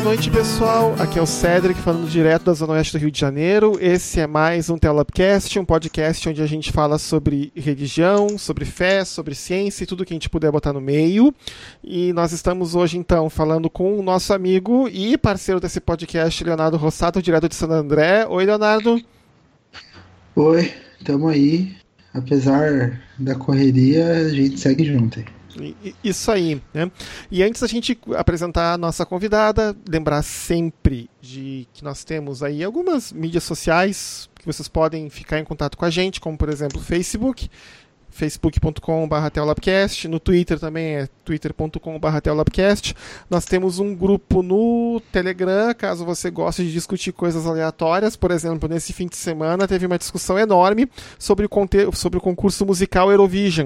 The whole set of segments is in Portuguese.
noite, pessoal. Aqui é o Cedric, falando direto da Zona Oeste do Rio de Janeiro. Esse é mais um Telapcast, um podcast onde a gente fala sobre religião, sobre fé, sobre ciência e tudo que a gente puder botar no meio. E nós estamos hoje, então, falando com o nosso amigo e parceiro desse podcast, Leonardo Rossato, direto de Santo André. Oi, Leonardo. Oi, tamo aí. Apesar da correria, a gente segue junto aí. Isso aí, né? E antes da gente apresentar a nossa convidada, lembrar sempre de que nós temos aí algumas mídias sociais que vocês podem ficar em contato com a gente, como por exemplo o Facebook, facebook.com/teolabcast, no Twitter também é twitter.com/teolabcast. Nós temos um grupo no Telegram, caso você goste de discutir coisas aleatórias. Por exemplo, nesse fim de semana teve uma discussão enorme sobre o concurso musical Eurovision.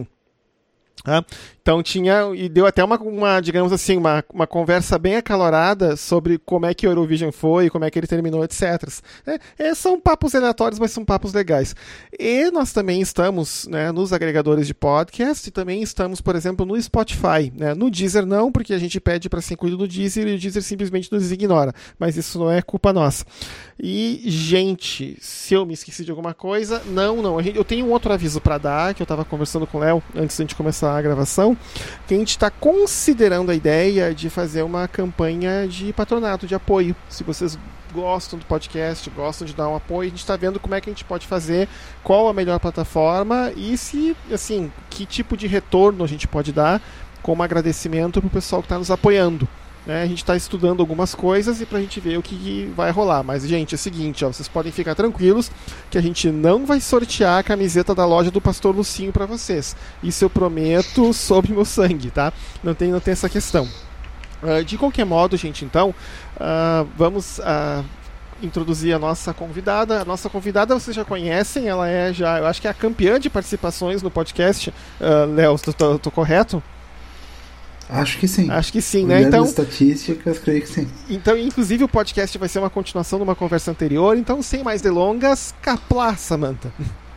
Então e deu até uma digamos assim, uma conversa bem acalorada sobre como é que o Eurovision foi, como é que ele terminou, etc. São papos aleatórios, mas são papos legais. E nós também estamos, né, nos agregadores de podcast e também estamos, por exemplo, no Spotify. Né? No Deezer não, porque a gente pede para ser incluído no Deezer e o Deezer simplesmente nos ignora. Mas isso não é culpa nossa. E, gente, se eu me esqueci de alguma coisa, não. Eu tenho um outro aviso para dar, que eu estava conversando com o Léo antes da gente começar a gravação, que a gente está considerando a ideia de fazer uma campanha de patronato, de apoio. Se vocês gostam do podcast, gostam de dar um apoio, a gente está vendo como é que a gente pode fazer, qual a melhor plataforma e se, assim, que tipo de retorno a gente pode dar como agradecimento para o pessoal que está nos apoiando. A gente está estudando algumas coisas e para a gente ver o que vai rolar. Mas, gente, é o seguinte, vocês podem ficar tranquilos que a gente não vai sortear a camiseta da loja do Pastor Lucinho para vocês. Isso eu prometo sob meu sangue, tá? Não tem essa questão. De qualquer modo, gente, então, vamos introduzir a nossa convidada. A nossa convidada vocês já conhecem, ela eu acho que é a campeã de participações no podcast. Léo, tô correto? Acho que sim. Acho que sim, né? Então, estatísticas, creio que sim. Então, inclusive, o podcast vai ser uma continuação de uma conversa anterior. Então, sem mais delongas, Caplá, Samantha.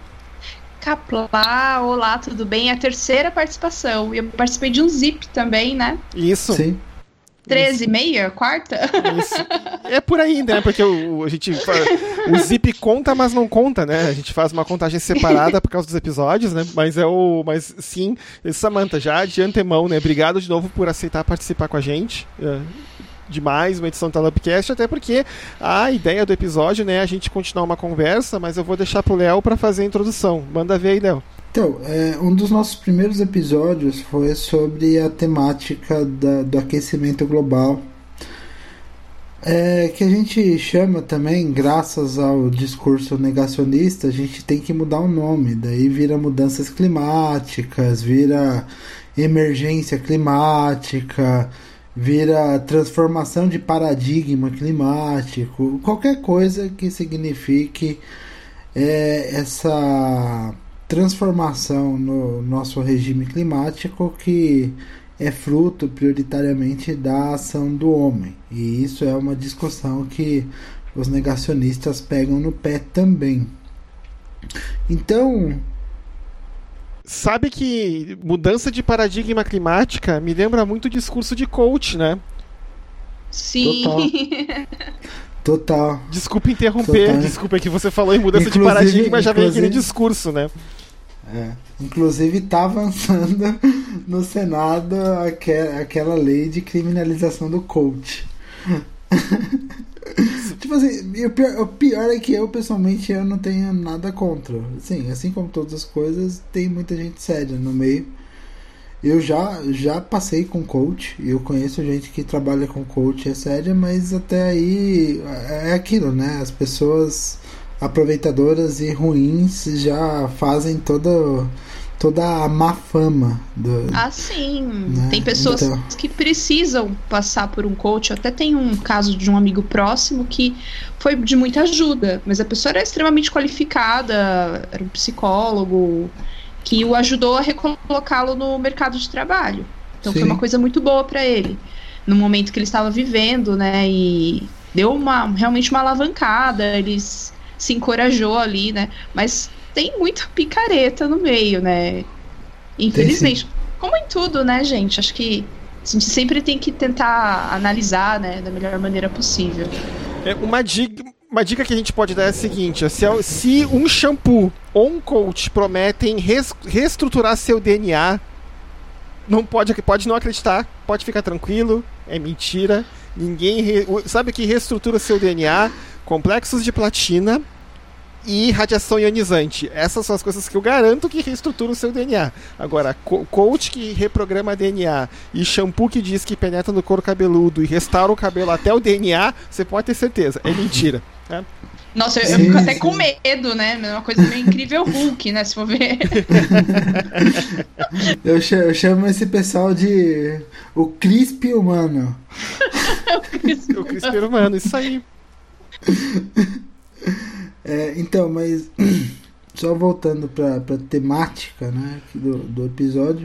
Caplá, olá, tudo bem? É a terceira participação. E eu participei de um Zip também, né? Isso. Sim. 13,5? Quarta? Isso. É por aí, né? Porque o Zip conta, mas não conta, né? A gente faz uma contagem separada por causa dos episódios, né? Mas sim, Samantha, já de antemão, né? Obrigado de novo por aceitar participar com a gente. De mais uma edição do Telapcast, até porque a ideia do episódio, né, é a gente continuar uma conversa, mas eu vou deixar pro Léo para fazer a introdução. Manda ver aí, Léo. Então, um dos nossos primeiros episódios foi sobre a temática do aquecimento global, que a gente chama também, graças ao discurso negacionista, a gente tem que mudar o nome, daí vira mudanças climáticas, vira emergência climática, vira transformação de paradigma climático, qualquer coisa que signifique essa transformação no nosso regime climático que é fruto prioritariamente da ação do homem. E isso é uma discussão que os negacionistas pegam no pé também. Então, sabe que mudança de paradigma climática me lembra muito o discurso de coach, né? Sim. Total. Desculpa interromper, desculpa que você falou em mudança de paradigma, já vem aquele discurso, né? Inclusive está avançando no Senado aquela lei de criminalização do coach. Tipo assim, o pior é que eu pessoalmente eu não tenho nada contra. Assim como todas as coisas, tem muita gente séria no meio. Eu já passei com coach, eu conheço gente que trabalha com coach, é séria, mas até aí é aquilo, né? As pessoas aproveitadoras e ruins já fazem toda a má fama sim, né? Tem pessoas que precisam passar por um coach. Eu até tenho um caso de um amigo próximo que foi de muita ajuda, mas a pessoa era extremamente qualificada, era um psicólogo que o ajudou a recolocá-lo no mercado de trabalho. Então Foi uma coisa muito boa para ele no momento que ele estava vivendo, né? E deu realmente uma alavancada, eles se encorajou ali, né? Mas tem muita picareta no meio, né? Infelizmente. Como em tudo, né, gente? Acho que A gente sempre tem que tentar analisar, né, da melhor maneira possível. Uma dica que a gente pode dar é a seguinte: se um shampoo ou um coach prometem reestruturar seu DNA, não pode não acreditar, pode ficar tranquilo, é mentira. Sabe o que reestrutura seu DNA? Complexos de platina e radiação ionizante. Essas são as coisas que eu garanto que reestruturam o seu DNA. Agora, coach que reprograma DNA e shampoo que diz que penetra no couro cabeludo e restaura o cabelo até o DNA, você pode ter certeza, é mentira. Né? Nossa, eu fico até com medo, né? É uma coisa meio incrível Hulk, né? Se for ver. Eu chamo esse pessoal de o CRISP humano. O CRISP humano, isso aí. Então, mas só voltando para temática, né, do episódio.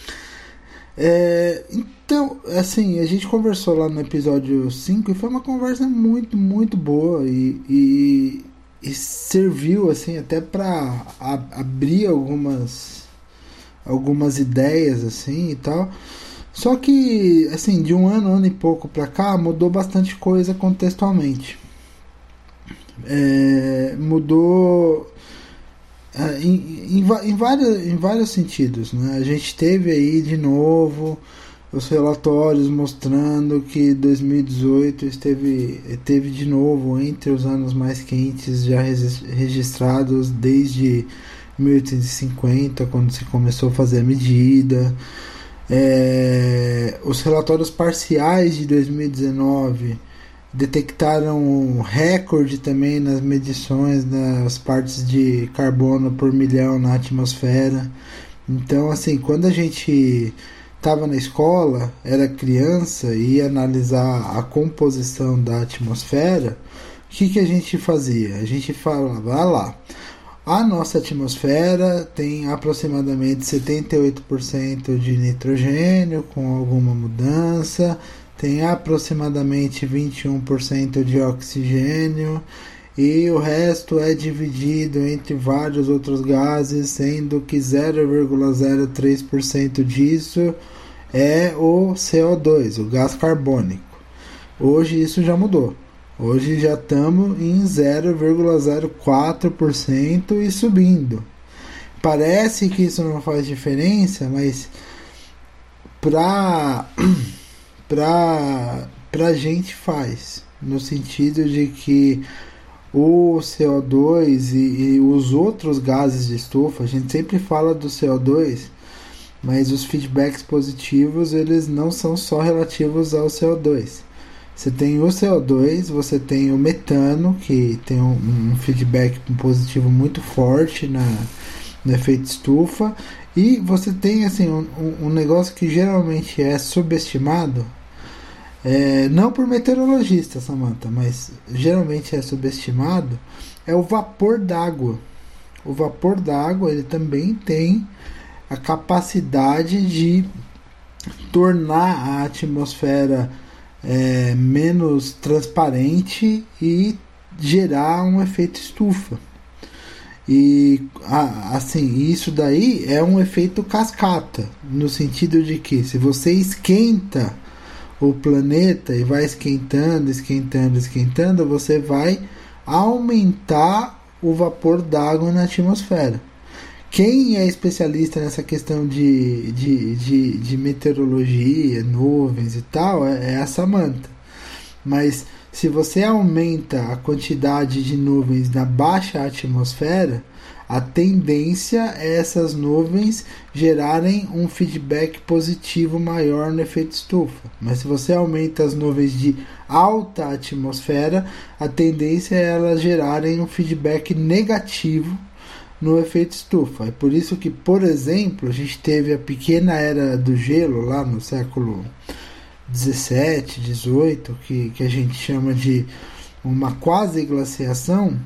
Então, assim, a gente conversou lá no episódio 5 e foi uma conversa muito, muito boa e serviu, assim, até para abrir algumas ideias, assim, e tal. Só que, assim, de um ano e pouco para cá, mudou bastante coisa contextualmente. Mudou em vários sentidos, né? A gente teve aí de novo os relatórios mostrando que 2018 teve de novo entre os anos mais quentes já registrados desde 1850, quando se começou a fazer a medida. Os relatórios parciais de 2019 detectaram um recorde também nas medições das partes de carbono por milhão na atmosfera. Então, assim, quando a gente estava na escola, era criança e ia analisar a composição da atmosfera, o que a gente fazia? A gente falava, lá, a nossa atmosfera tem aproximadamente 78% de nitrogênio, com alguma mudança, tem aproximadamente 21% de oxigênio e o resto é dividido entre vários outros gases, sendo que 0,03% disso é o CO2, o gás carbônico. Hoje isso já mudou. Hoje já estamos em 0,04% e subindo. Parece que isso não faz diferença, mas pra gente faz, no sentido de que o CO2 e os outros gases de estufa, a gente sempre fala do CO2, mas os feedbacks positivos eles não são só relativos ao CO2. Você tem o CO2, você tem o metano, que tem um feedback positivo muito forte no efeito estufa, e você tem assim, um negócio que geralmente é subestimado, não por meteorologista, Samantha, mas geralmente é subestimado, é o vapor d'água. O vapor d'água ele também tem a capacidade de tornar a atmosfera menos transparente e gerar um efeito estufa. E assim, isso daí é um efeito cascata, no sentido de que se você esquenta o planeta e vai esquentando, você vai aumentar o vapor d'água na atmosfera. Quem é especialista nessa questão de meteorologia, nuvens e tal, é a Samantha. Mas se você aumenta a quantidade de nuvens na baixa atmosfera, a tendência é essas nuvens gerarem um feedback positivo maior no efeito estufa. Mas se você aumenta as nuvens de alta atmosfera, a tendência é elas gerarem um feedback negativo no efeito estufa. É por isso que, por exemplo, a gente teve a pequena era do gelo lá no século 17, 18, que a gente chama de uma quase glaciação,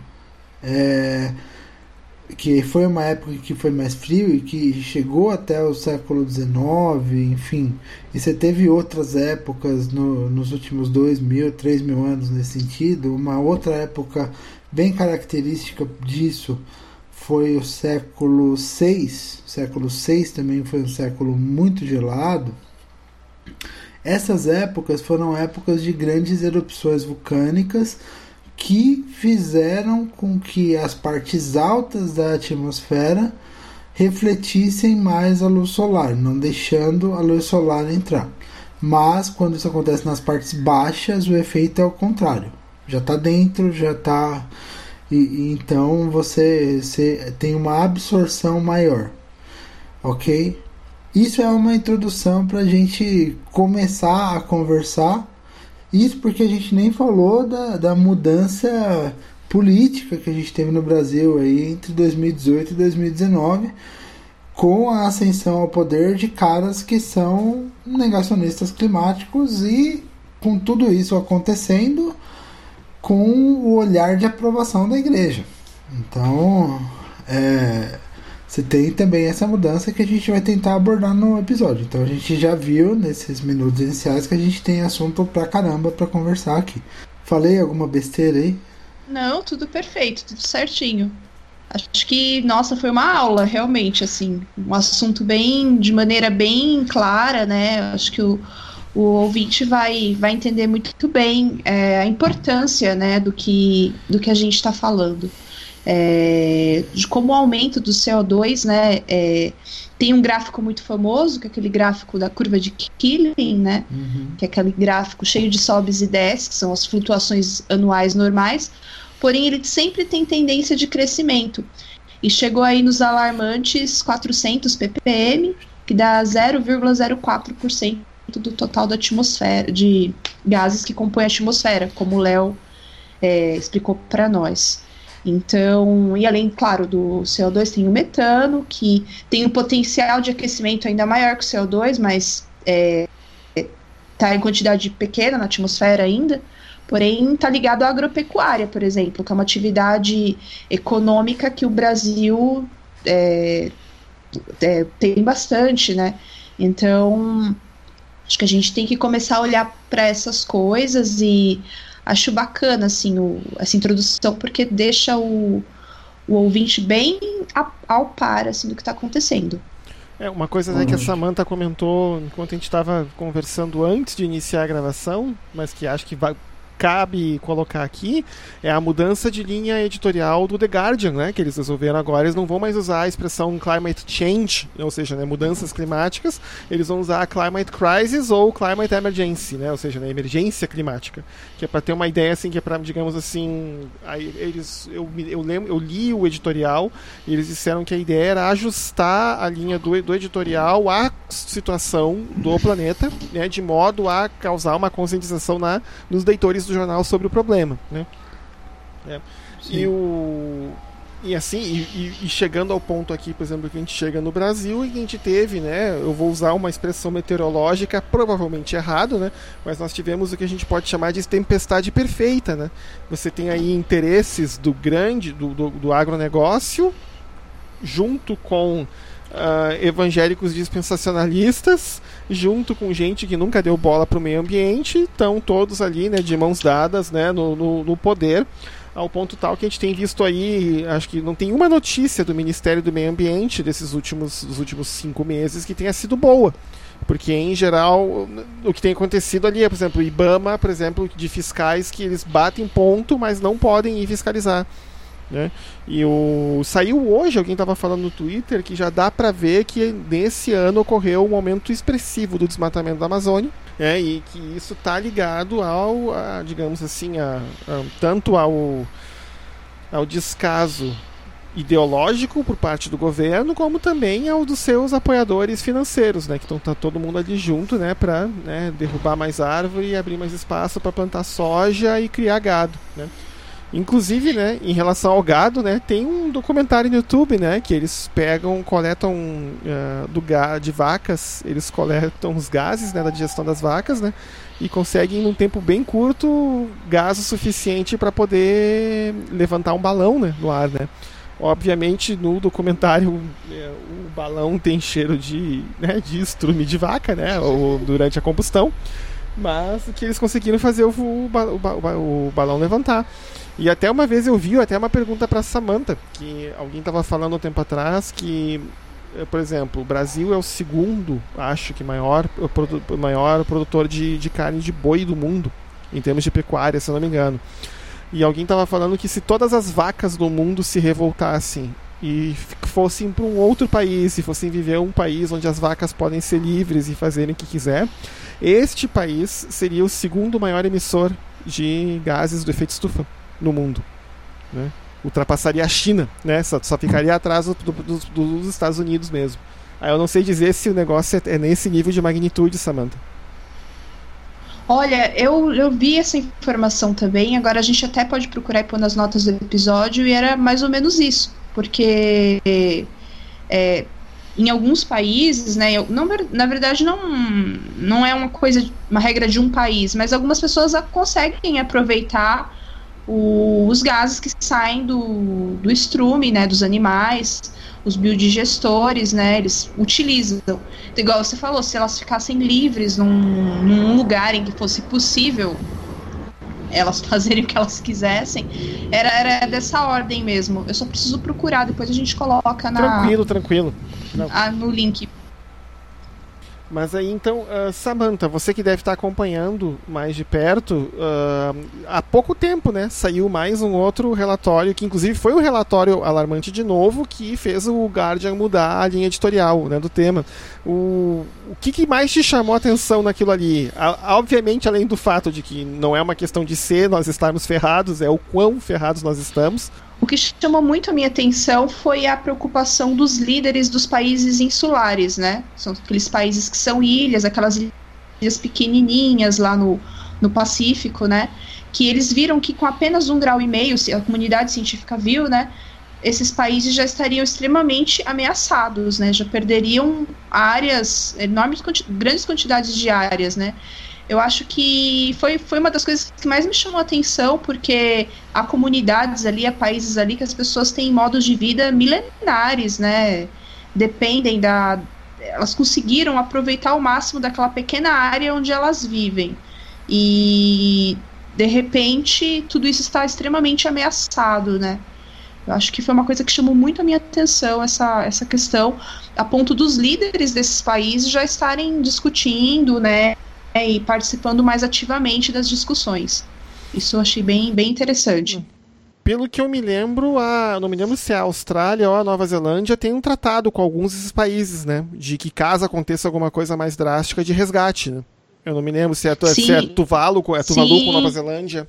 que foi uma época que foi mais frio e que chegou até o século 19, enfim. E você teve outras épocas nos últimos 2.000, 3.000 anos nesse sentido. Uma outra época bem característica disso foi o século VI. O século VI também foi um século muito gelado. Essas épocas foram épocas de grandes erupções vulcânicas que fizeram com que as partes altas da atmosfera refletissem mais a luz solar, não deixando a luz solar entrar. Mas quando isso acontece nas partes baixas, o efeito é o contrário. Já está dentro, já está... Então você tem uma absorção maior. Ok? Isso é uma introdução para a gente começar a conversar. Isso porque a gente nem falou da mudança política que a gente teve no Brasil aí entre 2018 e 2019, com a ascensão ao poder de caras que são negacionistas climáticos, e com tudo isso acontecendo com o olhar de aprovação da igreja. Então, você tem também essa mudança que a gente vai tentar abordar no episódio. Então a gente já viu nesses minutos iniciais que a gente tem assunto pra caramba pra conversar aqui. Falei alguma besteira aí? Não, tudo perfeito, tudo certinho. Acho que, nossa, foi uma aula, realmente, assim, um assunto de maneira bem clara, né? Acho que o ouvinte vai entender muito bem a importância, né, do que a gente está falando. De como o aumento do CO2, né, tem um gráfico muito famoso, que é aquele gráfico da curva de Killing, né, que é aquele gráfico cheio de sobes e desces, que são as flutuações anuais normais, porém ele sempre tem tendência de crescimento, e chegou aí nos alarmantes 400 ppm, que dá 0,04% do total da atmosfera, de gases que compõem a atmosfera, como o Léo explicou para nós. Então, e além, claro, do CO2, tem o metano, que tem um potencial de aquecimento ainda maior que o CO2, mas está em quantidade pequena na atmosfera ainda, porém está ligado à agropecuária, por exemplo, que é uma atividade econômica que o Brasil tem bastante, né? Então, acho que a gente tem que começar a olhar para essas coisas, e acho bacana, assim, essa introdução, porque deixa o ouvinte bem ao par, assim, do que está acontecendo. Uma coisa que a Samantha comentou enquanto a gente estava conversando antes de iniciar a gravação, mas que acho que cabe colocar aqui, é a mudança de linha editorial do The Guardian, né, que eles resolveram agora. Eles não vão mais usar a expressão climate change, ou seja, né, mudanças climáticas, eles vão usar a climate crisis ou climate emergency, né, ou seja, né, emergência climática, que é para ter uma ideia, assim, que é para, digamos assim, eu li o editorial e eles disseram que a ideia era ajustar a linha do editorial à situação do planeta, né, de modo a causar uma conscientização nos leitores do jornal sobre o problema, né? E chegando ao ponto aqui, por exemplo, que a gente chega no Brasil e que a gente teve, né, eu vou usar uma expressão meteorológica provavelmente errado, né, mas nós tivemos o que a gente pode chamar de tempestade perfeita, né? Você tem aí interesses do agronegócio junto com evangélicos dispensacionalistas, junto com gente que nunca deu bola para o meio ambiente, estão todos ali, né, de mãos dadas, né, no poder, ao ponto tal que a gente tem visto aí, acho que não tem uma notícia do Ministério do Meio Ambiente dos últimos 5 meses que tenha sido boa, porque em geral o que tem acontecido ali é, por exemplo, o IBAMA, por exemplo, de fiscais que eles batem ponto, mas não podem ir fiscalizar, né? E saiu hoje, alguém estava falando no Twitter, que já dá para ver que nesse ano ocorreu um aumento expressivo do desmatamento da Amazônia, e que isso está ligado digamos assim, tanto ao descaso ideológico por parte do governo, como também ao dos seus apoiadores financeiros, né, que tá todo mundo ali junto, né, para, né, derrubar mais árvore e abrir mais espaço para plantar soja e criar gado, né. Inclusive, né, em relação ao gado, né, tem um documentário no YouTube, né, que eles coletam de vacas, eles coletam os gases, né, da digestão das vacas, né, e conseguem num tempo bem curto gás o suficiente para poder levantar um balão, né, no ar, né. Obviamente, no documentário, o balão tem cheiro de estrume de vaca, né, durante a combustão, mas que eles conseguiram fazer o balão levantar. E até uma vez eu vi até uma pergunta para Samantha, que alguém estava falando um tempo atrás que por exemplo, o Brasil é o segundo, acho que maior produtor de carne de boi do mundo, em termos de pecuária, se eu não me engano. E alguém estava falando que se todas as vacas do mundo se revoltassem e fossem para um outro país, e fossem viver um país onde as vacas podem ser livres e fazerem o que quiser, este país seria o segundo maior emissor de gases do efeito estufa no mundo, né? Ultrapassaria a China, né? Só ficaria atrás dos Estados Unidos mesmo. Aí eu não sei dizer se o negócio é nesse nível de magnitude, Samantha. Olha, eu vi essa informação também, agora a gente até pode procurar e pôr nas notas do episódio, e era mais ou menos isso, porque em alguns países, né, na verdade não é uma regra de um país, mas algumas pessoas conseguem aproveitar os gases que saem do estrume, né, dos animais, os biodigestores, né, eles utilizam. Então, igual você falou, se elas ficassem livres num lugar em que fosse possível elas fazerem o que elas quisessem, era dessa ordem mesmo. Eu só preciso procurar, depois a gente coloca Tranquilo. No link. Mas aí então, Samantha, você que deve estar acompanhando mais de perto, há pouco tempo, né, saiu mais um outro relatório, que inclusive foi um relatório alarmante de novo, que fez o Guardian mudar a linha editorial, né, do tema. O que mais te chamou a atenção naquilo ali? Obviamente, além do fato de que não é uma questão de nós estarmos ferrados, é o quão ferrados nós estamos. O que chamou muito a minha atenção foi a preocupação dos líderes dos países insulares, né? São aqueles países que são ilhas, aquelas ilhas pequenininhas lá no Pacífico, né? Que eles viram que com apenas 1,5 graus, a comunidade científica viu, né? Esses países já estariam extremamente ameaçados, né? Já perderiam áreas, grandes quantidades de áreas, né? Eu acho que foi uma das coisas que mais me chamou a atenção, porque há comunidades ali, há países ali que as pessoas têm modos de vida milenares, né? Dependem elas conseguiram aproveitar ao máximo daquela pequena área onde elas vivem. E, de repente, tudo isso está extremamente ameaçado, né? Eu acho que foi uma coisa que chamou muito a minha atenção, essa questão, a ponto dos líderes desses países já estarem discutindo, né? E participando mais ativamente das discussões. Isso eu achei bem, bem interessante. Pelo que eu me lembro, não me lembro se é a Austrália ou a Nova Zelândia tem um tratado com alguns desses países, né? De que caso aconteça alguma coisa mais drástica, de resgate, né? Eu não me lembro se é Tuvalu com Nova Zelândia.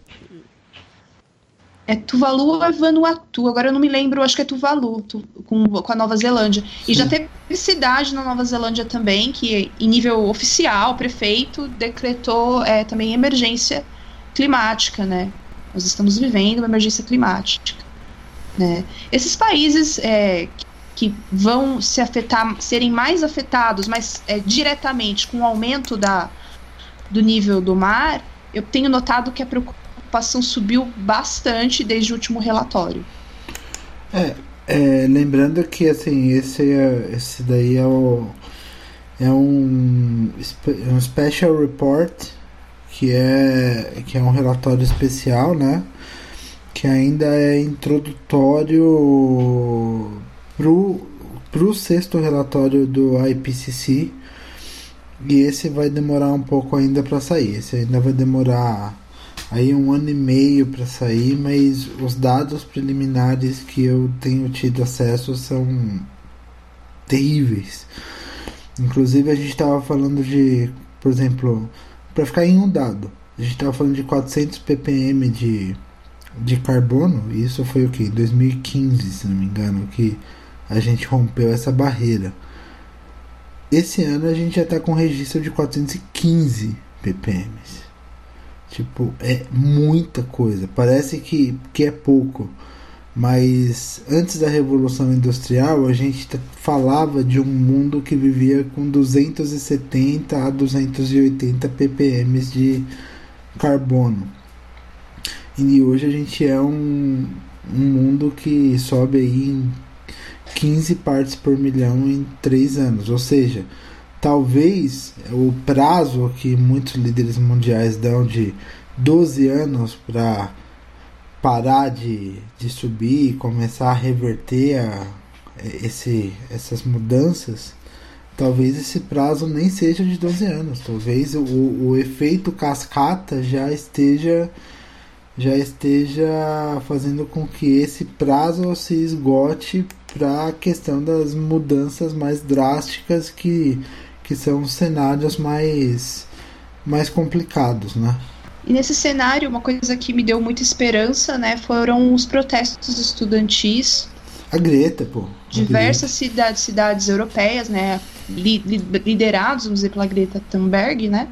É Tuvalu ou é Vanuatu, agora eu não me lembro, acho que é Tuvalu com a Nova Zelândia. Sim. E já teve cidade na Nova Zelândia também, que em nível oficial, o prefeito decretou também emergência climática, né? Nós estamos vivendo uma emergência climática, né? Esses países que vão serem mais afetados, mas diretamente com o aumento do nível do mar, eu tenho notado que a preocupação subiu bastante desde o último relatório. Lembrando que assim, esse daí é um special report, que é um relatório especial, né? Que ainda é introdutório pro 6º relatório do IPCC, e esse vai demorar um pouco ainda para sair. Esse ainda vai demorar aí 1 ano e meio para sair, mas os dados preliminares que eu tenho tido acesso são terríveis. Inclusive a gente estava falando de, por exemplo, para ficar em um dado, a gente estava falando de 400 ppm de carbono, e isso foi o que? Em 2015, se não me engano, que a gente rompeu essa barreira. Esse ano a gente já está com registro de 415 ppm. Tipo, é muita coisa. Parece que é pouco. Mas antes da Revolução Industrial, a gente falava de um mundo que vivia com 270 a 280 ppm de carbono. E hoje a gente é um mundo que sobe aí em 15 partes por milhão em 3 anos. Ou seja, talvez o prazo que muitos líderes mundiais dão de 12 anos para parar de subir e começar a reverter essas mudanças, talvez esse prazo nem seja de 12 anos. Talvez o efeito cascata já esteja fazendo com que esse prazo se esgote para a questão das mudanças mais drásticas que são cenários mais complicados, né? E nesse cenário, uma coisa que me deu muita esperança, né, foram os protestos estudantis. A Greta, pô. Diversas cidades europeias, né, liderados, vamos dizer, pela Greta Thunberg, né?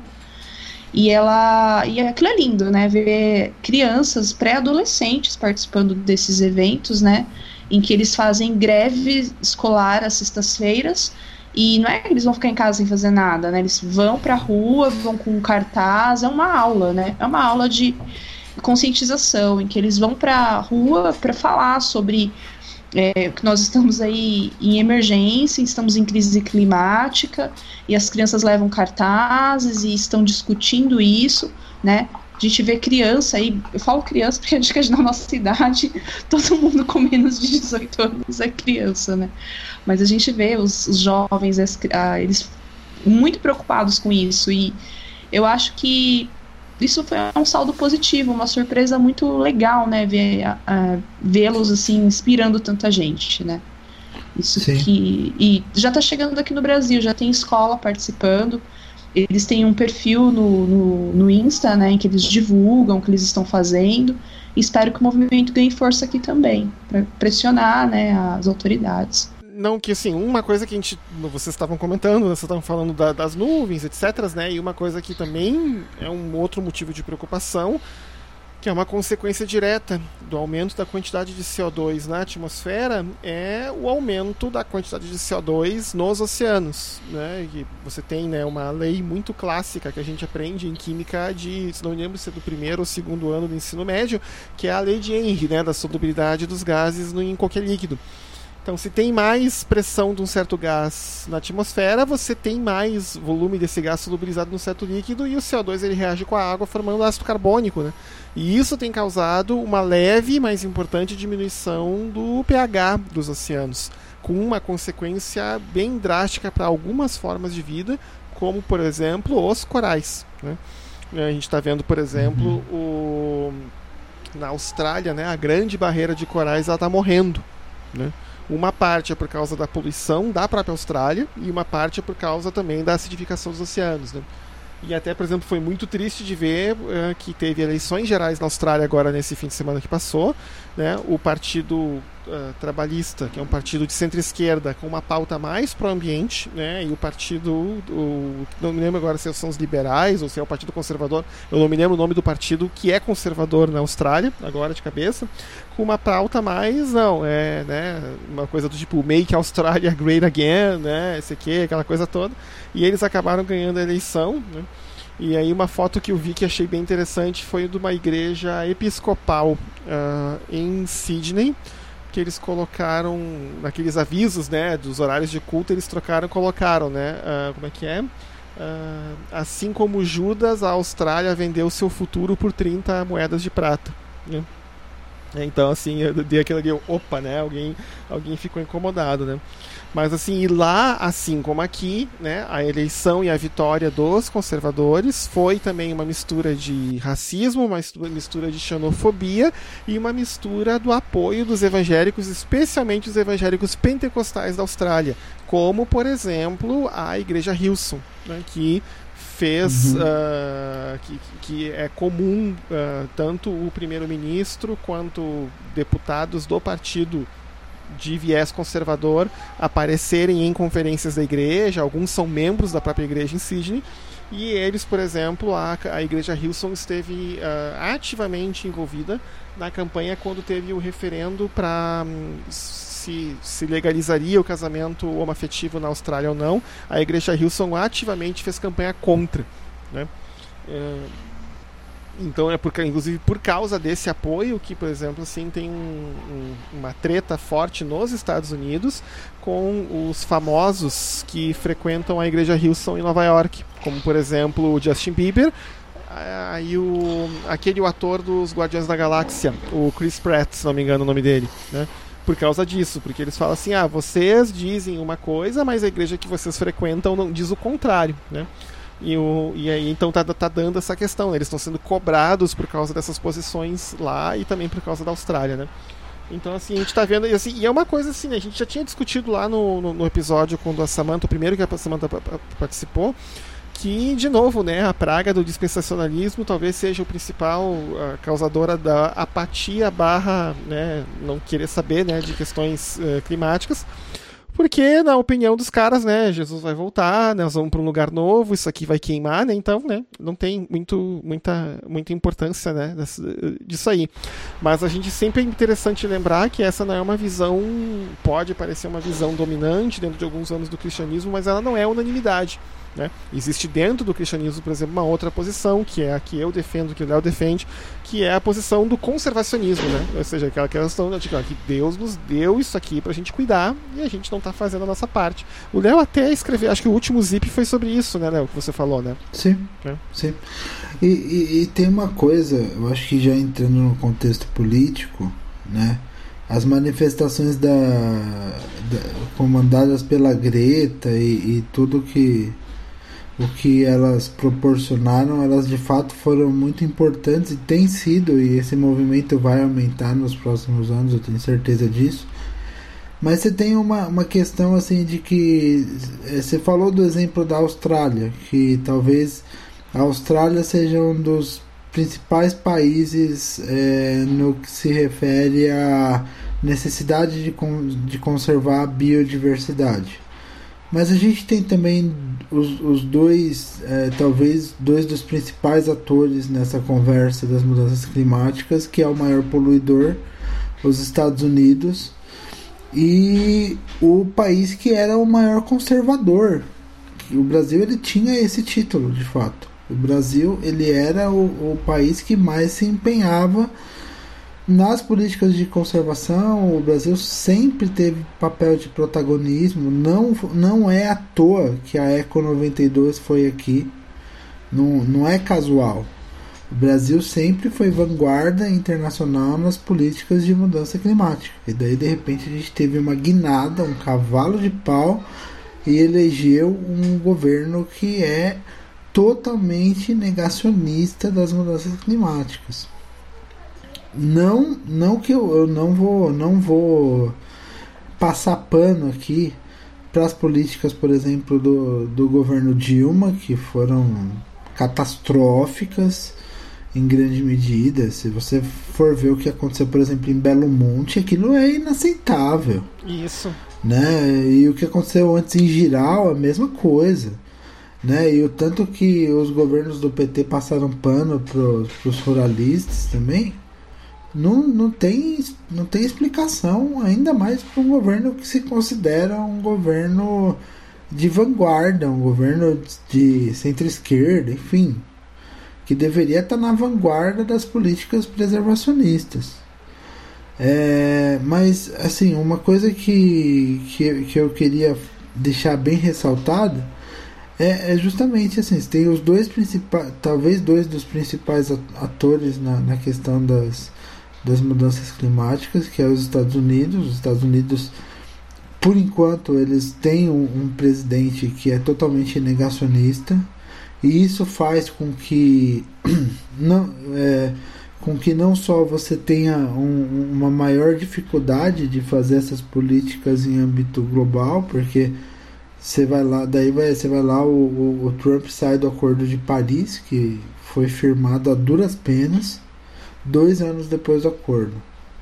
E aquilo é lindo, né? Ver crianças, pré-adolescentes participando desses eventos, né? Em que eles fazem greve escolar às sextas-feiras. E não é que eles vão ficar em casa sem fazer nada, né? Eles vão pra rua, vão com cartaz, é uma aula, né? É uma aula de conscientização, em que eles vão pra rua para falar sobre que nós estamos aí em emergência, estamos em crise climática, e as crianças levam cartazes e estão discutindo isso, né? A gente vê criança aí, eu falo criança porque acho que na nossa idade todo mundo com menos de 18 anos é criança, né? Mas a gente vê os jovens, eles muito preocupados com isso, e eu acho que isso foi um saldo positivo, uma surpresa muito legal, né? Vê-los assim inspirando tanta gente, né? Isso. Sim. E já está chegando aqui no Brasil, já tem escola participando. Eles têm um perfil no Insta, né, em que eles divulgam o que eles estão fazendo, e espero que o movimento ganhe força aqui também, para pressionar, né, as autoridades. Não, que assim, uma coisa que vocês estavam comentando, vocês estavam falando das nuvens, etc, né, e uma coisa que também é um outro motivo de preocupação, que é uma consequência direta do aumento da quantidade de CO2 na atmosfera, é o aumento da quantidade de CO2 nos oceanos, né? E você tem, né, uma lei muito clássica que a gente aprende em química se não me lembro se é do primeiro ou segundo ano do ensino médio, que é a lei de Henry, né, da solubilidade dos gases em qualquer líquido. Então, se tem mais pressão de um certo gás na atmosfera, você tem mais volume desse gás solubilizado num certo líquido, e o CO2 ele reage com a água formando ácido carbônico, né? E isso tem causado uma leve, mas importante diminuição do pH dos oceanos, com uma consequência bem drástica para algumas formas de vida, como, por exemplo, os corais, né? A gente está vendo, por exemplo, na Austrália, né, a grande barreira de corais está morrendo, né? Uma parte é por causa da poluição da própria Austrália e uma parte é por causa também da acidificação dos oceanos, né? E até, por exemplo, foi muito triste de ver que teve eleições gerais na Austrália agora nesse fim de semana que passou, né? O Partido Trabalhista, que é um partido de centro-esquerda com uma pauta mais pró-ambiente, né? E o partido, não me lembro agora se são os liberais ou se é o Partido Conservador, eu não me lembro o nome do partido que é conservador na Austrália, agora de cabeça, com uma pauta mais, né, uma coisa do tipo Make Australia Great Again, né, esse aqui, aquela coisa toda, e eles acabaram ganhando a eleição, né? E aí uma foto que eu vi que achei bem interessante foi de uma igreja episcopal em Sydney, que eles colocaram naqueles avisos, né, dos horários de culto, eles colocaram, né, como é que é? Assim como Judas, a Austrália vendeu seu futuro por 30 moedas de prata, né? Então, assim, eu dei aquele ali, opa, né, alguém ficou incomodado, né? Mas, assim, e lá, assim como aqui, né, a eleição e a vitória dos conservadores foi também uma mistura de racismo, uma mistura de xenofobia e uma mistura do apoio dos evangélicos, especialmente os evangélicos pentecostais da Austrália, como, por exemplo, a Igreja Hillsong, né, que fez, que é comum tanto o primeiro-ministro quanto deputados do partido de viés conservador aparecerem em conferências da igreja. Alguns são membros da própria igreja em Sydney, e eles, por exemplo, a igreja Hillsong esteve ativamente envolvida na campanha quando teve o referendo para se legalizaria o casamento homoafetivo na Austrália ou não. A igreja Hillsong ativamente fez campanha contra, né? Então inclusive por causa desse apoio que, por exemplo, assim, tem uma treta forte nos Estados Unidos com os famosos que frequentam a igreja Hillsong em Nova York, como, por exemplo, o Justin Bieber, aí o ator dos Guardiões da Galáxia, o Chris Pratt, se não me engano o nome dele, né? por causa disso, porque eles falam assim, vocês dizem uma coisa, mas a igreja que vocês frequentam não diz o contrário, né? E aí então tá dando essa questão, né? Eles estão sendo cobrados por causa dessas posições lá e também por causa da Austrália, né? Então, assim, a gente tá vendo, e é uma coisa assim, né? A gente já tinha discutido lá no episódio quando a Samantha, o primeiro que a Samantha participou, que, de novo, né, a praga do dispensacionalismo talvez seja o principal causadora da apatia / né, não querer saber, né, de questões climáticas, porque, na opinião dos caras, né, Jesus vai voltar, nós vamos para um lugar novo, isso aqui vai queimar, né, então, né, não tem muita importância, né, disso aí. Mas a gente sempre é interessante lembrar que essa não é uma visão, pode parecer uma visão dominante dentro de alguns anos do cristianismo, mas ela não é unanimidade. Né? Existe dentro do cristianismo, por exemplo, uma outra posição, que é a que eu defendo, que o Léo defende, que é a posição do conservacionismo, né? Ou seja, aquela questão de que Deus nos deu isso aqui pra gente cuidar e a gente não tá fazendo a nossa parte. O Léo até escreveu, acho que o último Zip foi sobre isso, né, Léo, que você falou, né? Sim, sim. E tem uma coisa, eu acho que já entrando no contexto político, né? As manifestações comandadas pela Greta e tudo o que elas proporcionaram, elas de fato foram muito importantes e tem sido, e esse movimento vai aumentar nos próximos anos, eu tenho certeza disso. Mas você tem uma questão assim de que você falou do exemplo da Austrália, que talvez a Austrália seja um dos principais países no que se refere à necessidade de conservar a biodiversidade. Mas a gente tem também os dois, talvez dois dos principais atores nessa conversa das mudanças climáticas, que é o maior poluidor, os Estados Unidos, e o país que era o maior conservador. O Brasil, ele tinha esse título, de fato. O Brasil, ele era o país que mais se empenhava nas políticas de conservação. O Brasil sempre teve papel de protagonismo. Não é à toa que a Eco 92 foi aqui. Não é casual. O Brasil sempre foi vanguarda internacional nas políticas de mudança climática. E daí, de repente, a gente teve uma guinada, um cavalo de pau, e elegeu um governo que é totalmente negacionista das mudanças climáticas. Não que eu não vou passar pano aqui para as políticas, por exemplo, do governo Dilma, que foram catastróficas em grande medida. Se você for ver o que aconteceu, por exemplo, em Belo Monte, aquilo é inaceitável. Isso. Né? E o que aconteceu antes em Giral, a mesma coisa. Né? E o tanto que os governos do PT passaram pano para os ruralistas também, não tem explicação, ainda mais para um governo que se considera um governo de vanguarda, um governo de centro-esquerda, enfim, que deveria estar na vanguarda das políticas preservacionistas. Mas, assim, uma coisa que eu queria deixar bem ressaltada é justamente assim, você tem os dois principais, talvez dois dos principais atores na questão das mudanças climáticas, que é os Estados Unidos. Os Estados Unidos, por enquanto, eles têm um presidente que é totalmente negacionista, e isso faz com que não só você tenha uma maior dificuldade de fazer essas políticas em âmbito global, porque você vai lá, o Trump sai do Acordo de Paris, que foi firmado a duras penas 2 anos depois do acordo.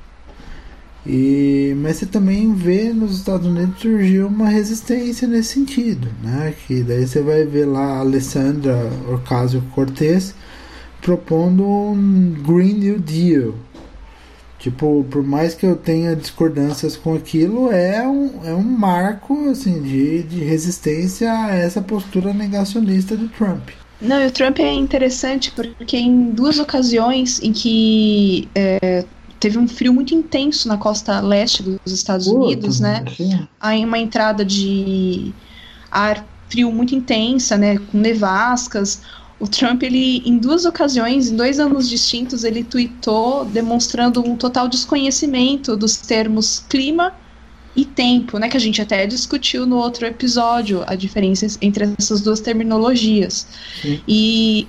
Mas você também vê nos Estados Unidos surgiu uma resistência nesse sentido, né? Que daí você vai ver lá a Alessandra Ocasio-Cortez propondo um Green New Deal. Tipo, por mais que eu tenha discordâncias com aquilo, é um marco assim, de resistência a essa postura negacionista do Trump. Não, e o Trump é interessante porque em 2 ocasiões em que teve um frio muito intenso na costa leste dos Estados Unidos, né? Aí uma entrada de ar frio muito intensa, né? Com nevascas. O Trump, ele, em 2 ocasiões, em 2 anos distintos, ele tweetou demonstrando um total desconhecimento dos termos clima e tempo, né, que a gente até discutiu no outro episódio, a diferença entre essas 2 terminologias. Sim. E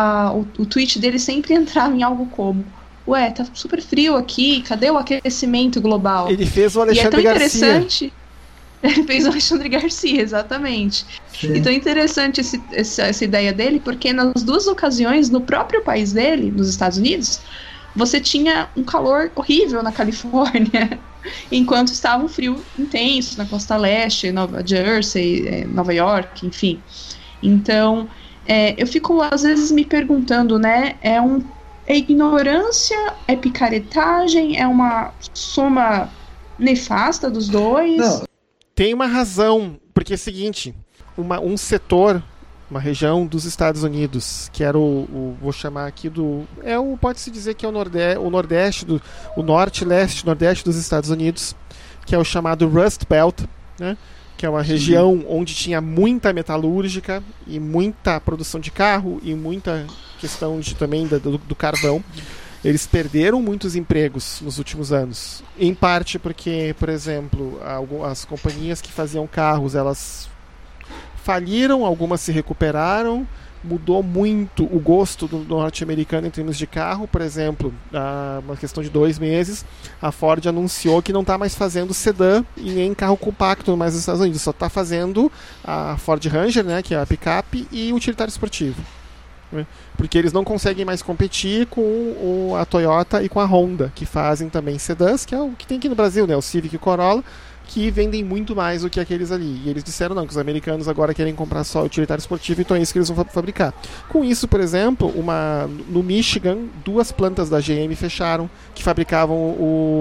o tweet dele sempre entrava em algo como: ué, tá super frio aqui, cadê o aquecimento global? Ele fez o Alexandre Garcia. E é tão interessante... Ele fez o Alexandre Garcia, exatamente. Sim. Então é interessante essa ideia dele, porque nas 2 ocasiões, no próprio país dele, nos Estados Unidos, você tinha um calor horrível na Califórnia, enquanto estava um frio intenso na costa leste, Nova Jersey, Nova York, enfim. Então, eu fico às vezes me perguntando, né, é ignorância, é picaretagem, é uma soma nefasta dos dois? Não. Tem uma razão, porque é o seguinte, um setor, uma região dos Estados Unidos, que era vou chamar aqui pode-se dizer que é o nordeste, o norte, leste, nordeste dos Estados Unidos, que é o chamado Rust Belt, né? Que é uma região onde tinha muita metalúrgica e muita produção de carro e muita questão também do carvão. Eles perderam muitos empregos nos últimos anos. Em parte porque, por exemplo, as companhias que faziam carros, elas faliram, algumas se recuperaram. Mudou muito o gosto do norte-americano em termos de carro. Por exemplo, uma questão de 2 meses, a Ford anunciou que não está mais fazendo sedã e nem carro compacto mais nos Estados Unidos. Só está fazendo a Ford Ranger, né, que é a picape, e o utilitário esportivo. Porque eles não conseguem mais competir com a Toyota e com a Honda, que fazem também sedãs, que é o que tem aqui no Brasil, né? O Civic e o Corolla, que vendem muito mais do que aqueles ali. E eles disseram não, que os americanos agora querem comprar só o utilitário esportivo, então é isso que eles vão fabricar. Com isso, por exemplo, no Michigan, 2 plantas da GM fecharam, que fabricavam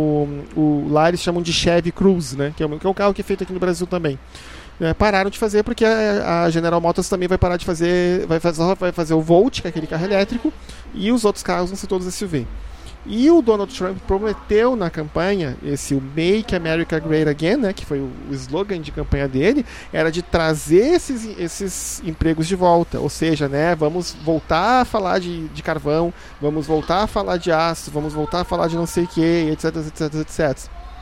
lá eles chamam de Chevy Cruze, né? Que é um carro que é feito aqui no Brasil também. Pararam de fazer porque a General Motors também vai parar de fazer, vai fazer o Volt, que é aquele carro elétrico, e os outros carros vão ser todos SUV. E o Donald Trump prometeu na campanha, o Make America Great Again, né, que foi o slogan de campanha dele, era de trazer esses empregos de volta, ou seja, né, vamos voltar a falar de carvão, vamos voltar a falar de aço, vamos voltar a falar de não sei o que, etc, etc, etc.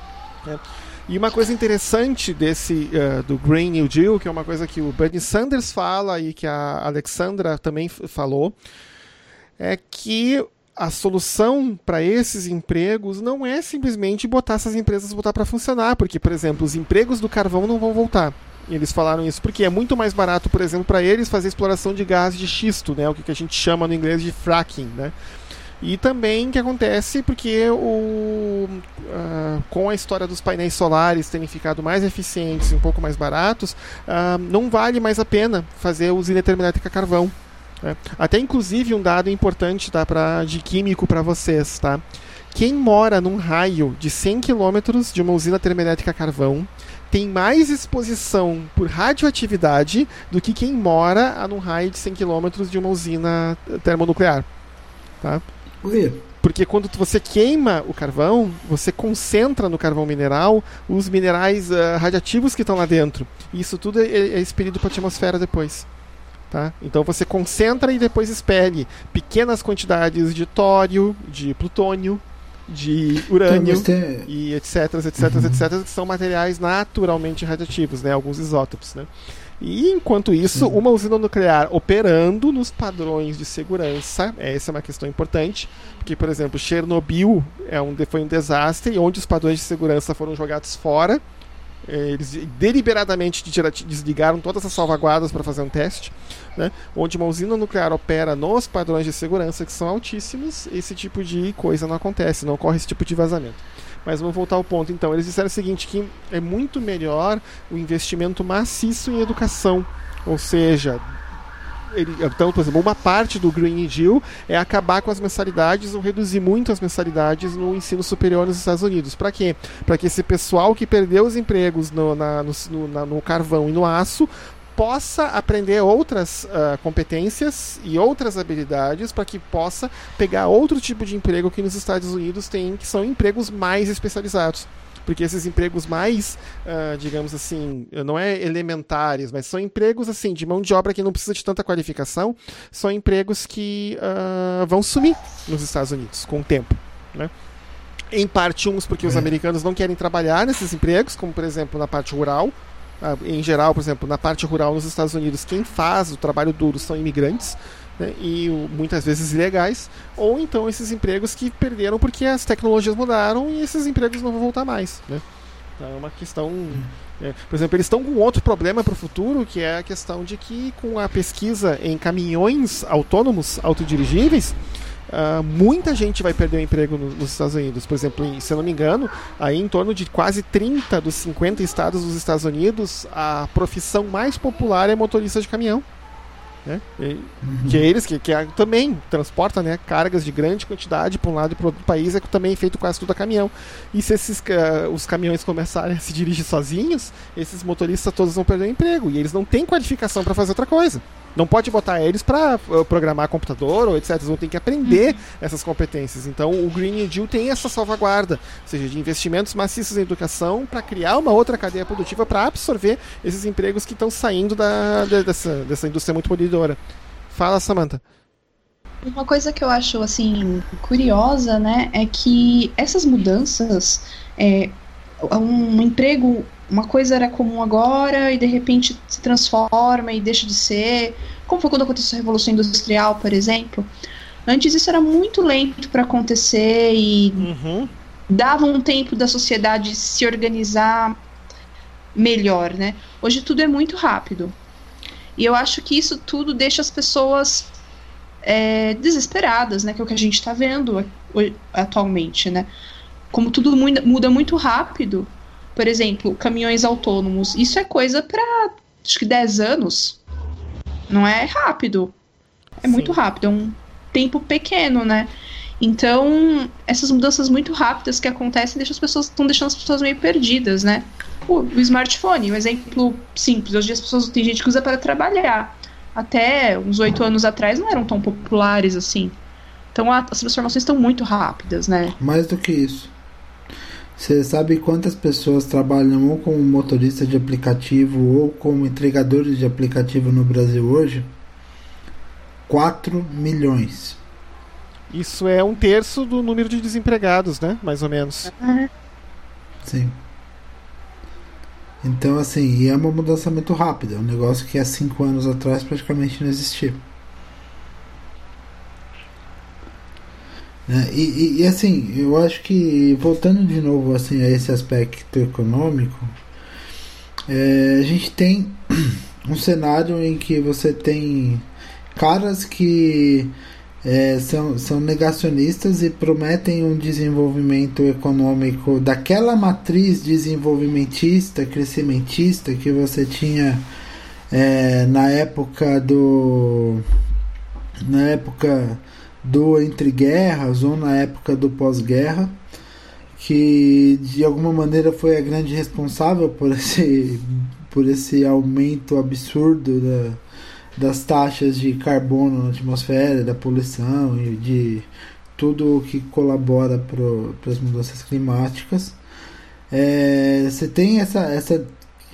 E uma coisa interessante do Green New Deal, que é uma coisa que o Bernie Sanders fala e que a Alexandra também falou, é que a solução para esses empregos não é simplesmente botar essas empresas para funcionar, porque, por exemplo, os empregos do carvão não vão voltar. Eles falaram isso porque é muito mais barato, por exemplo, para eles fazer exploração de gás de xisto, né, o que a gente chama no inglês de fracking, né? E também que acontece porque com a história dos painéis solares terem ficado mais eficientes e um pouco mais baratos, não vale mais a pena fazer usina termoelétrica a carvão. Né? Até inclusive um dado importante de químico para vocês. Tá? Quem mora num raio de 100 km de uma usina termoelétrica a carvão tem mais exposição por radioatividade do que quem mora num raio de 100 km de uma usina termonuclear. Tá? Porque quando você queima o carvão, você concentra no carvão mineral os minerais radiativos que estão lá dentro. E isso tudo é expelido para a atmosfera depois. Tá? Então você concentra e depois expele pequenas quantidades de tório, de plutônio, de urânio, e etc, etc, que são materiais naturalmente radioativos, né? Alguns isótopos. Né? E enquanto isso, uma usina nuclear operando nos padrões de segurança, essa é uma questão importante, porque, por exemplo, Chernobyl foi um desastre onde os padrões de segurança foram jogados fora. Eles deliberadamente desligaram todas as salvaguardas para fazer um teste, né? Onde uma usina nuclear opera nos padrões de segurança que são altíssimos, esse tipo de coisa não acontece, não ocorre esse tipo de vazamento. Mas vamos voltar ao ponto. Então, eles disseram o seguinte, que é muito melhor o investimento maciço em educação, ou seja, então, por exemplo, uma parte do Green New Deal é acabar com as mensalidades ou reduzir muito as mensalidades no ensino superior nos Estados Unidos. Para quê? Para que esse pessoal que perdeu os empregos no carvão e no aço possa aprender outras competências e outras habilidades para que possa pegar outro tipo de emprego que nos Estados Unidos tem, que são empregos mais especializados. Porque esses empregos mais, digamos assim, não é elementares, mas são empregos assim de mão de obra que não precisa de tanta qualificação, são empregos que vão sumir nos Estados Unidos com o tempo, né? Em parte uns porque os americanos não querem trabalhar nesses empregos, como por exemplo na parte rural. Em geral, por exemplo, na parte rural nos Estados Unidos, quem faz o trabalho duro são imigrantes, né, e muitas vezes ilegais, ou então esses empregos que perderam porque as tecnologias mudaram e esses empregos não vão voltar mais, né? Então é uma questão... por exemplo, eles estão com outro problema para o futuro, que é a questão de que com a pesquisa em caminhões autônomos, autodirigíveis, muita gente vai perder o emprego nos Estados Unidos. Por exemplo, se eu não me engano, aí em torno de quase 30 dos 50 estados dos Estados Unidos, a profissão mais popular é motorista de caminhão, né? Que é eles que também transporta, né, cargas de grande quantidade para um lado e para o outro país, é que também é feito quase tudo a caminhão. E se os caminhões começarem a se dirigir sozinhos, esses motoristas todos vão perder o emprego, e eles não têm qualificação para fazer outra coisa. Não pode botar eles para programar computador ou etc. Eles vão ter que aprender essas competências. Então o Green New Deal tem essa salvaguarda, ou seja, de investimentos maciços em educação para criar uma outra cadeia produtiva para absorver esses empregos que estão saindo dessa indústria muito poluidora. Fala, Samantha. Uma coisa que eu acho assim curiosa, né, é que essas mudanças, um emprego, uma coisa era comum agora e de repente se transforma e deixa de ser, como foi quando aconteceu a Revolução Industrial, por exemplo. Antes isso era muito lento para acontecer e dava um tempo da sociedade se organizar melhor, né? Hoje tudo é muito rápido. E eu acho que isso tudo deixa as pessoas desesperadas, né? Que é o que a gente está vendo atualmente, né? Como tudo muda muito rápido. Por exemplo, caminhões autônomos. Isso é coisa para, acho que 10 anos. Não é rápido. É Sim. muito rápido. É um tempo pequeno, né? Então, essas mudanças muito rápidas que acontecem estão deixando as pessoas meio perdidas, né? O smartphone, um exemplo simples. Hoje as pessoas tem gente que usa para trabalhar. Até uns 8 anos atrás não eram tão populares assim. Então as transformações estão muito rápidas, né? Mais do que isso. Você sabe quantas pessoas trabalham ou como motorista de aplicativo ou como entregadores de aplicativo no Brasil hoje? 4 milhões. Isso é 1/3 do número de desempregados, né? Mais ou menos. Sim. Então, assim, é uma mudança muito rápida. É um negócio que há 5 anos atrás praticamente não existia. E assim, eu acho que, voltando de novo assim, a esse aspecto econômico, a gente tem um cenário em que você tem caras que são negacionistas e prometem um desenvolvimento econômico daquela matriz desenvolvimentista, crescimentista que você tinha na época do entre guerras ou na época do pós-guerra, que de alguma maneira foi a grande responsável por esse aumento absurdo das taxas de carbono na atmosfera, da poluição e de tudo o que colabora para as mudanças climáticas. Você tem essa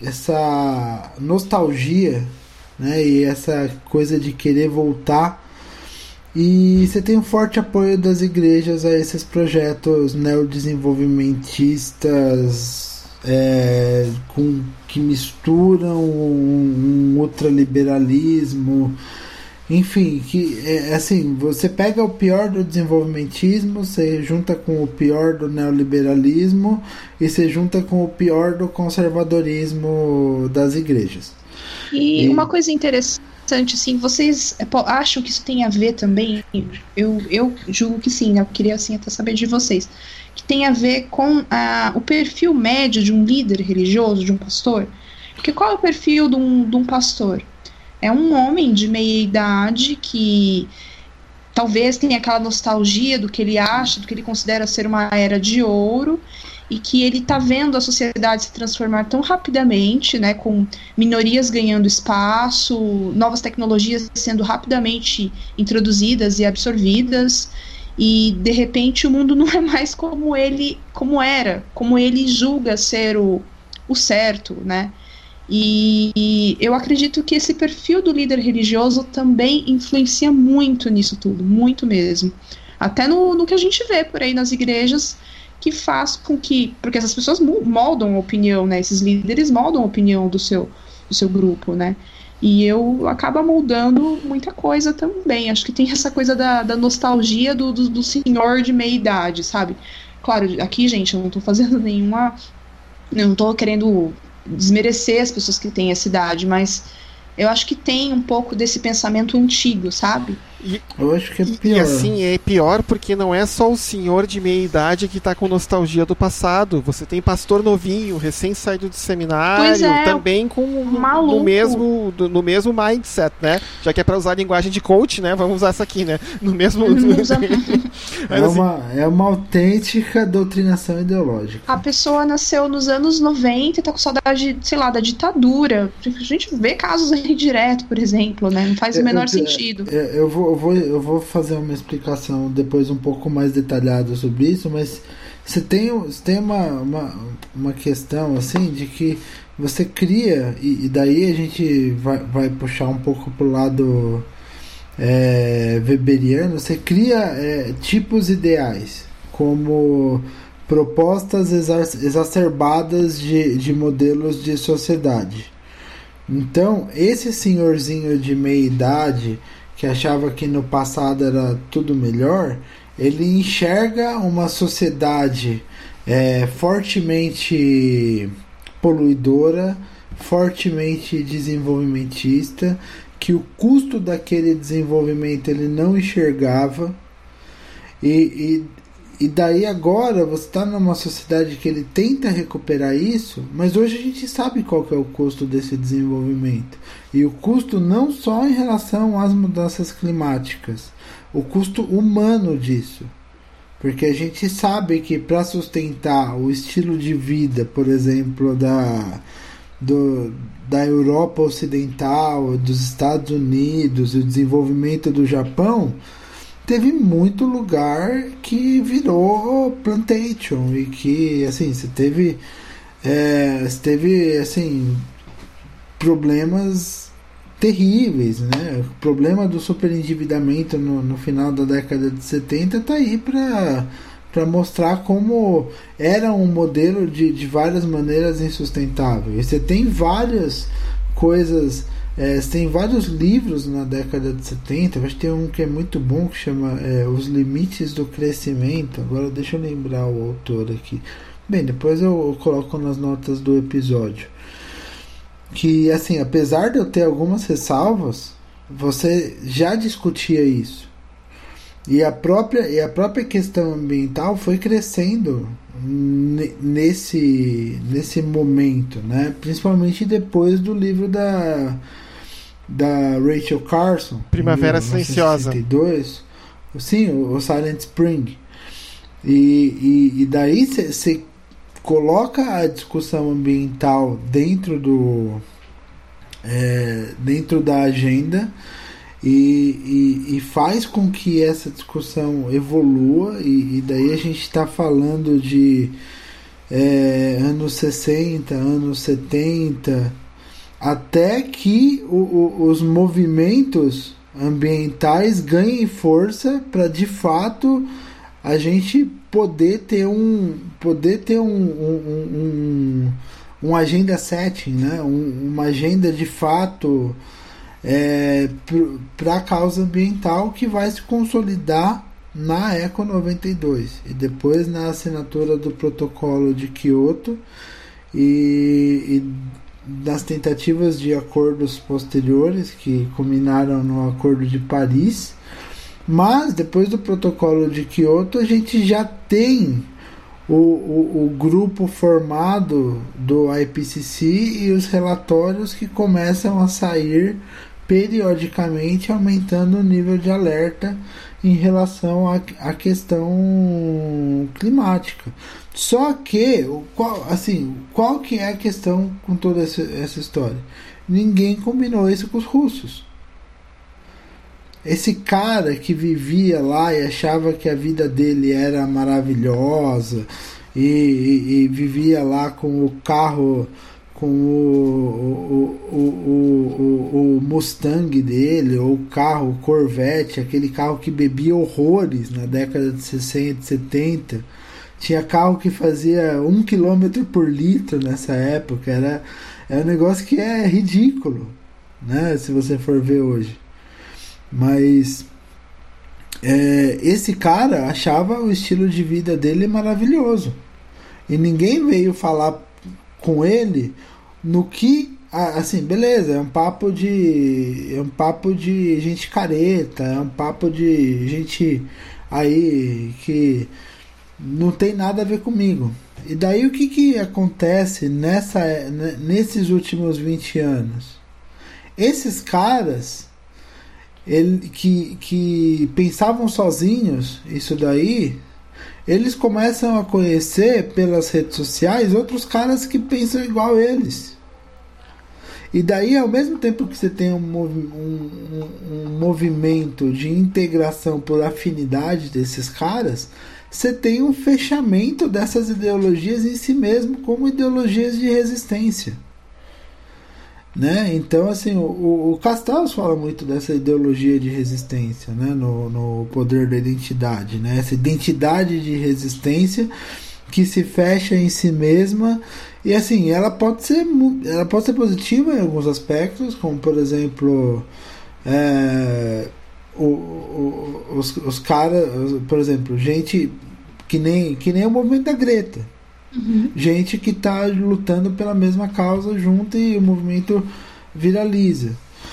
nostalgia, né, e essa coisa de querer voltar. E você tem um forte apoio das igrejas a esses projetos neodesenvolvimentistas que misturam um ultraliberalismo, enfim, que assim, você pega o pior do desenvolvimentismo, você junta com o pior do neoliberalismo e você junta com o pior do conservadorismo das igrejas. E uma coisa interessante, assim, vocês acham que isso tem a ver também? Eu julgo que sim, eu queria assim até saber de vocês, que tem a ver com o perfil médio de um líder religioso, de um pastor. Porque qual é o perfil de um pastor? É um homem de meia idade que talvez tenha aquela nostalgia do que ele acha, do que ele considera ser uma era de ouro, e que ele está vendo a sociedade se transformar tão rapidamente, né, com minorias ganhando espaço, novas tecnologias sendo rapidamente introduzidas e absorvidas, e de repente o mundo não é mais como era, como ele julga ser o certo, né? E eu acredito que esse perfil do líder religioso também influencia muito nisso tudo, muito mesmo. Até no que a gente vê por aí nas igrejas, que faz com que... Porque essas pessoas moldam a opinião, né? Esses líderes moldam a opinião do seu grupo, né? E eu acabo moldando muita coisa também. Acho que tem essa coisa da nostalgia do senhor de meia idade, sabe? Claro, aqui, gente, eu não tô fazendo nenhuma... Eu não tô querendo desmerecer as pessoas que têm essa idade, mas eu acho que tem um pouco desse pensamento antigo, sabe? Eu acho que é pior. E assim, é pior porque não é só o senhor de meia idade que tá com nostalgia do passado. Você tem pastor novinho, recém saído do seminário, também com no mesmo mindset, né? Já que é pra usar a linguagem de coach, né? Vamos usar essa aqui, né? No mesmo... É uma autêntica doutrinação ideológica. A pessoa nasceu nos anos 90 e tá com saudade, sei lá, da ditadura. A gente vê casos aí direto, por exemplo, né? Não faz o menor sentido. Eu vou fazer uma explicação depois um pouco mais detalhada sobre isso, mas você tem uma questão assim de que você cria, e daí a gente vai puxar um pouco pro lado weberiano, você cria tipos ideais, como propostas exacerbadas de modelos de sociedade. Então, esse senhorzinho de meia idade que achava que no passado era tudo melhor, ele enxerga uma sociedade fortemente poluidora, fortemente desenvolvimentista, que o custo daquele desenvolvimento ele não enxergava, e daí agora você está numa sociedade que ele tenta recuperar isso, mas hoje a gente sabe qual que é o custo desse desenvolvimento. E o custo não só em relação às mudanças climáticas, o custo humano disso. Porque a gente sabe que para sustentar o estilo de vida, por exemplo, da Europa Ocidental, dos Estados Unidos, e o desenvolvimento do Japão, teve muito lugar que virou plantation e que assim você teve assim problemas terríveis, né? O problema do superendividamento no final da década de 70 tá aí para mostrar como era um modelo de várias maneiras insustentável. E você tem várias coisas. Você tem vários livros na década de 70, acho que tem um que é muito bom, que chama Os Limites do Crescimento. Agora deixa eu lembrar o autor aqui. Bem, depois eu coloco nas notas do episódio. Que, assim, apesar de eu ter algumas ressalvas, você já discutia isso. E a própria questão ambiental foi crescendo nesse momento, né? Principalmente depois do livro da Rachel Carson, Primavera Silenciosa, sim, o Silent Spring, e daí você coloca a discussão ambiental dentro da agenda e faz com que essa discussão evolua, e daí a gente está falando de anos 60, anos 70, até que os movimentos ambientais ganhem força para de fato a gente poder ter um agenda setting, né? Uma agenda de fato para a causa ambiental, que vai se consolidar na Eco 92 e depois na assinatura do protocolo de Kyoto e das tentativas de acordos posteriores que culminaram no Acordo de Paris. Mas depois do protocolo de Kyoto a gente já tem o grupo formado do IPCC e os relatórios que começam a sair periodicamente, aumentando o nível de alerta em relação à questão climática. Só que, qual que é a questão com toda essa história? Ninguém combinou isso com os russos. esse cara que vivia lá e achava que a vida dele era maravilhosa e vivia lá com o carro, com o Mustang dele, ou o carro, o Corvette, aquele carro que bebia horrores na década de 60, 70. Tinha carro que fazia 1 km por litro nessa época. É um negócio que é ridículo, né? Se você for ver hoje. Mas esse cara achava o estilo de vida dele maravilhoso. E ninguém veio falar com ele no que, assim, beleza, é um papo de gente careta, é um papo de gente aí que não tem nada a ver comigo. E daí o que acontece nesses últimos 20 anos? Esses caras que pensavam sozinhos, isso daí, eles começam a conhecer pelas redes sociais outros caras que pensam igual eles. E daí, ao mesmo tempo que você tem um movimento de integração por afinidade desses caras, você tem um fechamento dessas ideologias em si mesmo como ideologias de resistência. Né? Então, assim, o Castells fala muito dessa ideologia de resistência, né? No Poder da Identidade, né? Essa identidade de resistência que se fecha em si mesma. E assim, ela pode ser positiva em alguns aspectos, como por exemplo os caras, por exemplo, gente que nem o movimento da Greta. Uhum. Gente que está lutando pela mesma causa junto e o movimento viraliza.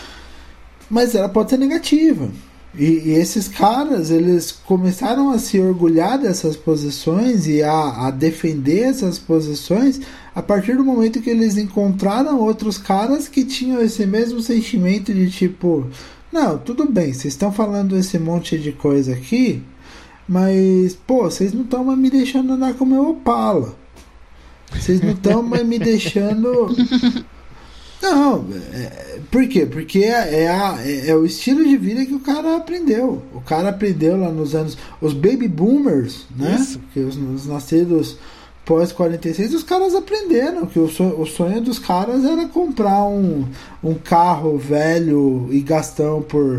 Mas ela pode ser negativa. E esses caras, eles começaram a se orgulhar dessas posições e a defender essas posições a partir do momento que eles encontraram outros caras que tinham esse mesmo sentimento de tipo, não, tudo bem, vocês estão falando esse monte de coisa aqui, mas, pô, vocês não estão me deixando andar com o meu Opala. Vocês não estão me deixando... Não, por quê? Porque é o estilo de vida que o cara aprendeu. O cara aprendeu lá nos anos... Os baby boomers, né? Que os nascidos pós 46, os caras aprenderam que o sonho dos caras era comprar um carro velho e gastão por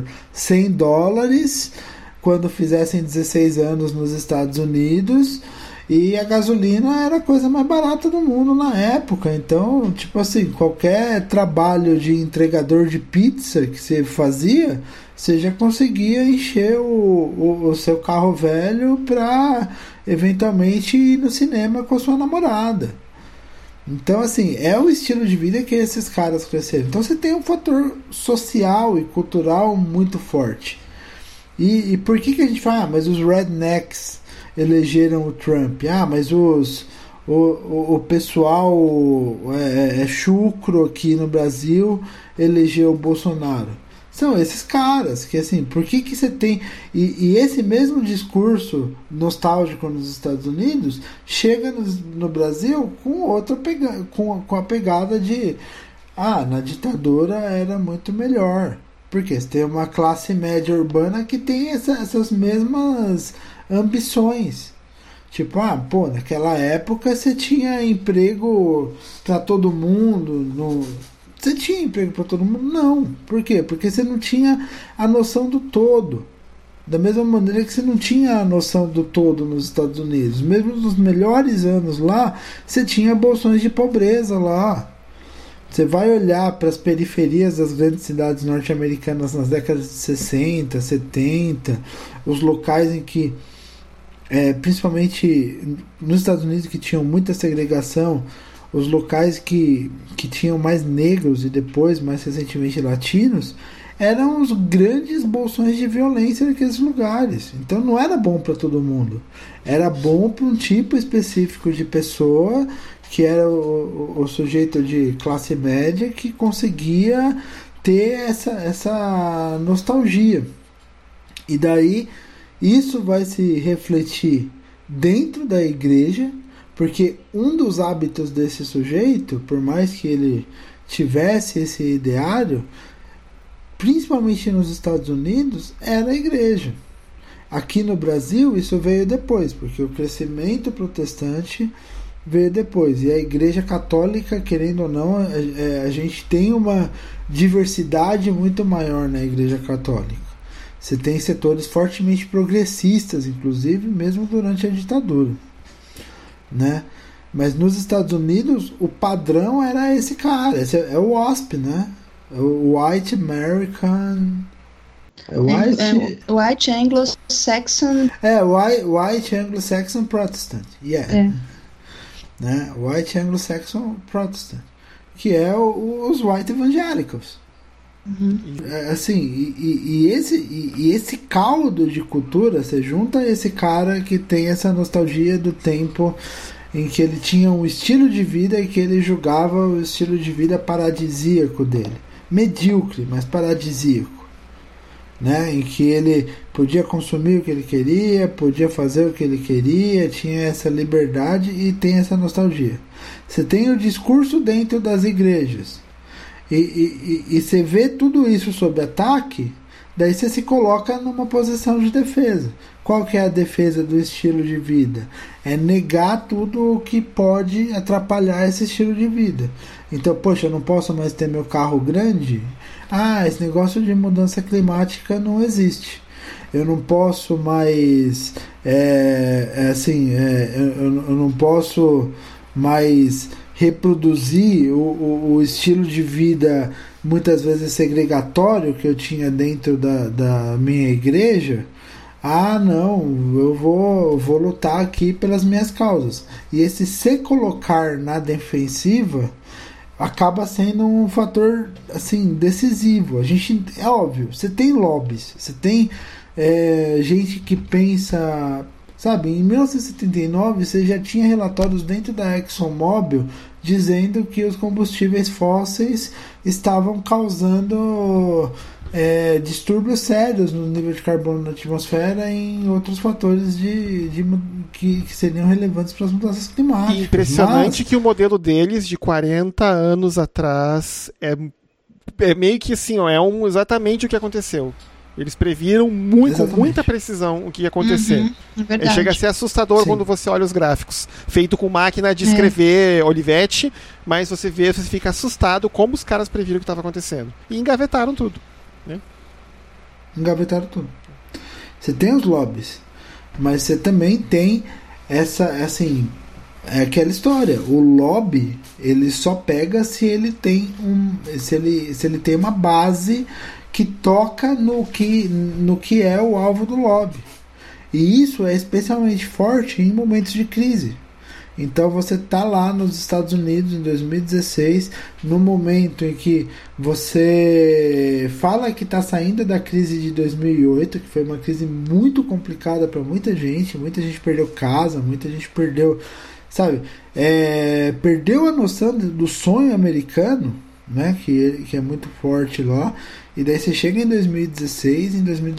$100 quando fizessem 16 anos nos Estados Unidos... E a gasolina era a coisa mais barata do mundo na época. Então, tipo assim, qualquer trabalho de entregador de pizza que você fazia, você já conseguia encher o seu carro velho para eventualmente ir no cinema com a sua namorada. Então, assim, é o estilo de vida que esses caras cresceram. Então, você tem um fator social e cultural muito forte. E por que a gente fala, mas os rednecks elegeram o Trump? Mas o pessoal chucro aqui no Brasil elegeu o Bolsonaro. São esses caras que, assim, por que você tem... E esse mesmo discurso nostálgico nos Estados Unidos chega no Brasil com outra com a pegada de na ditadura era muito melhor. Porque você tem uma classe média urbana que tem essas mesmas ambições. Tipo, naquela época você tinha emprego para todo mundo. Você tinha emprego para todo mundo? Não. Por quê? Porque você não tinha a noção do todo. Da mesma maneira que você não tinha a noção do todo nos Estados Unidos. Mesmo nos melhores anos lá, você tinha bolsões de pobreza lá. Você vai olhar para as periferias das grandes cidades norte-americanas nas décadas de 60, 70, os locais em que, principalmente nos Estados Unidos, que tinham muita segregação, os locais que tinham mais negros e depois, mais recentemente, latinos, eram os grandes bolsões de violência naqueles lugares. Então não era bom para todo mundo. Era bom para um tipo específico de pessoa, que era o sujeito de classe média, que conseguia ter essa nostalgia. E daí isso vai se refletir dentro da igreja, porque um dos hábitos desse sujeito, por mais que ele tivesse esse ideário, principalmente nos Estados Unidos, era a igreja. Aqui no Brasil isso veio depois, porque o crescimento protestante veio depois. E a igreja católica, querendo ou não, a gente tem uma diversidade muito maior na igreja católica. Você tem setores fortemente progressistas, inclusive, mesmo durante a ditadura, né? Mas nos Estados Unidos, o padrão era esse cara. Esse é o WASP, né? O White American... White Anglo-Saxon... White Anglo-Saxon Protestant. Yeah. Né? White Anglo-Saxon Protestant. Que é os White Evangélicos. Uhum. Assim, esse caldo de cultura, você junta esse cara que tem essa nostalgia do tempo em que ele tinha um estilo de vida e que ele julgava o estilo de vida paradisíaco dele, medíocre, mas paradisíaco, né? Em que ele podia consumir o que ele queria, podia fazer o que ele queria, tinha essa liberdade e tem essa nostalgia. Você tem o discurso dentro das igrejas e você vê tudo isso sob ataque, daí você se coloca numa posição de defesa. Qual que é a defesa do estilo de vida? É negar tudo o que pode atrapalhar esse estilo de vida. Então, poxa, eu não posso mais ter meu carro grande? Esse negócio de mudança climática não existe. Eu não posso mais... eu não posso mais reproduzir o estilo de vida muitas vezes segregatório que eu tinha dentro da minha igreja. Não, eu vou lutar aqui pelas minhas causas. E esse se colocar na defensiva acaba sendo um fator assim decisivo. A gente, é óbvio, você tem lobbies, você tem gente que pensa, sabe, em 1979 você já tinha relatórios dentro da ExxonMobil dizendo que os combustíveis fósseis estavam causando distúrbios sérios no nível de carbono na atmosfera e em outros fatores que seriam relevantes para as mudanças climáticas. E impressionante que o modelo deles de 40 anos atrás é meio que assim, exatamente o que aconteceu. Eles previram com muita precisão o que ia acontecer. Chega a ser assustador quando você olha os gráficos. Feito com máquina de escrever Olivetti, mas você fica assustado como os caras previram o que estava acontecendo. E engavetaram tudo. Né? Engavetaram tudo. Você tem os lobbies, mas você também tem aquela história. O lobby, ele só pega se ele tem se ele tem uma base que toca no que é o alvo do lobby. E isso é especialmente forte em momentos de crise. Então você está lá nos Estados Unidos em 2016, no momento em que você fala que está saindo da crise de 2008, que foi uma crise muito complicada para muita gente perdeu casa, muita gente perdeu, sabe, perdeu a noção do sonho americano, né, que é muito forte lá. E daí você chega em 2016,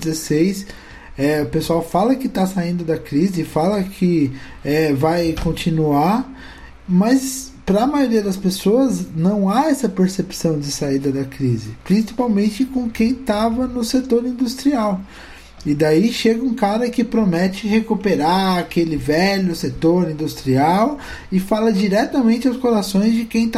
o pessoal fala que está saindo da crise, fala que vai continuar, mas para a maioria das pessoas não há essa percepção de saída da crise, principalmente com quem estava no setor industrial. E daí chega um cara que promete recuperar aquele velho setor industrial e fala diretamente aos corações de quem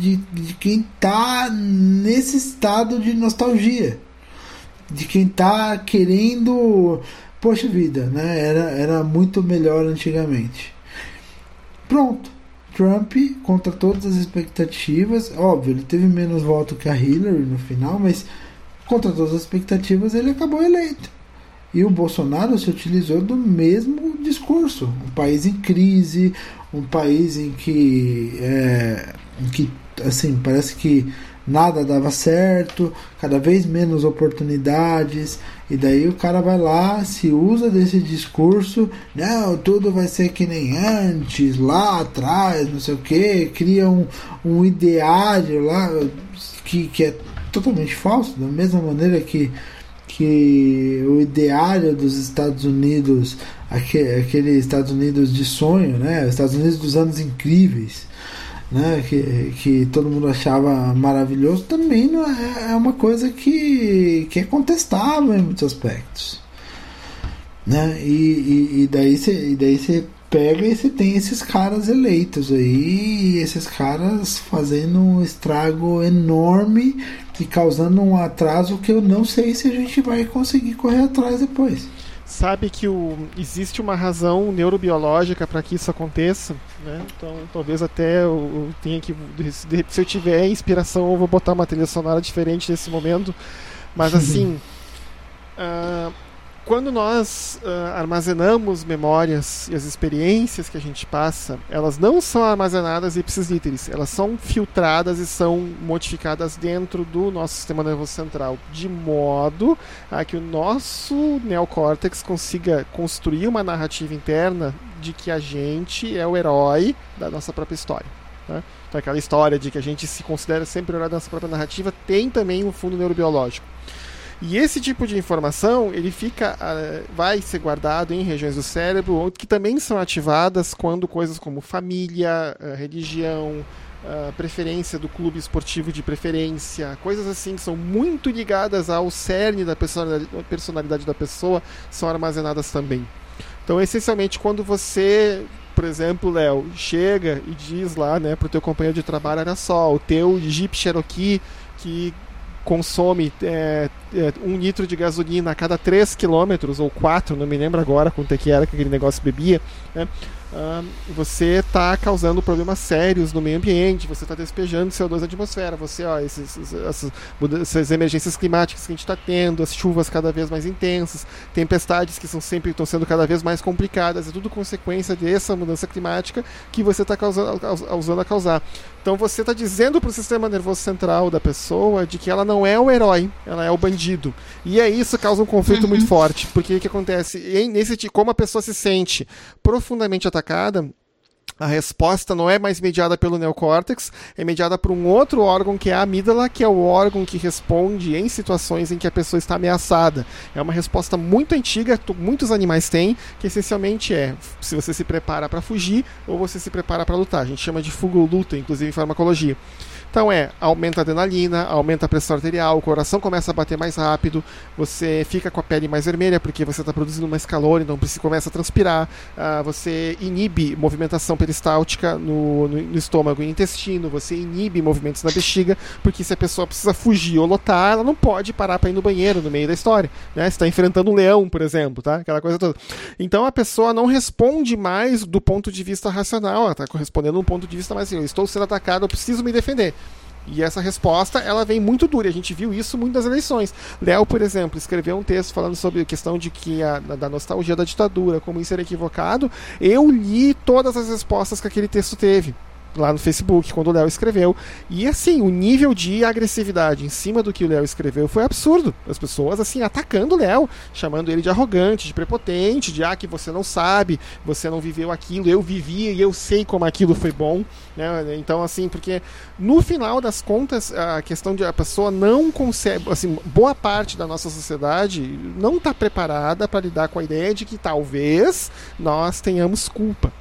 tá nesse estado de nostalgia, de quem tá querendo, poxa vida, né? Era muito melhor antigamente. Pronto, Trump, contra todas as expectativas, óbvio, ele teve menos voto que a Hillary no final, mas contra todas as expectativas ele acabou eleito. E o Bolsonaro se utilizou do mesmo discurso. Um país em crise, um país em que assim, parece que nada dava certo, cada vez menos oportunidades, e daí o cara vai lá, se usa desse discurso, não, tudo vai ser que nem antes, lá atrás, não sei o que, cria um ideário lá que é totalmente falso, da mesma maneira que o ideário dos Estados Unidos, aquele Estados Unidos de sonho, né? Estados Unidos dos anos incríveis, né, que todo mundo achava maravilhoso, também não é uma coisa que é contestável em muitos aspectos, né? E daí você pega e você tem esses caras eleitos aí, e esses caras fazendo um estrago enorme e causando um atraso que eu não sei se a gente vai conseguir correr atrás depois. Sabe que existe uma razão neurobiológica para que isso aconteça, né? Então talvez até eu tenha que, se eu tiver inspiração, eu vou botar uma trilha sonora diferente nesse momento, mas assim, quando nós armazenamos memórias e as experiências que a gente passa, elas não são armazenadas ipsis literis, elas são filtradas e são modificadas dentro do nosso sistema nervoso central, de modo a que o nosso neocórtex consiga construir uma narrativa interna de que a gente é o herói da nossa própria história, né? Então aquela história de que a gente se considera sempre o herói da nossa própria narrativa tem também um fundo neurobiológico. E esse tipo de informação, ele vai ser guardado em regiões do cérebro que também são ativadas quando coisas como família, religião, preferência do clube esportivo de preferência, coisas assim que são muito ligadas ao cerne da personalidade da pessoa, são armazenadas também. Então, essencialmente, quando você, por exemplo, Léo, chega e diz lá, né, pro teu companheiro de trabalho, olha só, o teu Jeep Cherokee que consome 1 litro de gasolina a cada 3 km ou 4, não me lembro agora quanto é que era que aquele negócio bebia, né? Você está causando problemas sérios no meio ambiente, você está despejando CO2 na atmosfera, essas emergências climáticas que a gente está tendo, as chuvas cada vez mais intensas, tempestades que estão sendo cada vez mais complicadas, é tudo consequência dessa mudança climática que você está usando a causar. Então você está dizendo para o sistema nervoso central da pessoa de que ela não é o herói, ela é o bandido. E aí isso causa um conflito muito forte, porque o que acontece? Como a pessoa se sente profundamente atacada, a resposta não é mais mediada pelo neocórtex, é mediada por um outro órgão que é a amígdala, que é o órgão que responde em situações em que a pessoa está ameaçada. É uma resposta muito antiga, muitos animais têm, que essencialmente é se você se prepara para fugir ou você se prepara para lutar. A gente chama de fuga ou luta, inclusive em farmacologia. Então aumenta a adrenalina, aumenta a pressão arterial, o coração começa a bater mais rápido, você fica com a pele mais vermelha porque você está produzindo mais calor, então você começa a transpirar, você inibe movimentação peristáltica no estômago e intestino, você inibe movimentos na bexiga, porque se a pessoa precisa fugir ou lotar, ela não pode parar para ir no banheiro no meio da história, né? Você está enfrentando um leão, por exemplo, tá? Aquela coisa toda. Então a pessoa não responde mais do ponto de vista racional, ela está correspondendo de um ponto de vista mais assim, eu estou sendo atacado, eu preciso me defender. E essa resposta, ela vem muito dura. A gente viu isso muito nas eleições. Léo, por exemplo, escreveu um texto falando sobre a questão de que da nostalgia da ditadura, como isso era equivocado. Eu li todas as respostas que aquele texto teve lá no Facebook, quando o Léo escreveu. E assim, o nível de agressividade em cima do que o Léo escreveu foi absurdo. As pessoas, assim, atacando o Léo, chamando ele de arrogante, de prepotente, de que você não sabe, você não viveu aquilo, eu vivi e eu sei como aquilo foi bom, né? Então, assim, porque no final das contas, a questão de a pessoa não consegue, assim, boa parte da nossa sociedade não está preparada para lidar com a ideia de que talvez nós tenhamos culpa.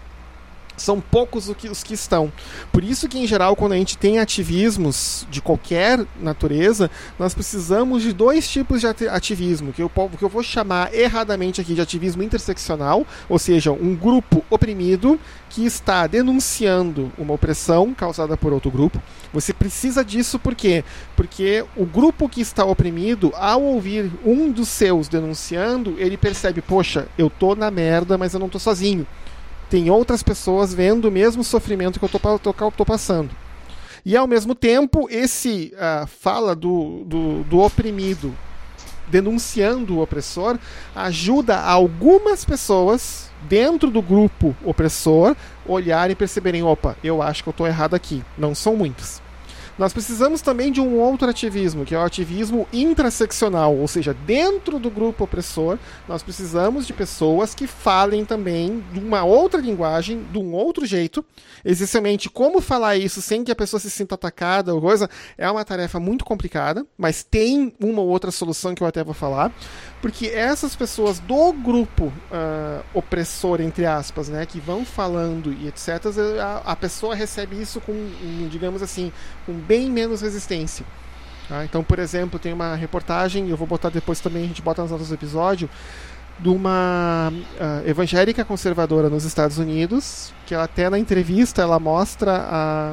São poucos os que estão. Por isso que, em geral, quando a gente tem ativismos de qualquer natureza, nós precisamos de 2 tipos de ativismo, que eu vou chamar erradamente aqui de ativismo interseccional, ou seja, um grupo oprimido que está denunciando uma opressão causada por outro grupo. Você precisa disso por quê? Porque o grupo que está oprimido, ao ouvir um dos seus denunciando, ele percebe, poxa, eu tô na merda, mas eu não tô sozinho. Tem outras pessoas vendo o mesmo sofrimento que eu tô passando. E, ao mesmo tempo, esse fala do oprimido denunciando o opressor ajuda algumas pessoas dentro do grupo opressor olharem e perceberem, opa, eu acho que eu estou errado aqui. Não são muitos. Nós precisamos também de um outro ativismo, que é o ativismo intraseccional, ou seja, dentro do grupo opressor, nós precisamos de pessoas que falem também de uma outra linguagem, de um outro jeito. Essencialmente, como falar isso sem que a pessoa se sinta atacada ou coisa, é uma tarefa muito complicada, mas tem uma ou outra solução que eu até vou falar. Porque essas pessoas do grupo opressor, entre aspas, né, que vão falando e etc., a pessoa recebe isso com, digamos assim, com bem menos resistência. Tá? Então, por exemplo, tem uma reportagem, eu vou botar depois também, a gente bota nas notas do episódio, de uma evangélica conservadora nos Estados Unidos, que ela até na entrevista ela mostra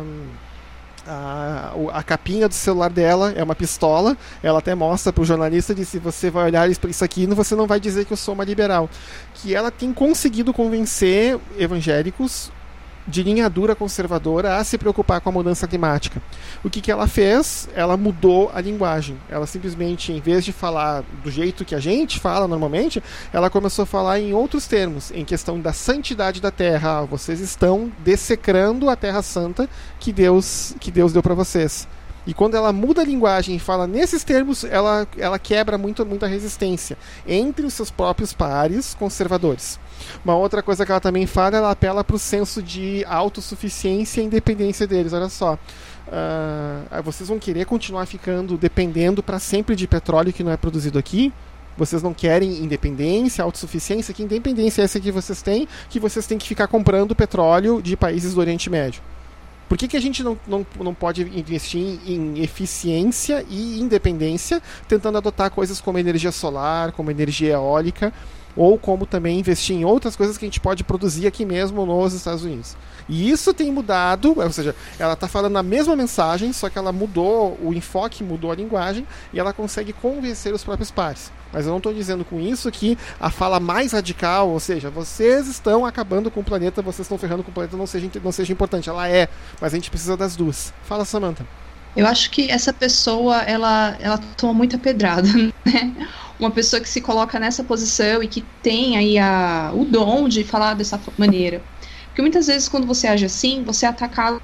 a capinha do celular dela, é uma pistola, ela até mostra para o jornalista, diz, se você vai olhar isso aqui, você não vai dizer que eu sou uma liberal. Que ela tem conseguido convencer evangélicos de linha dura conservadora a se preocupar com a mudança climática. O que ela fez? Ela mudou a linguagem. Ela simplesmente, em vez de falar do jeito que a gente fala normalmente, ela começou a falar em outros termos, em questão da santidade da terra. Vocês estão dessecrando a terra santa que Deus deu para vocês. E quando ela muda a linguagem e fala nesses termos, ela quebra muita resistência entre os seus próprios pares conservadores. Uma outra coisa que ela também fala, ela apela para o senso de autossuficiência e independência deles. Olha só, vocês vão querer continuar ficando dependendo para sempre de petróleo que não é produzido aqui? Vocês não querem independência, autossuficiência? Que independência é essa que vocês têm que ficar comprando petróleo de países do Oriente Médio? Por que a gente não pode investir em eficiência e independência, tentando adotar coisas como energia solar, como energia eólica, ou como também investir em outras coisas que a gente pode produzir aqui mesmo nos Estados Unidos? E isso tem mudado, ou seja, ela está falando a mesma mensagem, só que ela mudou o enfoque, mudou a linguagem, e ela consegue convencer os próprios pares. Mas eu não estou dizendo com isso que a fala mais radical, ou seja, vocês estão acabando com o planeta, vocês estão ferrando com o planeta, não seja importante. Ela é, mas a gente precisa das duas. Fala, Samantha. Eu acho que essa pessoa, ela toma muita pedrada, né? Uma pessoa que se coloca nessa posição e que tem aí o dom de falar dessa maneira. Porque muitas vezes quando você age assim, você é atacado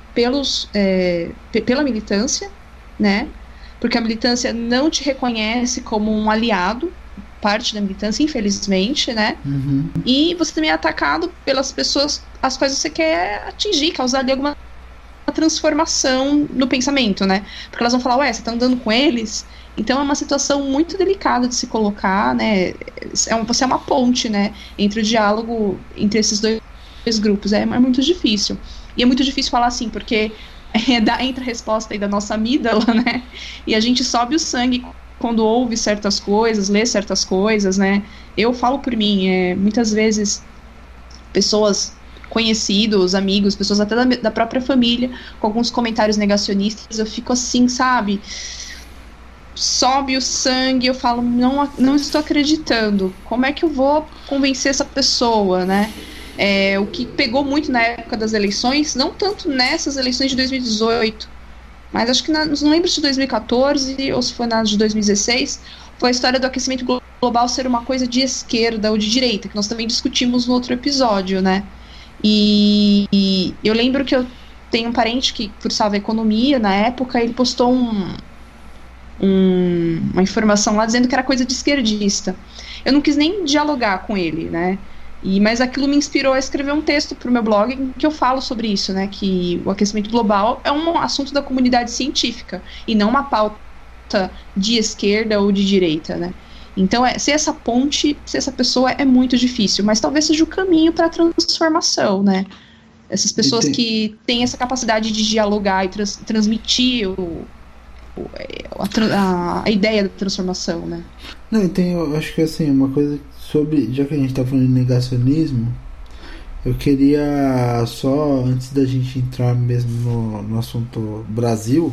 pela militância, né? Porque a militância não te reconhece como um aliado, parte da militância, infelizmente, né? Uhum. E você também é atacado pelas pessoas as quais você quer atingir, causar ali alguma transformação no pensamento, né? Porque elas vão falar, você tá andando com eles? Então é uma situação muito delicada de se colocar, né? Você é uma ponte, né? Entre o diálogo entre esses dois grupos. É muito difícil. E é muito difícil falar assim, porque entra a resposta aí da nossa amígdala, né? E a gente sobe o sangue quando ouve certas coisas, lê certas coisas, né? Eu falo por mim, muitas vezes pessoas conhecidos, amigos, pessoas até da própria família, com alguns comentários negacionistas, eu fico assim, sabe? Sobe o sangue, eu falo, não estou acreditando. Como é que eu vou convencer essa pessoa, né? O que pegou muito na época das eleições, não tanto nessas eleições de 2018, mas acho que não lembro se de 2014 ou se foi na de 2016, foi a história do aquecimento global ser uma coisa de esquerda ou de direita, que nós também discutimos no outro episódio, né? E eu lembro que eu tenho um parente que cursava economia na época, ele postou uma informação lá dizendo que era coisa de esquerdista. Eu não quis nem dialogar com ele, né? Mas aquilo me inspirou a escrever um texto para o meu blog em que eu falo sobre isso, né? Que o aquecimento global é um assunto da comunidade científica e não uma pauta de esquerda ou de direita, né? Então, ser essa ponte, ser essa pessoa é muito difícil, mas talvez seja o caminho para a transformação, né? Essas pessoas que têm essa capacidade de dialogar e transmitir a ideia da transformação, né? Não, eu acho que assim, uma coisa sobre, já que a gente tá falando de negacionismo, eu queria só, antes da gente entrar mesmo no assunto Brasil,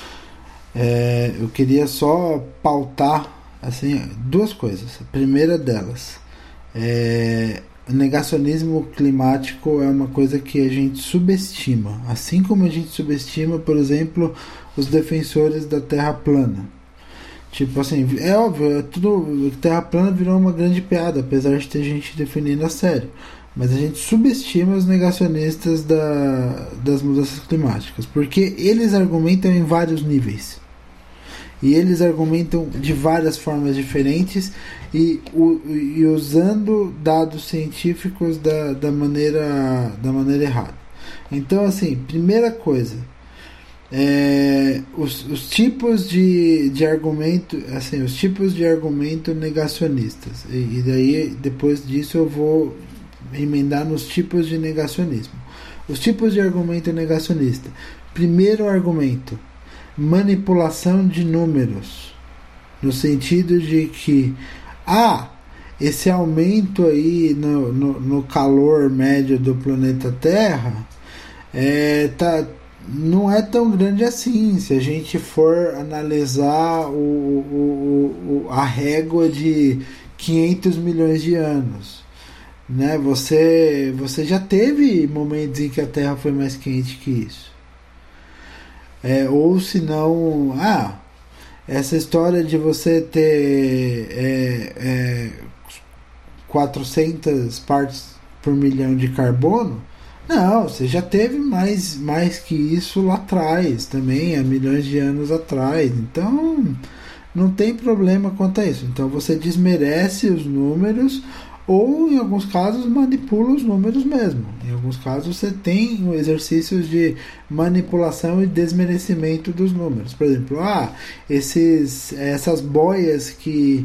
eu queria só pautar assim, duas coisas. A primeira delas, o negacionismo climático é uma coisa que a gente subestima, assim como a gente subestima, por exemplo, os defensores da Terra plana. Tipo assim, é óbvio, Terra plana virou uma grande piada, apesar de ter gente definindo a sério. Mas a gente subestima os negacionistas das mudanças climáticas, porque eles argumentam em vários níveis. E eles argumentam de várias formas diferentes e usando dados científicos da maneira errada. Então, assim, primeira coisa, os tipos de argumento, assim, os tipos de argumento negacionistas. E daí, depois disso, eu vou emendar nos tipos de negacionismo. Os tipos de argumento negacionista. Primeiro argumento: manipulação de números. No sentido de que esse aumento aí no calor médio do planeta Terra não é tão grande assim, se a gente for analisar a régua de 500 milhões de anos, né? Você já teve momentos em que a Terra foi mais quente que isso. Ou se não, essa história de você ter 400 partes por milhão de carbono, não, você já teve mais que isso lá atrás também, há milhões de anos atrás. Então não tem problema quanto a isso. Então você desmerece os números, ou em alguns casos manipula os números mesmo. Em alguns casos você tem exercícios de manipulação e desmerecimento dos números. Por exemplo, essas boias que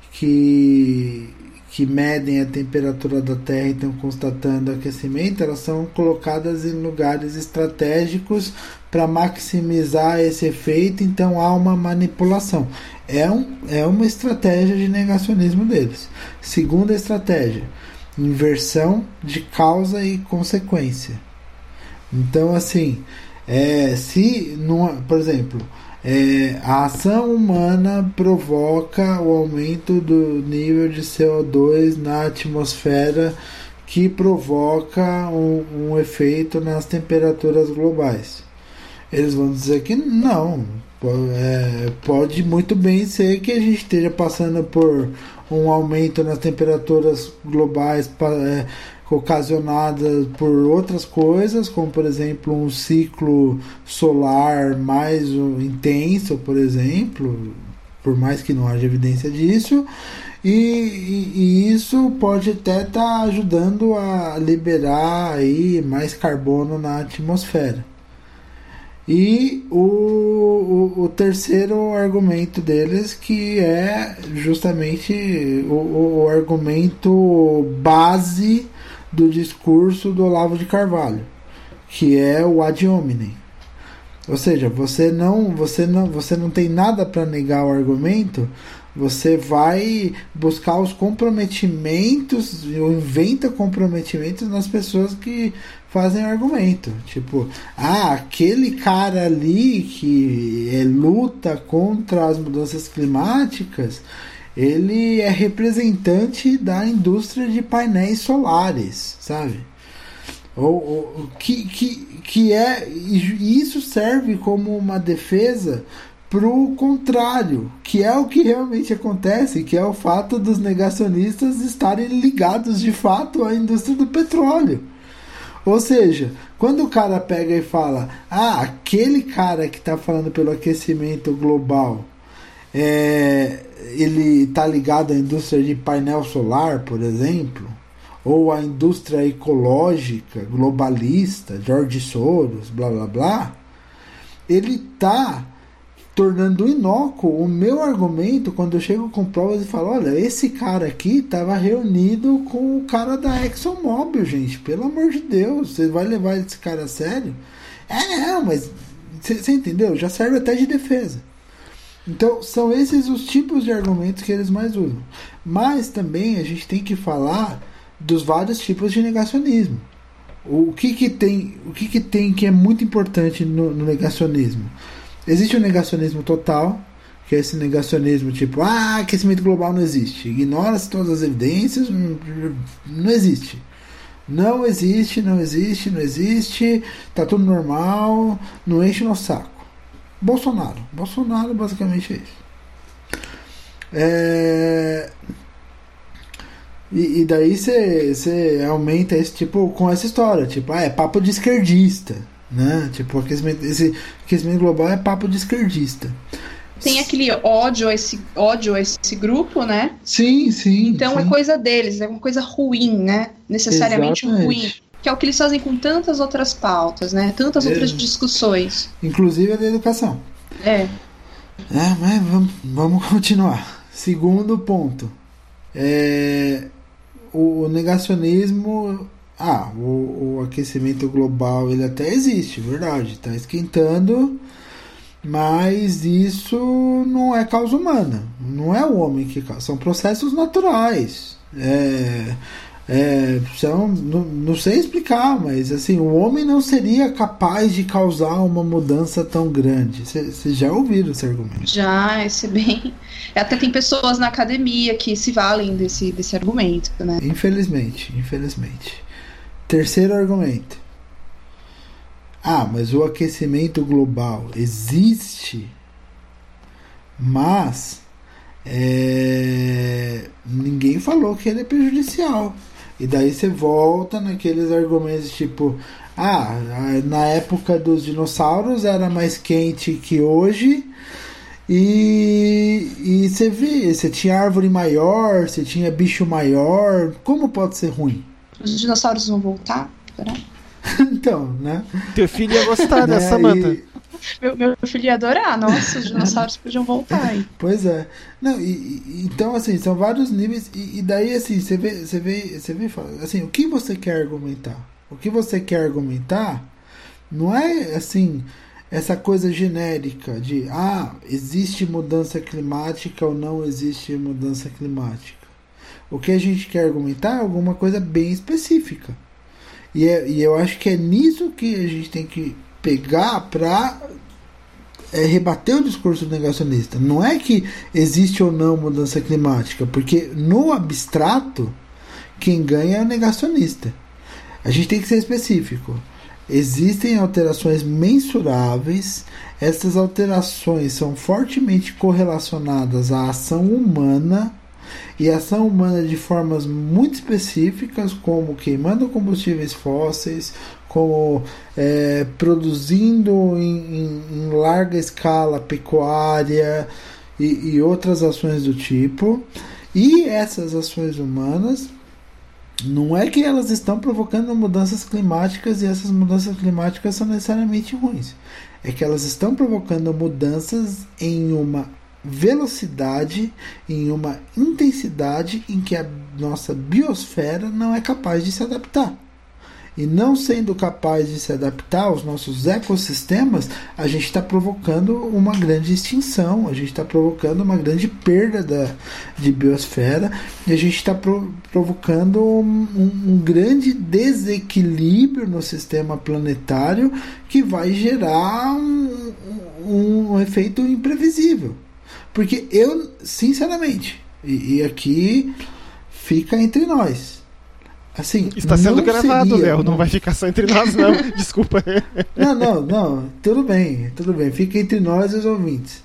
medem a temperatura da Terra e estão constatando aquecimento, elas são colocadas em lugares estratégicos para maximizar esse efeito, então há uma manipulação. É uma estratégia de negacionismo deles. Segunda estratégia: inversão de causa e consequência. Então, assim, por exemplo, a ação humana provoca o aumento do nível de CO2 na atmosfera, que provoca um efeito nas temperaturas globais. Eles vão dizer que não. Pode muito bem ser que a gente esteja passando por um aumento nas temperaturas globais ocasionadas por outras coisas, como por exemplo um ciclo solar mais intenso, por exemplo, por mais que não haja evidência disso, e isso pode até estar ajudando a liberar aí mais carbono na atmosfera. E o terceiro argumento deles, que é justamente o argumento base do discurso do Olavo de Carvalho, que é o ad hominem. Ou seja, você não tem nada para negar o argumento, você vai buscar os comprometimentos, ou inventa comprometimentos nas pessoas que fazem argumento. Tipo, aquele cara ali que luta contra as mudanças climáticas, ele é representante da indústria de painéis solares, sabe? Isso serve como uma defesa pro contrário, que é o que realmente acontece, que é o fato dos negacionistas estarem ligados de fato à indústria do petróleo. Ou seja, quando o cara pega e fala, aquele cara que está falando pelo aquecimento global, ele está ligado à indústria de painel solar, por exemplo, ou à indústria ecológica, globalista, George Soros, blá blá blá, ele está tornando inócuo o meu argumento quando eu chego com provas e falo, olha, esse cara aqui estava reunido com o cara da ExxonMobil, gente, pelo amor de Deus, você vai levar esse cara a sério? Mas você entendeu? Já serve até de defesa. Então, são esses os tipos de argumentos que eles mais usam. Mas também a gente tem que falar dos vários tipos de negacionismo. O que tem que é muito importante no negacionismo? Existe o negacionismo total, que é esse negacionismo tipo, aquecimento global não existe, ignora-se todas as evidências, não existe. Não existe, tá tudo normal, não enche o nosso saco. Bolsonaro basicamente é isso. E daí você aumenta esse tipo com essa história, tipo, é papo de esquerdista, né? Tipo, esse aquecimento global é papo de esquerdista. Tem aquele ódio a esse grupo, né? Sim. Então é coisa deles, é uma coisa ruim, né? Necessariamente Exatamente. ruim. que é o que eles fazem com tantas outras pautas, né? Tantas outras discussões. Inclusive a da educação. Mas vamos continuar. Segundo ponto. O negacionismo... o aquecimento global, ele até existe, verdade. Está esquentando... Mas isso não é causa humana. Não é o homem que causa. São processos naturais. Não sei explicar, mas assim, o homem não seria capaz de causar uma mudança tão grande. Vocês já ouviram esse argumento? Já, esse bem. Até tem pessoas na academia que se valem desse argumento, né? Infelizmente. Terceiro argumento. Mas o aquecimento global existe, mas ninguém falou que ele é prejudicial. E daí você volta naqueles argumentos tipo, na época dos dinossauros era mais quente que hoje, e você vê, você tinha árvore maior, você tinha bicho maior, como pode ser ruim? Os dinossauros vão voltar? Será? Então, né? Teu filho ia gostar dessa, Samantha. Meu filho ia adorar. Nossa, os dinossauros podiam voltar aí. Pois é. Não, então, assim, são vários níveis. E daí, assim, você vê assim, o que você quer argumentar? O que você quer argumentar não é, assim, essa coisa genérica de, existe mudança climática ou não existe mudança climática. O que a gente quer argumentar é alguma coisa bem específica. E eu acho que é nisso que a gente tem que pegar para rebater o discurso negacionista. Não é que existe ou não mudança climática, porque no abstrato, quem ganha é o negacionista. A gente tem que ser específico. Existem alterações mensuráveis, essas alterações são fortemente correlacionadas à ação humana, e ação humana de formas muito específicas, como queimando combustíveis fósseis, como produzindo em larga escala pecuária e outras ações do tipo. E essas ações humanas, não é que elas estão provocando mudanças climáticas e essas mudanças climáticas são necessariamente ruins. É que elas estão provocando mudanças em uma velocidade, em uma intensidade em que a nossa biosfera não é capaz de se adaptar. E não sendo capaz de se adaptar aos nossos ecossistemas, a gente está provocando uma grande extinção, a gente está provocando uma grande perda de biosfera, e a gente está provocando um grande desequilíbrio no sistema planetário que vai gerar um efeito imprevisível. Porque eu, sinceramente, e aqui fica entre nós, assim, está sendo gravado, Léo, não vai ficar só entre nós, não. Desculpa. Não, tudo bem, fica entre nós e os ouvintes.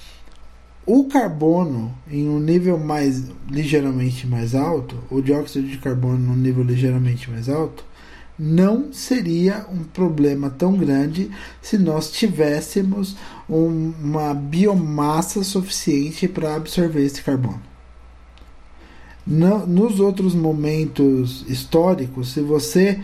O carbono em um nível ligeiramente mais alto, o dióxido de carbono num nível ligeiramente mais alto, não seria um problema tão grande se nós tivéssemos uma biomassa suficiente para absorver esse carbono. Nos outros momentos históricos, se você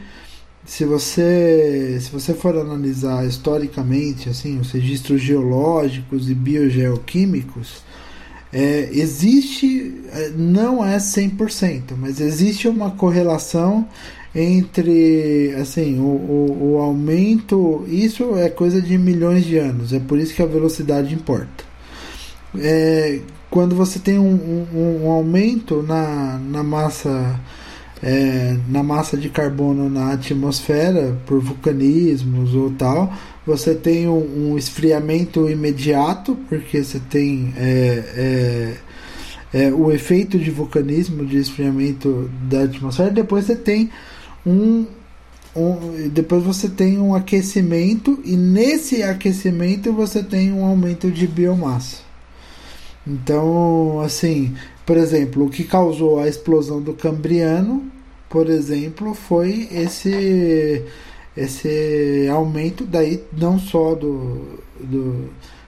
for analisar historicamente assim, os registros geológicos e biogeoquímicos, existe, não é 100%, mas existe uma correlação entre assim, o aumento, isso é coisa de milhões de anos, é por isso que a velocidade importa. Quando você tem um aumento na massa de carbono na atmosfera por vulcanismos ou tal, você tem um esfriamento imediato, porque você tem o efeito de vulcanismo, de esfriamento da atmosfera. Depois você tem depois você tem um aquecimento, e nesse aquecimento você tem um aumento de biomassa. Então, assim, por exemplo, o que causou a explosão do Cambriano, por exemplo, foi esse aumento daí, não só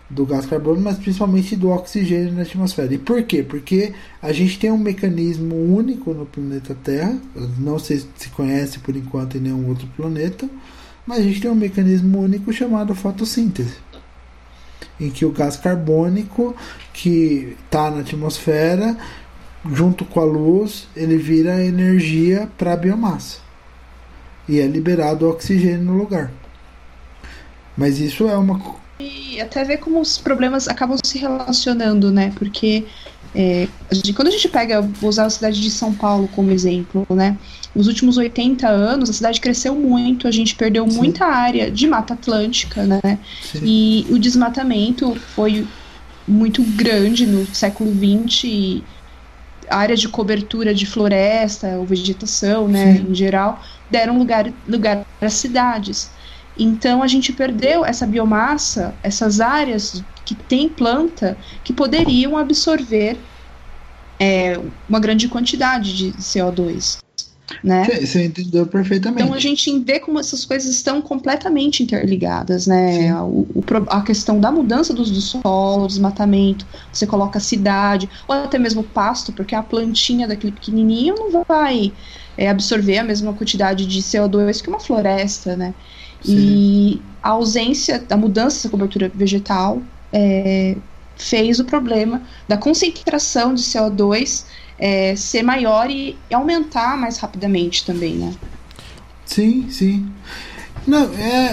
do gás carbônico, mas principalmente do oxigênio na atmosfera. E por quê? Porque a gente tem um mecanismo único no planeta Terra, não sei se conhece por enquanto em nenhum outro planeta, mas a gente tem um mecanismo único chamado fotossíntese, em que o gás carbônico que está na atmosfera, junto com a luz, ele vira energia para a biomassa. E é liberado oxigênio no lugar. Mas isso é uma... E até ver como os problemas acabam se relacionando, né? Porque quando a gente pega, vou usar a cidade de São Paulo como exemplo, né? Nos últimos 80 anos, a cidade cresceu muito, a gente perdeu Sim. muita área de Mata Atlântica, né? Sim. E o desmatamento foi muito grande no século XX, e a área de cobertura de floresta ou vegetação, né, Sim. em geral, deram lugar às cidades. Então a gente perdeu essa biomassa, essas áreas que tem planta que poderiam absorver uma grande quantidade de CO2, né? Você entendeu perfeitamente. Então a gente vê como essas coisas estão completamente interligadas, né? A questão da mudança do solo, desmatamento, você coloca a cidade, ou até mesmo pasto, porque a plantinha daquele pequenininho não vai absorver a mesma quantidade de CO2 que uma floresta, né? Sim. E a ausência, a mudança da cobertura vegetal fez o problema da concentração de CO2 ser maior e aumentar mais rapidamente também, né? Sim, sim. Não,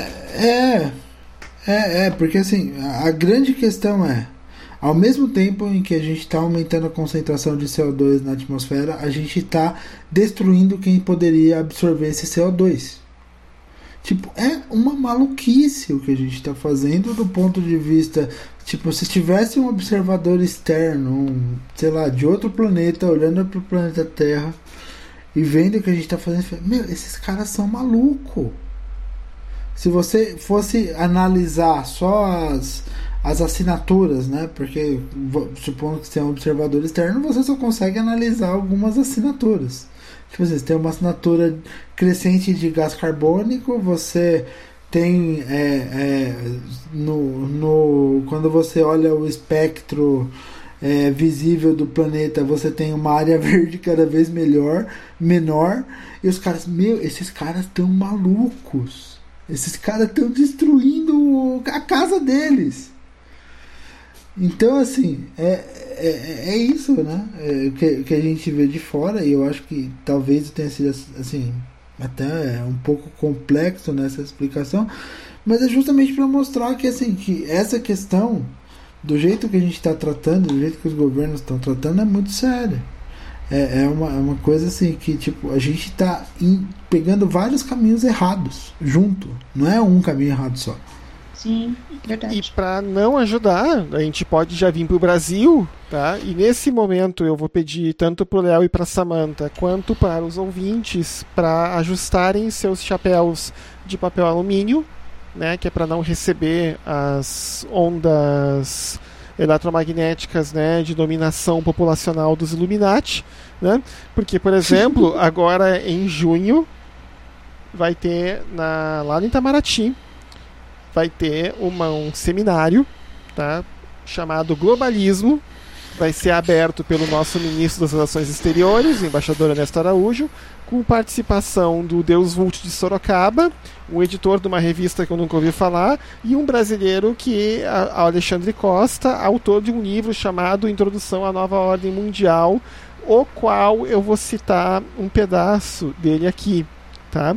porque assim, a grande questão ao mesmo tempo em que a gente está aumentando a concentração de CO2 na atmosfera, a gente está destruindo quem poderia absorver esse CO2. Tipo, é uma maluquice o que a gente está fazendo do ponto de vista... Tipo, se tivesse um observador externo, sei lá, de outro planeta, olhando para o planeta Terra e vendo o que a gente está fazendo, meu, esses caras são malucos. Se você fosse analisar só as assinaturas, né? Porque, supondo que você é um observador externo, você só consegue analisar algumas assinaturas. Tipo assim, você tem uma assinatura crescente de gás carbônico, você tem quando você olha o espectro visível do planeta, você tem uma área verde cada vez menor, e os caras, esses caras estão malucos, esses caras estão destruindo a casa deles. Então, assim, é isso, né? Que a gente vê de fora, e eu acho que talvez tenha sido, assim, até um pouco complexo nessa explicação, mas é justamente para mostrar que, assim, que essa questão, do jeito que a gente está tratando, do jeito que os governos estão tratando, é muito séria. É uma coisa, assim, que, tipo, a gente está pegando vários caminhos errados junto, não é um caminho errado só. Sim, verdade. E para não ajudar, a gente pode já vir para o Brasil, tá? E nesse momento eu vou pedir tanto para o Léo e para a Samantha, quanto para os ouvintes, para ajustarem seus chapéus de papel alumínio, né? Que é para não receber as ondas eletromagnéticas, né? De dominação populacional dos Illuminati, né? Porque, por exemplo, agora em junho vai ter lá no Itamaraty, vai ter um seminário, tá, chamado Globalismo. Vai ser aberto pelo nosso ministro das Relações Exteriores, o embaixador Ernesto Araújo, com participação do Deus Vult de Sorocaba, um editor de uma revista que eu nunca ouvi falar, e um brasileiro que é Alexandre Costa, autor de um livro chamado Introdução à Nova Ordem Mundial, o qual eu vou citar um pedaço dele aqui, tá?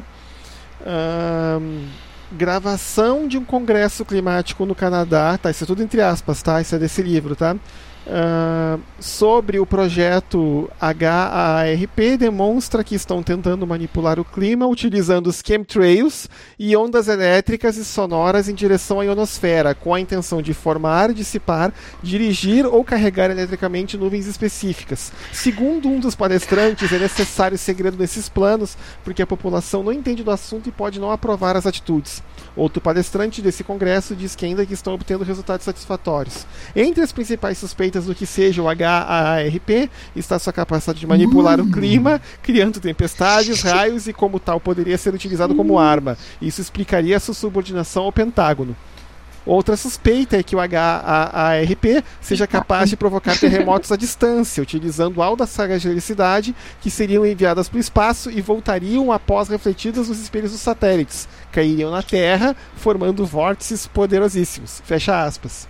Gravação de um congresso climático no Canadá, tá? Isso é tudo entre aspas, tá? Isso é desse livro, tá? Sobre o projeto HAARP, demonstra que estão tentando manipular o clima utilizando os chemtrails e ondas elétricas e sonoras em direção à ionosfera, com a intenção de formar, dissipar, dirigir ou carregar eletricamente nuvens específicas. Segundo um dos palestrantes, é necessário segredo nesses planos, porque a população não entende do assunto e pode não aprovar as atitudes. Outro palestrante desse congresso diz que ainda que estão obtendo resultados satisfatórios. Entre as principais suspeitas do que seja o HAARP está sua capacidade de manipular o clima, criando tempestades, raios, e como tal poderia ser utilizado como arma. Isso explicaria a sua subordinação ao Pentágono. Outra suspeita é que o HAARP seja capaz de provocar terremotos à distância, utilizando altas cargas de eletricidade que seriam enviadas para o espaço e voltariam após refletidas nos espelhos dos satélites, cairiam na Terra, formando vórtices poderosíssimos. Fecha aspas.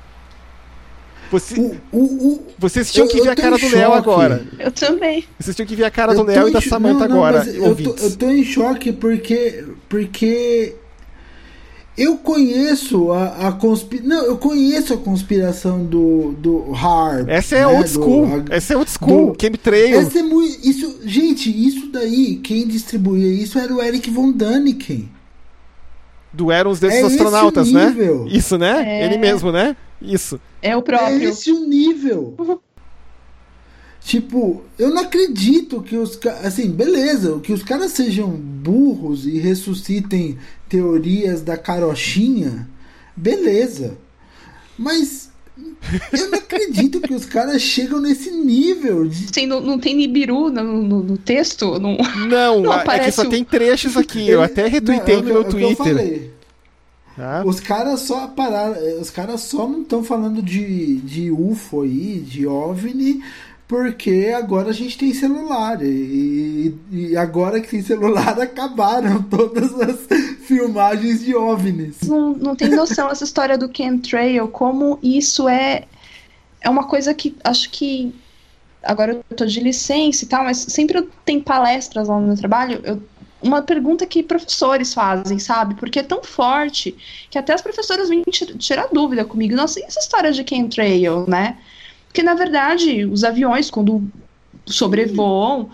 Vocês tinham que ver a cara do Léo agora. Eu também. Vocês tinham que ver a cara do Léo e da Samantha agora, ouvintes. Eu tô em choque porque eu conheço eu conheço a conspiração do HAARP. Essa é old school. Essa é old school. Chemtrail. Essa é muito, gente, isso daí, quem distribuía isso era o Eric von Däniken. Eram os desses astronautas, né? Isso, né? Ele mesmo, né? Isso. É o próprio. É esse o nível. Tipo, eu não acredito que os caras... Assim, beleza, que os caras sejam burros e ressuscitem teorias da carochinha, beleza. Mas eu não acredito que os caras chegam nesse nível. Não tem Nibiru no texto? Não é que só tem trechos aqui. Eu até retuitei no meu Twitter. Eu falei. Os caras só pararam. Os caras só não estão falando de UFO aí, de OVNI, porque agora a gente tem celular. E agora que tem celular, acabaram todas as filmagens de OVNIs. Não tem noção essa história do chemtrail, como isso é uma coisa que acho que. Agora eu tô de licença e tal, mas sempre tem palestras lá no meu trabalho. Uma pergunta que professores fazem, sabe? Porque é tão forte que até as professoras vêm tirar dúvida comigo. Nossa, e essa história de chemtrail, né? Porque, na verdade, os aviões, quando sobrevoam,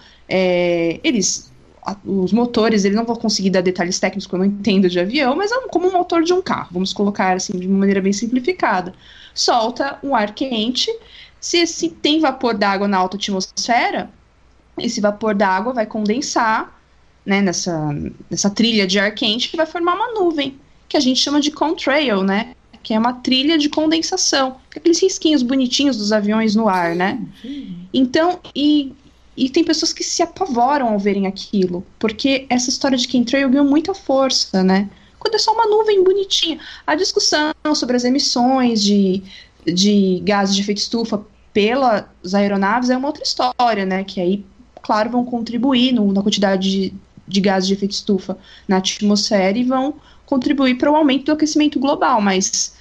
os motores, eles não vão conseguir dar detalhes técnicos que eu não entendo de avião, mas é como um motor de um carro, vamos colocar assim, de uma maneira bem simplificada. Solta um ar quente, se tem vapor d'água na alta atmosfera, esse vapor d'água vai condensar, né, nessa trilha de ar quente, que vai formar uma nuvem, que a gente chama de contrail, né, que é uma trilha de condensação, aqueles risquinhos bonitinhos dos aviões no ar, né. Então, e tem pessoas que se apavoram ao verem aquilo, porque essa história de chemtrail ganhou muita força, né, quando é só uma nuvem bonitinha. A discussão sobre as emissões de gases de efeito estufa pelas aeronaves é uma outra história, né, que aí, claro, vão contribuir na quantidade de gases de efeito estufa na atmosfera e vão contribuir para o aumento do aquecimento global, mas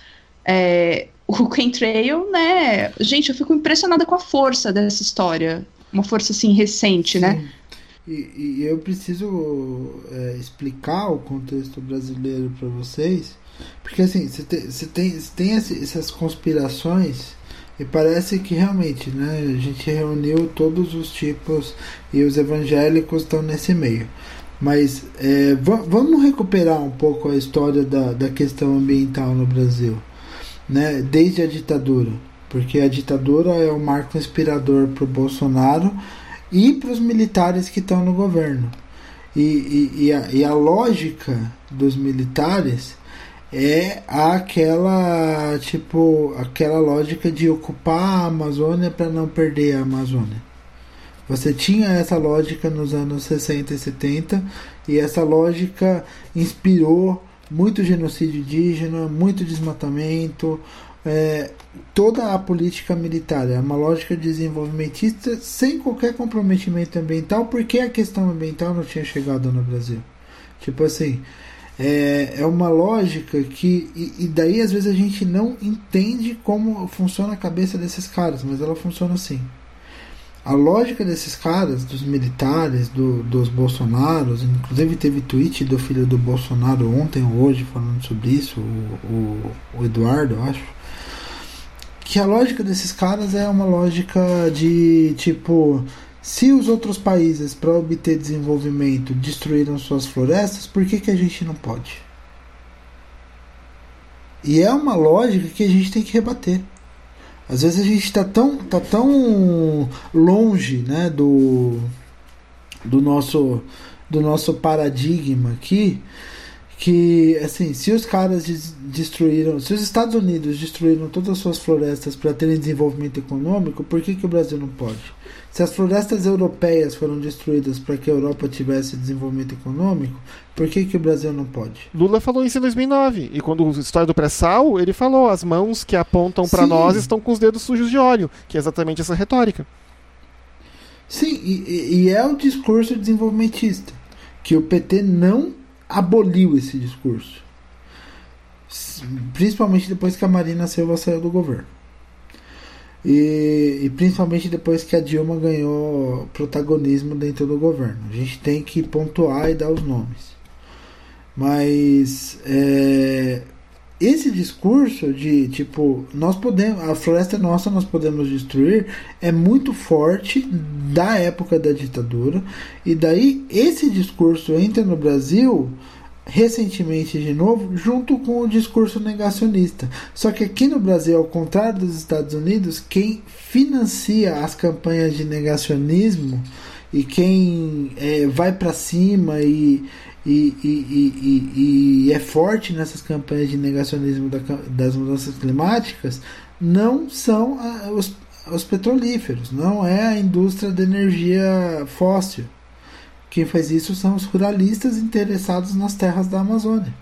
o chemtrail, né, gente, eu fico impressionada com a força dessa história, uma força, assim, recente, Sim. né? E eu preciso explicar o contexto brasileiro para vocês, porque, assim, você tem essas conspirações e parece que realmente, né, a gente reuniu todos os tipos e os evangélicos estão nesse meio. Mas vamos recuperar um pouco a história da questão ambiental no Brasil, né, desde a ditadura, porque a ditadura é o marco inspirador para o Bolsonaro e para os militares que estão no governo. E a lógica dos militares é aquela lógica de ocupar a Amazônia para não perder a Amazônia. Você tinha essa lógica nos anos 60 e 70 e essa lógica inspirou muito genocídio indígena, muito desmatamento, toda a política militar. É uma lógica desenvolvimentista sem qualquer comprometimento ambiental, porque a questão ambiental não tinha chegado no Brasil. Tipo assim, é uma lógica que... E daí às vezes a gente não entende como funciona a cabeça desses caras, mas ela funciona assim. A lógica desses caras, dos militares, dos Bolsonaros, inclusive teve tweet do filho do Bolsonaro ontem ou hoje falando sobre isso, o Eduardo, eu acho, que a lógica desses caras é uma lógica de tipo, se os outros países para obter desenvolvimento destruíram suas florestas, por que a gente não pode? E é uma lógica que a gente tem que rebater. Às vezes a gente está tão longe, né, do nosso paradigma aqui, que, assim, se os caras destruíram, se os Estados Unidos destruíram todas as suas florestas para terem desenvolvimento econômico, por que o Brasil não pode? Se as florestas europeias foram destruídas para que a Europa tivesse desenvolvimento econômico, por que o Brasil não pode? Lula falou isso em 2009, e quando a história do pré-sal, ele falou, as mãos que apontam para Sim. nós estão com os dedos sujos de óleo, que é exatamente essa retórica. Sim, e é o discurso desenvolvimentista, que o PT não aboliu esse discurso, principalmente depois que a Marina Silva saiu do governo, e principalmente depois que a Dilma ganhou protagonismo dentro do governo. A gente tem que pontuar e dar os nomes, mas esse discurso de tipo, nós podemos, a floresta é nossa, nós podemos destruir, é muito forte da época da ditadura, e daí esse discurso entra no Brasil recentemente de novo, junto com o discurso negacionista. Só que aqui no Brasil, ao contrário dos Estados Unidos, quem financia as campanhas de negacionismo e quem vai para cima e é forte nessas campanhas de negacionismo das mudanças climáticas não são os petrolíferos, não é a indústria da energia fóssil. Quem faz isso são os ruralistas interessados nas terras da Amazônia.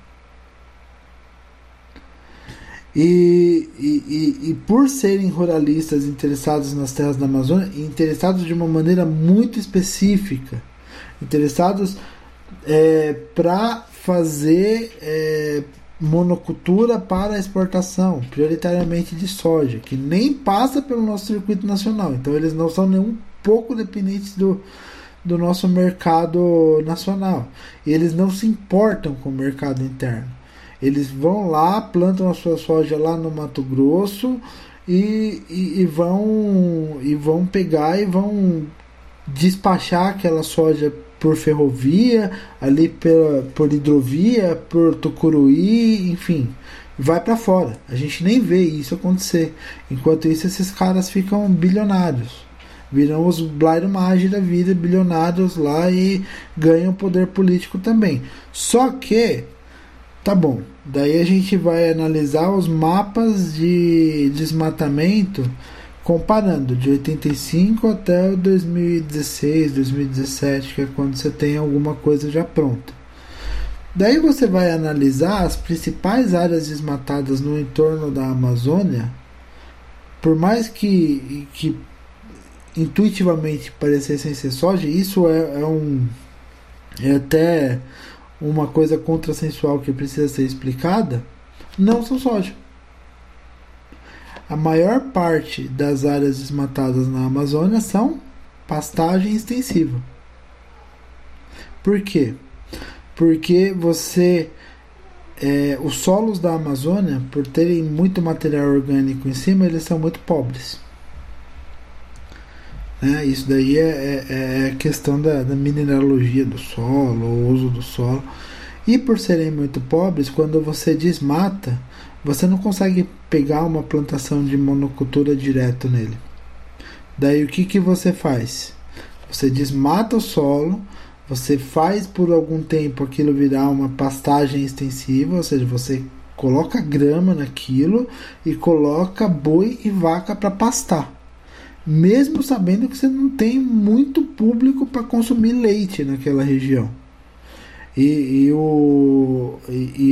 E por serem ruralistas interessados nas terras da Amazônia, interessados de uma maneira muito específica, interessados para fazer monocultura para exportação, prioritariamente de soja, que nem passa pelo nosso circuito nacional. Então eles não são nem um pouco dependentes do nosso mercado nacional. Eles não se importam com o mercado interno. Eles vão lá, plantam a sua soja lá no Mato Grosso e vão pegar e vão despachar aquela soja por ferrovia, ali por hidrovia, por Tucuruí, enfim, vai para fora. A gente nem vê isso acontecer. Enquanto isso, esses caras ficam bilionários. Viram os Blairo Maggi da vida, bilionários lá, e ganham poder político também. Só que, tá bom, daí a gente vai analisar os mapas de desmatamento comparando de 85 até 2016, 2017, que é quando você tem alguma coisa já pronta. Daí você vai analisar as principais áreas desmatadas no entorno da Amazônia, por mais que intuitivamente parecessem ser soja, isso é até uma coisa contrassensual que precisa ser explicada, não são soja. A maior parte das áreas desmatadas na Amazônia são pastagem extensiva. Por quê? Porque os solos da Amazônia, por terem muito material orgânico em cima, eles são muito pobres. Isso daí é questão da mineralogia do solo, o uso do solo. E por serem muito pobres, quando você desmata, você não consegue pegar uma plantação de monocultura direto nele. Daí o que você faz? Você desmata o solo, você faz por algum tempo aquilo virar uma pastagem extensiva, ou seja, você coloca grama naquilo e coloca boi e vaca para pastar. Mesmo sabendo que você não tem muito público para consumir leite naquela região. O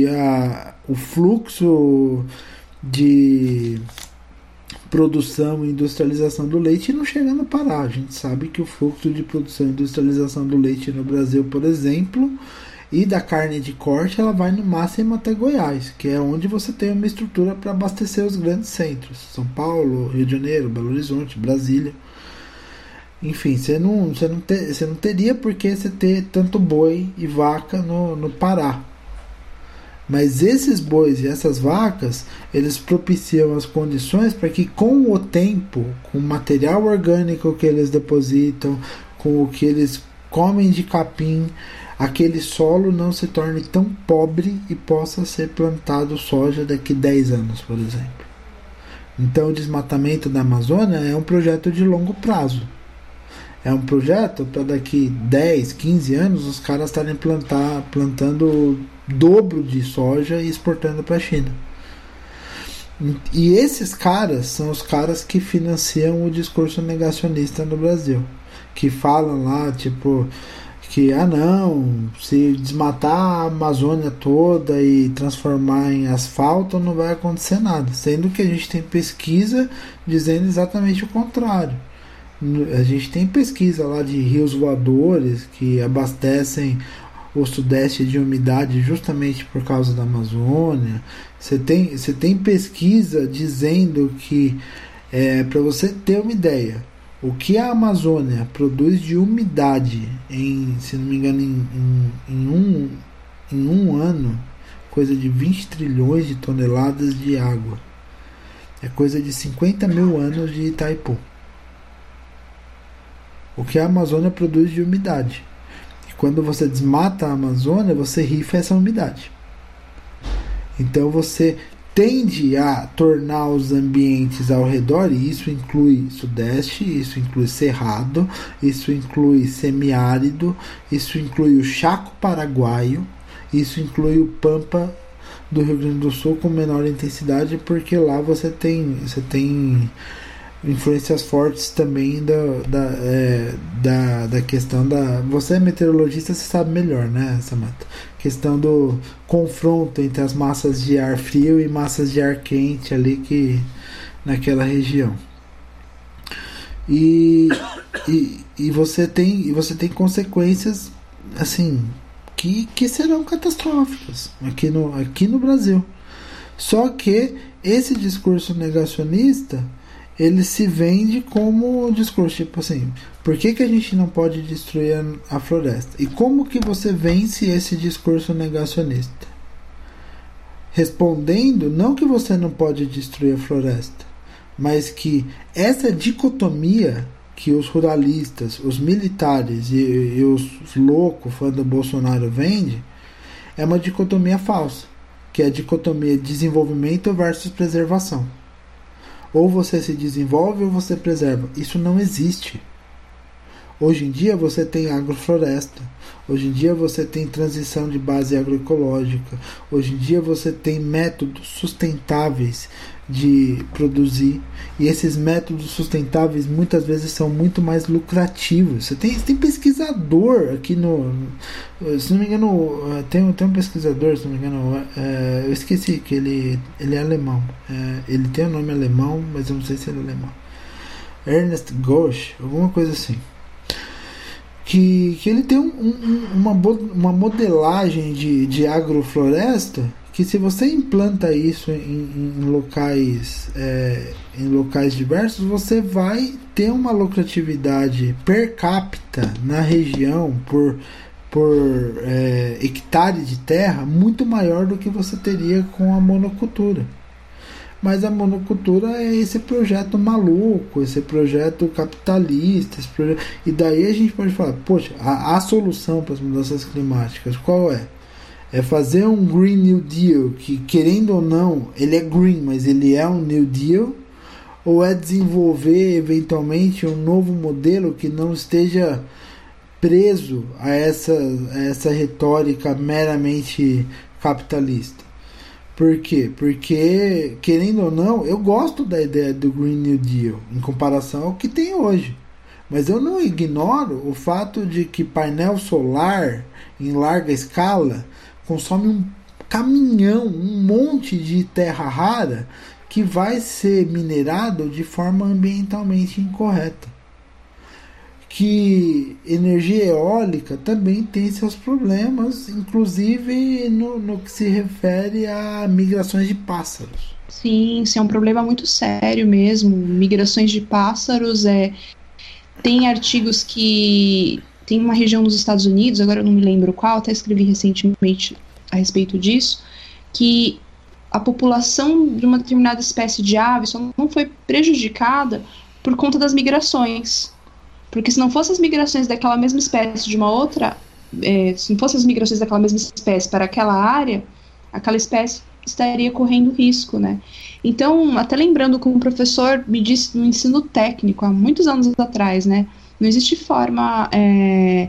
fluxo de produção e industrialização do leite não chega no Pará. A gente sabe que o fluxo de produção e industrialização do leite no Brasil, por exemplo, e da carne de corte, ela vai no máximo até Goiás, que é onde você tem uma estrutura para abastecer os grandes centros. São Paulo, Rio de Janeiro, Belo Horizonte, Brasília. Enfim, você não teria por que você ter tanto boi e vaca no Pará. Mas esses bois e essas vacas, eles propiciam as condições para que com o tempo, com o material orgânico que eles depositam, com o que eles comem de capim, aquele solo não se torne tão pobre e possa ser plantado soja daqui 10 anos, por exemplo. Então o desmatamento da Amazônia é um projeto de longo prazo. É um projeto para daqui 10, 15 anos os caras estarem plantando dobro de soja e exportando para a China. E esses caras são os caras que financiam o discurso negacionista no Brasil, que falam lá, tipo, que não, se desmatar a Amazônia toda e transformar em asfalto não vai acontecer nada, sendo que a gente tem pesquisa dizendo exatamente o contrário. A gente tem pesquisa lá de rios voadores que abastecem o sudeste de umidade justamente por causa da Amazônia. Você tem pesquisa dizendo que, para você ter uma ideia, o que a Amazônia produz de umidade se não me engano, em um ano, coisa de 20 trilhões de toneladas de água. É coisa de 50 mil anos de Itaipu. O que a Amazônia produz de umidade. E quando você desmata a Amazônia, você rifa essa umidade. Então você tende a tornar os ambientes ao redor, e isso inclui sudeste, isso inclui cerrado, isso inclui semiárido, isso inclui o Chaco paraguaio, isso inclui o Pampa do Rio Grande do Sul com menor intensidade, porque lá você tem influências fortes também da questão da... Você é meteorologista, você sabe melhor, né, Samantha? Questão do confronto entre as massas de ar frio e massas de ar quente ali naquela região. E você tem consequências assim que serão catastróficas aqui no Brasil. Só que esse discurso negacionista, ele se vende como um discurso tipo assim: por que a gente não pode destruir a floresta? E como que você vence esse discurso negacionista? Respondendo, não que você não pode destruir a floresta, mas que essa dicotomia que os ruralistas, os militares e os loucos fãs do Bolsonaro vendem é uma dicotomia falsa, que é a dicotomia de desenvolvimento versus preservação. Ou você se desenvolve ou você preserva. Isso não existe. Hoje em dia você tem agrofloresta. Hoje em dia você tem transição de base agroecológica. Hoje em dia você tem métodos sustentáveis de produzir. E esses métodos sustentáveis muitas vezes são muito mais lucrativos. Você tem pesquisador aqui se não me engano, tem um pesquisador, se não me engano, eu esqueci que ele é alemão. Ele tem um nome alemão, mas eu não sei se ele é alemão. Ernest Gosch, alguma coisa assim. Que ele tem uma modelagem de agrofloresta, que se você implanta isso em locais diversos, você vai ter uma lucratividade per capita na região por hectare de terra muito maior do que você teria com a monocultura. Mas a monocultura é esse projeto maluco, esse projeto capitalista, e daí a gente pode falar, poxa, a solução para as mudanças climáticas qual é? É fazer um Green New Deal, que querendo ou não, ele é green, mas ele é um New Deal, ou é desenvolver eventualmente um novo modelo que não esteja preso a essa retórica meramente capitalista? Por quê? Porque, querendo ou não, eu gosto da ideia do Green New Deal em comparação ao que tem hoje. Mas eu não ignoro o fato de que painel solar em larga escala consome um caminhão, um monte de terra rara que vai ser minerado de forma ambientalmente incorreta. Que energia eólica também tem seus problemas, inclusive no que se refere a migrações de pássaros. Sim, isso é um problema muito sério mesmo. Migrações de pássaros, tem artigos que... Tem uma região nos Estados Unidos, agora eu não me lembro qual, até escrevi recentemente a respeito disso, que a população de uma determinada espécie de ave só não foi prejudicada por conta das migrações. Porque se não fossem as migrações daquela mesma espécie de uma outra, se não fossem as migrações daquela mesma espécie para aquela área, aquela espécie estaria correndo risco, né? Então, até lembrando como um professor me disse no ensino técnico, há muitos anos atrás, né? Não existe forma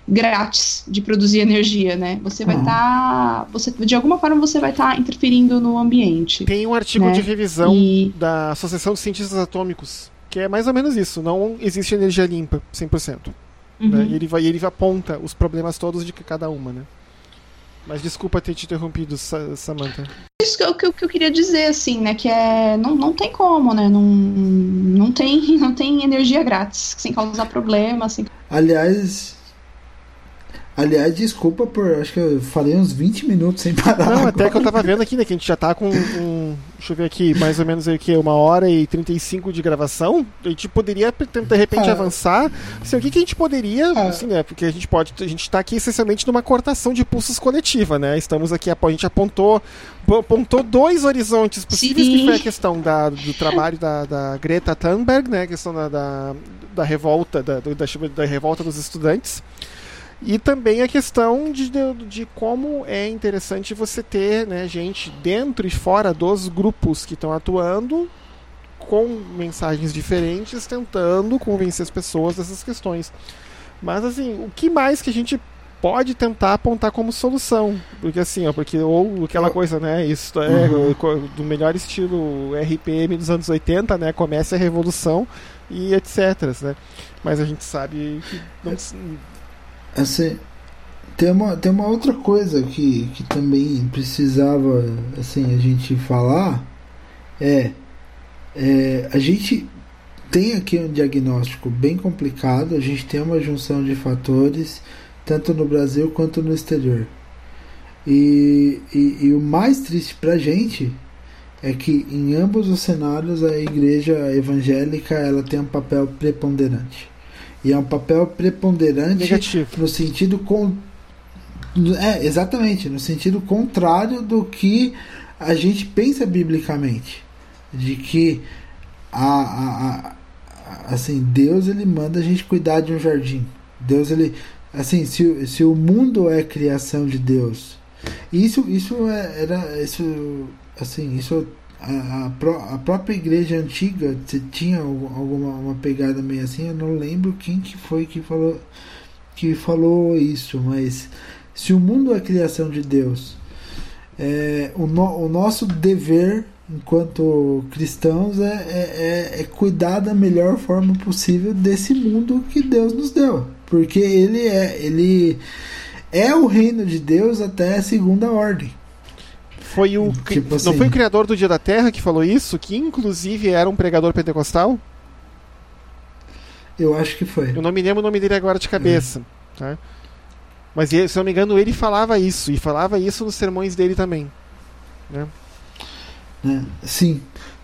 grátis de produzir energia, né? Você vai estar... de alguma forma você vai estar interferindo no ambiente. Tem um artigo de revisão da Associação de Cientistas Atômicos, que é mais ou menos isso. Não existe energia limpa, 100%. Né? E ele aponta os problemas todos de cada uma, né? Mas desculpa ter te interrompido, Samantha. Isso que eu queria dizer, assim, né? Que não tem como, né? Não tem energia grátis, sem causar problemas. Sem... Aliás, desculpa por... Acho que eu falei uns 20 minutos sem parar. Não, agora. até que eu tava vendo aqui, né? Que a gente já tá com deixa eu ver aqui, mais ou menos aí, 1h35 de gravação. A gente poderia, de repente, avançar. Assim, o que a gente poderia... Assim, né? Porque a gente tá aqui, essencialmente, numa cortação de pulsos coletiva, né? Estamos aqui, a gente apontou 2 horizontes possíveis, que foi a questão do trabalho da Greta Thunberg, né? A questão da revolta, da revolta dos estudantes. E também a questão de como é interessante você ter, né, gente dentro e fora dos grupos que estão atuando com mensagens diferentes, tentando convencer as pessoas dessas questões. Mas assim, o que mais que a gente pode tentar apontar como solução? Porque assim, ou aquela coisa, né, isso do melhor estilo RPM dos anos 80, né, comece a revolução e etc, né? Mas a gente sabe que não... Assim, tem uma outra coisa que também precisava, assim, a gente falar, a gente tem aqui um diagnóstico bem complicado, a gente tem uma junção de fatores, tanto no Brasil quanto no exterior. E o mais triste pra gente é que em ambos os cenários a igreja evangélica ela tem um papel preponderante. E é um papel preponderante negativo. No sentido exatamente, no sentido contrário do que a gente pensa biblicamente, de que assim, Deus ele manda a gente cuidar de um jardim. Deus ele, assim, se o mundo é criação de Deus, isso a própria igreja antiga tinha uma pegada meio assim. Eu não lembro quem que foi que falou isso, mas se o mundo é criação de Deus, o nosso dever enquanto cristãos é cuidar da melhor forma possível desse mundo que Deus nos deu, porque ele é o reino de Deus até a segunda ordem. Foi não foi o criador do Dia da Terra que falou isso? Que inclusive era um pregador pentecostal? Eu acho que foi. Eu não me lembro o nome dele agora de cabeça. Tá? Mas, se eu não me engano, ele falava isso. E falava isso nos sermões dele também. Né? Sim.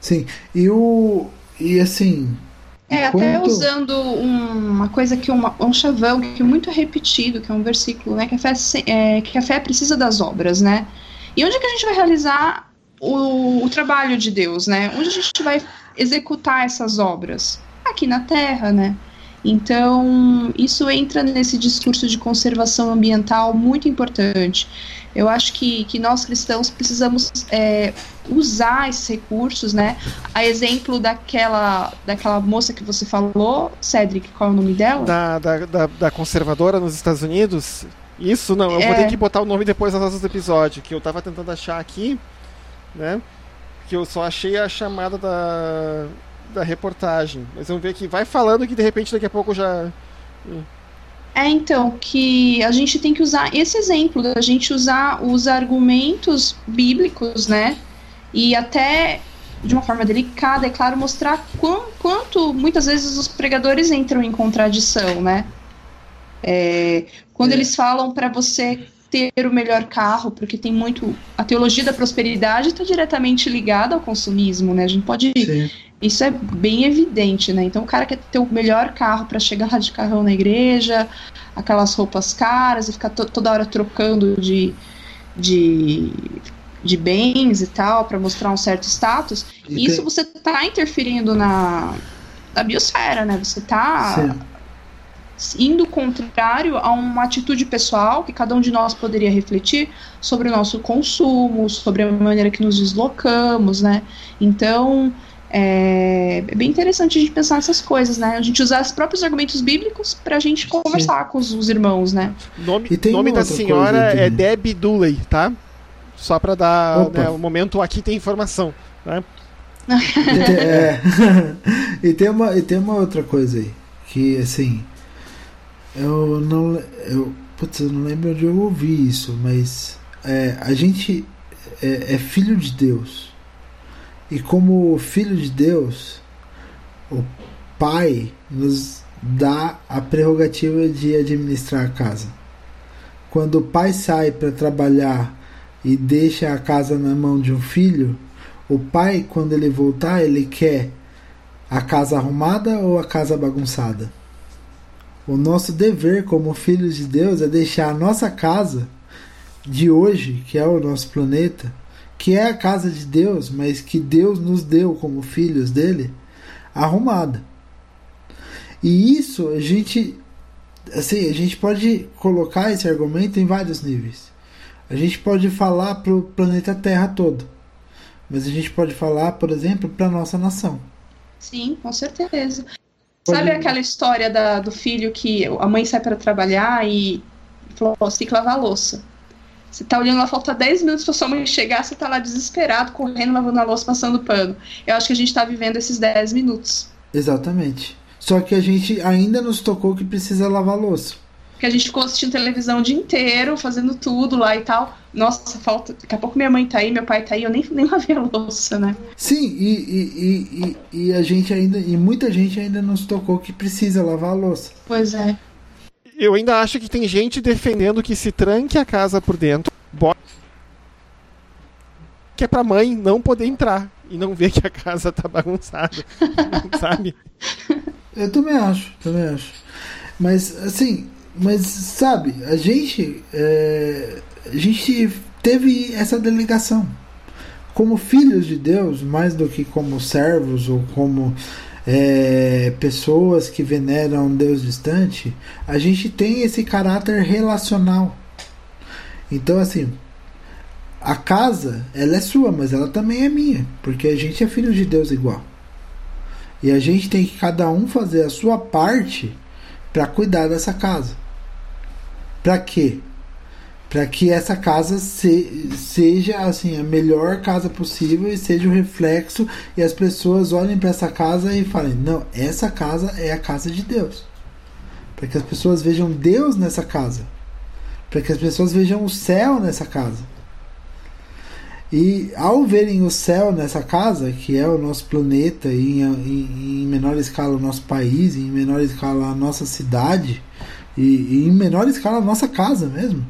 E assim... até usando uma coisa um chavão que é muito repetido, que é um versículo, né? Que a fé precisa das obras, né? E onde que a gente vai realizar o trabalho de Deus, né? Onde a gente vai executar essas obras? Aqui na Terra, né? Então, isso entra nesse discurso de conservação ambiental muito importante. Eu acho que nós cristãos precisamos usar esses recursos, né? A exemplo daquela moça que você falou, Cedric, qual é o nome dela? Da conservadora nos Estados Unidos. Isso, não, eu vou ter que botar o nome depois nas notas do episódio, que eu tava tentando achar aqui, né? Que eu só achei a chamada da reportagem. Mas vamos ver aqui, vai falando que de repente daqui a pouco já... Então, que a gente tem que usar esse exemplo, da gente usar os argumentos bíblicos, né? E até, de uma forma delicada, é claro, mostrar quanto muitas vezes os pregadores entram em contradição, né? Quando eles falam para você ter o melhor carro, porque tem muito... A teologia da prosperidade está diretamente ligada ao consumismo, né? A gente pode... Sim. Isso é bem evidente, né? Então o cara quer ter o melhor carro para chegar lá de carrão na igreja, aquelas roupas caras e ficar toda hora trocando de bens e tal, para mostrar um certo status. E isso você tá interferindo na biosfera, né? Você tá... indo contrário a uma atitude pessoal que cada um de nós poderia refletir sobre o nosso consumo, sobre a maneira que nos deslocamos, né? Então, É bem interessante a gente pensar nessas coisas, né? A gente usar os próprios argumentos bíblicos pra gente conversar com os irmãos, né? O nome da senhora é Debbie Dooley, tá? Só pra dar, né, o momento aqui tem informação, né? E tem uma outra coisa aí, que assim, eu não lembro onde eu ouvi isso, mas a gente é filho de Deus. E como filho de Deus, o Pai nos dá a prerrogativa de administrar a casa. Quando o pai sai para trabalhar e deixa a casa na mão de um filho, o pai, quando ele voltar, ele quer a casa arrumada ou a casa bagunçada? O nosso dever como filhos de Deus é deixar a nossa casa de hoje, que é o nosso planeta, que é a casa de Deus, mas que Deus nos deu como filhos dele, arrumada. E isso a gente pode colocar esse argumento em vários níveis. A gente pode falar para o planeta Terra todo, mas a gente pode falar, por exemplo, para a nossa nação. Sim, com certeza. Sabe aquela história do filho que a mãe sai para trabalhar e falou, você tem que lavar a louça. Você tá olhando lá, falta 10 minutos pra sua mãe chegar, você tá lá desesperado, correndo, lavando a louça, passando pano. Eu acho que a gente tá vivendo esses 10 minutos. Exatamente. Só que a gente ainda nos tocou que precisa lavar a louça. Porque a gente ficou assistindo televisão o dia inteiro, fazendo tudo lá e tal. Nossa, falta. Daqui a pouco minha mãe tá aí, meu pai tá aí, eu nem lavei a louça, né? Sim, e a gente ainda. E muita gente ainda nos tocou que precisa lavar a louça. Pois é. Eu ainda acho que tem gente defendendo que se tranque a casa por dentro, que é pra mãe não poder entrar e não ver que a casa tá bagunçada, sabe? Eu também acho. Mas, assim, sabe, a gente teve essa delegação. Como filhos de Deus, mais do que como servos ou como pessoas que veneram um Deus distante, a gente tem esse caráter relacional. Então, assim, a casa, ela é sua, mas ela também é minha, porque a gente é filho de Deus igual. E a gente tem que cada um fazer a sua parte para cuidar dessa casa. Para quê? Para que essa casa seja assim, a melhor casa possível e seja o reflexo e as pessoas olhem para essa casa e falem, não, essa casa é a casa de Deus. Para que as pessoas vejam Deus nessa casa. Para que as pessoas vejam o céu nessa casa. E ao verem o céu nessa casa, que é o nosso planeta, e em menor escala o nosso país, em menor escala a nossa cidade, e em menor escala a nossa casa mesmo,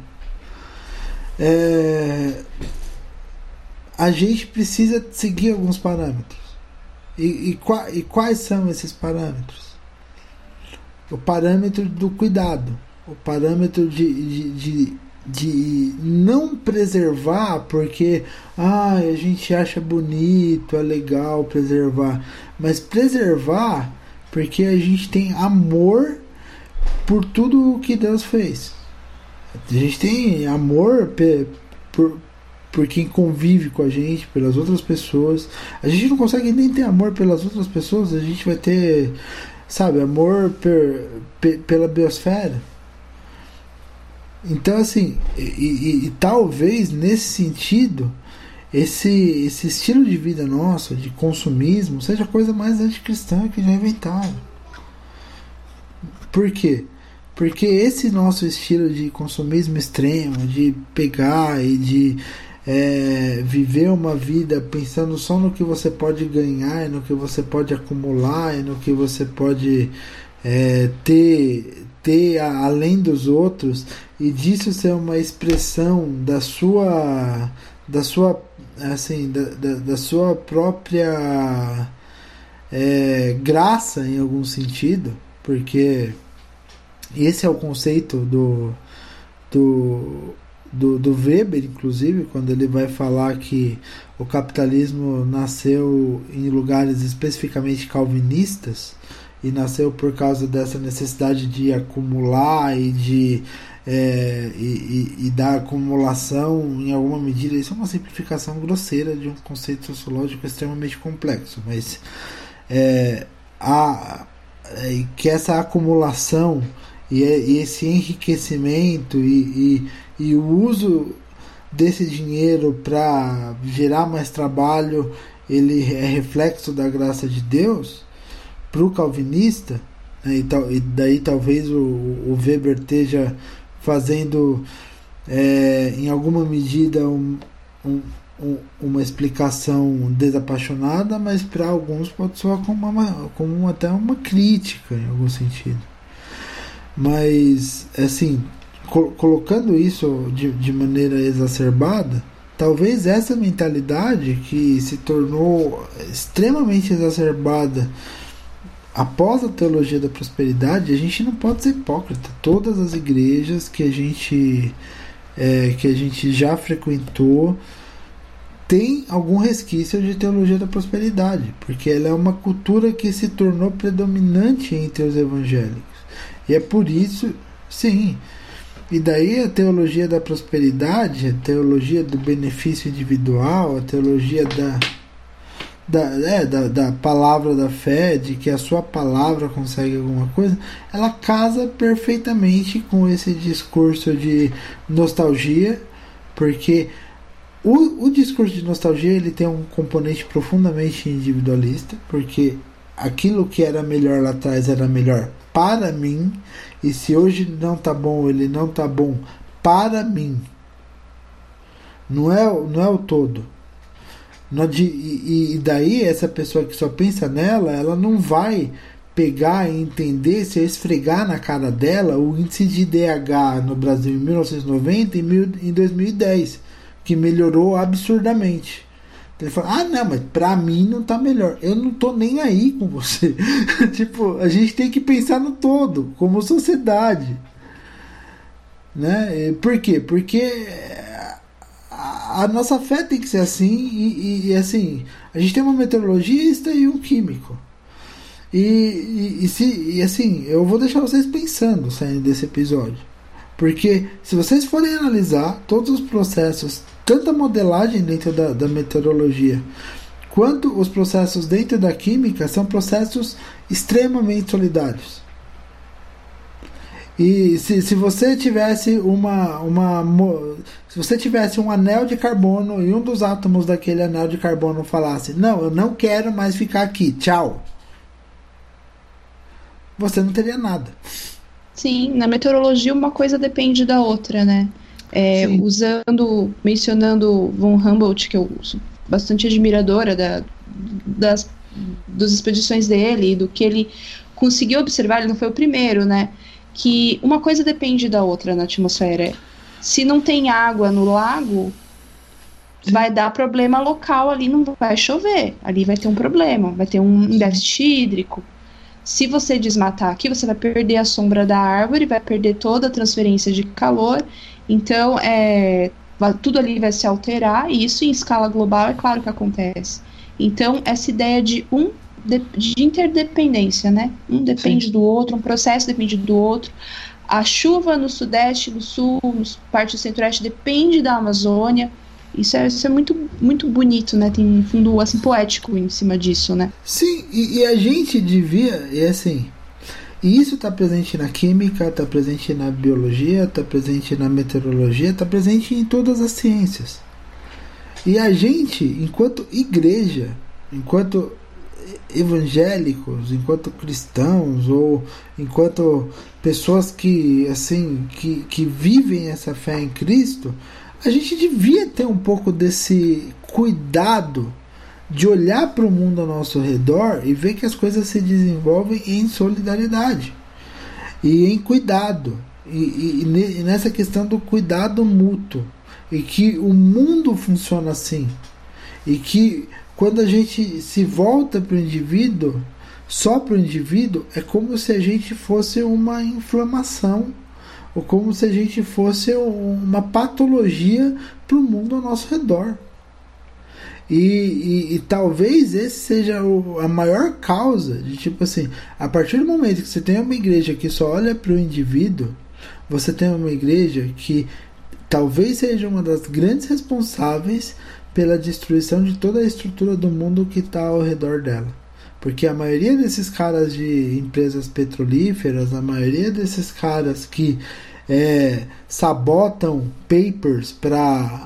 a gente precisa seguir alguns parâmetros. E quais são esses parâmetros? O parâmetro do cuidado, o parâmetro de não preservar porque a gente acha bonito, é legal preservar, mas preservar porque a gente tem amor por tudo o que Deus fez. A gente tem amor por quem convive com a gente, pelas outras pessoas. A gente não consegue nem ter amor pelas outras pessoas, a gente vai ter, sabe, amor pela biosfera. Então, assim, e talvez nesse sentido, esse estilo de vida nosso, de consumismo, seja a coisa mais anticristã que já inventaram. Por quê? Porque esse nosso estilo de consumismo extremo, de pegar e de viver uma vida pensando só no que você pode ganhar, no que você pode acumular, e no que você pode ter além dos outros, e disso ser uma expressão da sua própria graça em algum sentido, porque esse é o conceito do Weber, inclusive, quando ele vai falar que o capitalismo nasceu em lugares especificamente calvinistas e nasceu por causa dessa necessidade de acumular e de e da acumulação em alguma medida. Isso é uma simplificação grosseira de um conceito sociológico extremamente complexo, mas que essa acumulação e esse enriquecimento e o uso desse dinheiro para gerar mais trabalho, ele é reflexo da graça de Deus para o calvinista, né? E daí talvez o Weber esteja fazendo em alguma medida uma explicação desapaixonada, mas para alguns pode soar como até uma crítica em algum sentido. Mas assim, colocando isso de maneira exacerbada, talvez essa mentalidade que se tornou extremamente exacerbada após a teologia da prosperidade, a gente não pode ser hipócrita. Todas as igrejas que a gente já frequentou tem algum resquício de teologia da prosperidade, porque ela é uma cultura que se tornou predominante entre os evangélicos. E é por isso, sim. E daí a teologia da prosperidade, a teologia do benefício individual, a teologia da palavra da fé, de que a sua palavra consegue alguma coisa, ela casa perfeitamente com esse discurso de nostalgia, porque o discurso de nostalgia ele tem um componente profundamente individualista, porque aquilo que era melhor lá atrás era melhor para mim, e se hoje não tá bom, ele não tá bom para mim. Não é o todo. E daí essa pessoa que só pensa nela, ela não vai pegar e entender, se eu esfregar na cara dela o índice de IDH no Brasil em 1990 e em 2010, que melhorou absurdamente. Ele fala, não, mas pra mim não tá melhor. Eu não tô nem aí com você. Tipo, a gente tem que pensar no todo, como sociedade. Né? Por quê? Porque a nossa fé tem que ser assim, e assim, a gente tem um meteorologista e um químico. E assim, eu vou deixar vocês pensando saindo desse episódio. Porque se vocês forem analisar todos os processos, tanto a modelagem dentro da meteorologia, quanto os processos dentro da química, são processos extremamente solidários. E se você tivesse se você tivesse um anel de carbono e um dos átomos daquele anel de carbono falasse, não, eu não quero mais ficar aqui, tchau, você não teria nada. Sim, na meteorologia uma coisa depende da outra, né? Mencionando von Humboldt, que eu sou bastante admiradora das expedições dele e do que ele conseguiu observar, ele não foi o primeiro, né? Que uma coisa depende da outra na atmosfera. Se não tem água no lago, vai dar problema local ali, não vai chover. Ali vai ter um problema, vai ter um déficit hídrico. Se você desmatar aqui, você vai perder a sombra da árvore, vai perder toda a transferência de calor. Então, tudo ali vai se alterar, e isso em escala global é claro que acontece. Então, essa ideia de interdependência, né? Um depende do outro, um processo depende do outro. A chuva no sudeste, no sul, na parte do centro-oeste depende da Amazônia. Isso é muito, muito bonito, né? Tem um fundo assim, poético em cima disso, né? Sim, e a gente devia, e isso está presente na química, está presente na biologia, está presente na meteorologia, está presente em todas as ciências. E a gente, enquanto igreja, enquanto evangélicos, enquanto cristãos, ou enquanto pessoas que vivem essa fé em Cristo, a gente devia ter um pouco desse cuidado de olhar para o mundo ao nosso redor e ver que as coisas se desenvolvem em solidariedade e em cuidado, e nessa questão do cuidado mútuo, e que o mundo funciona assim, e que quando a gente se volta para o indivíduo, só para o indivíduo, é como se a gente fosse uma inflamação, ou como se a gente fosse uma patologia para o mundo ao nosso redor. E talvez esse seja a maior causa de, tipo assim, a partir do momento que você tem uma igreja que só olha para o indivíduo, você tem uma igreja que talvez seja uma das grandes responsáveis pela destruição de toda a estrutura do mundo que está ao redor dela. Porque a maioria desses caras de empresas petrolíferas, a maioria desses caras que sabotam papers para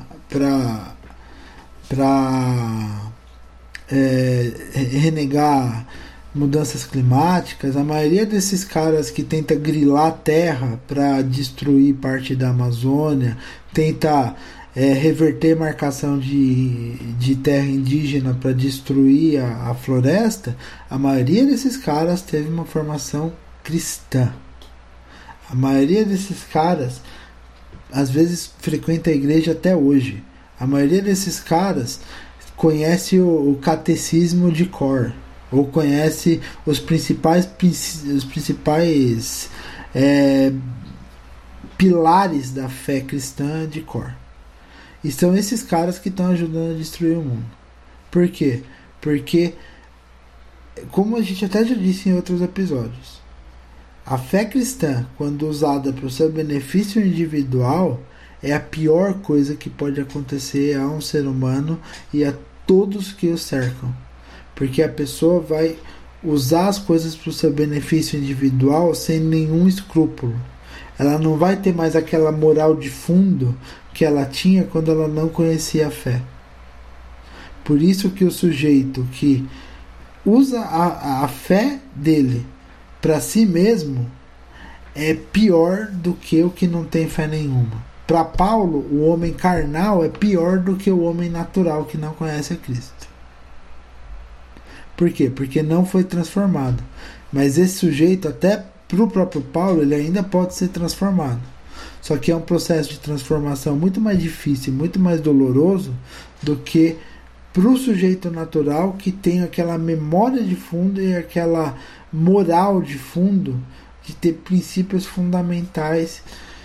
renegar mudanças climáticas, a maioria desses caras que tenta grilar a terra para destruir parte da Amazônia, tenta reverter marcação de terra indígena para destruir a floresta, a maioria desses caras teve uma formação cristã. A maioria desses caras às vezes frequenta a igreja até hoje. A maioria desses caras conhece o catecismo de cor, ou conhece os principais pilares da fé cristã de cor. E são esses caras que estão ajudando a destruir o mundo. Por quê? Porque, como a gente até já disse em outros episódios, a fé cristã, quando usada para o seu benefício individual, é a pior coisa que pode acontecer a um ser humano e a todos que o cercam. Porque a pessoa vai usar as coisas para o seu benefício individual sem nenhum escrúpulo. Ela não vai ter mais aquela moral de fundo que ela tinha quando ela não conhecia a fé. Por isso que o sujeito que usa a fé dele para si mesmo é pior do que o que não tem fé nenhuma. Para Paulo, o homem carnal é pior do que o homem natural que não conhece a Cristo. Por quê? Porque não foi transformado. Mas esse sujeito, até para o próprio Paulo, ele ainda pode ser transformado. Só que é um processo de transformação muito mais difícil, muito mais doloroso do que para o sujeito natural que tem aquela memória de fundo e aquela moral de fundo de ter princípios fundamentais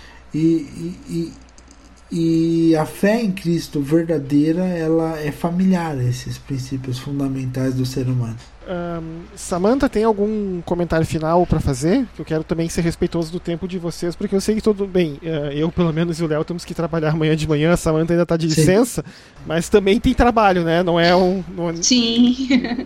e a fé em Cristo verdadeira, ela é familiar a esses princípios fundamentais do ser humano. Samantha, tem algum comentário final para fazer? Que eu quero também ser respeitoso do tempo de vocês, porque eu sei que tudo bem, eu pelo menos e o Léo temos que trabalhar amanhã de manhã, a Samantha ainda está de licença, mas também tem trabalho, né? Não é um... Sim.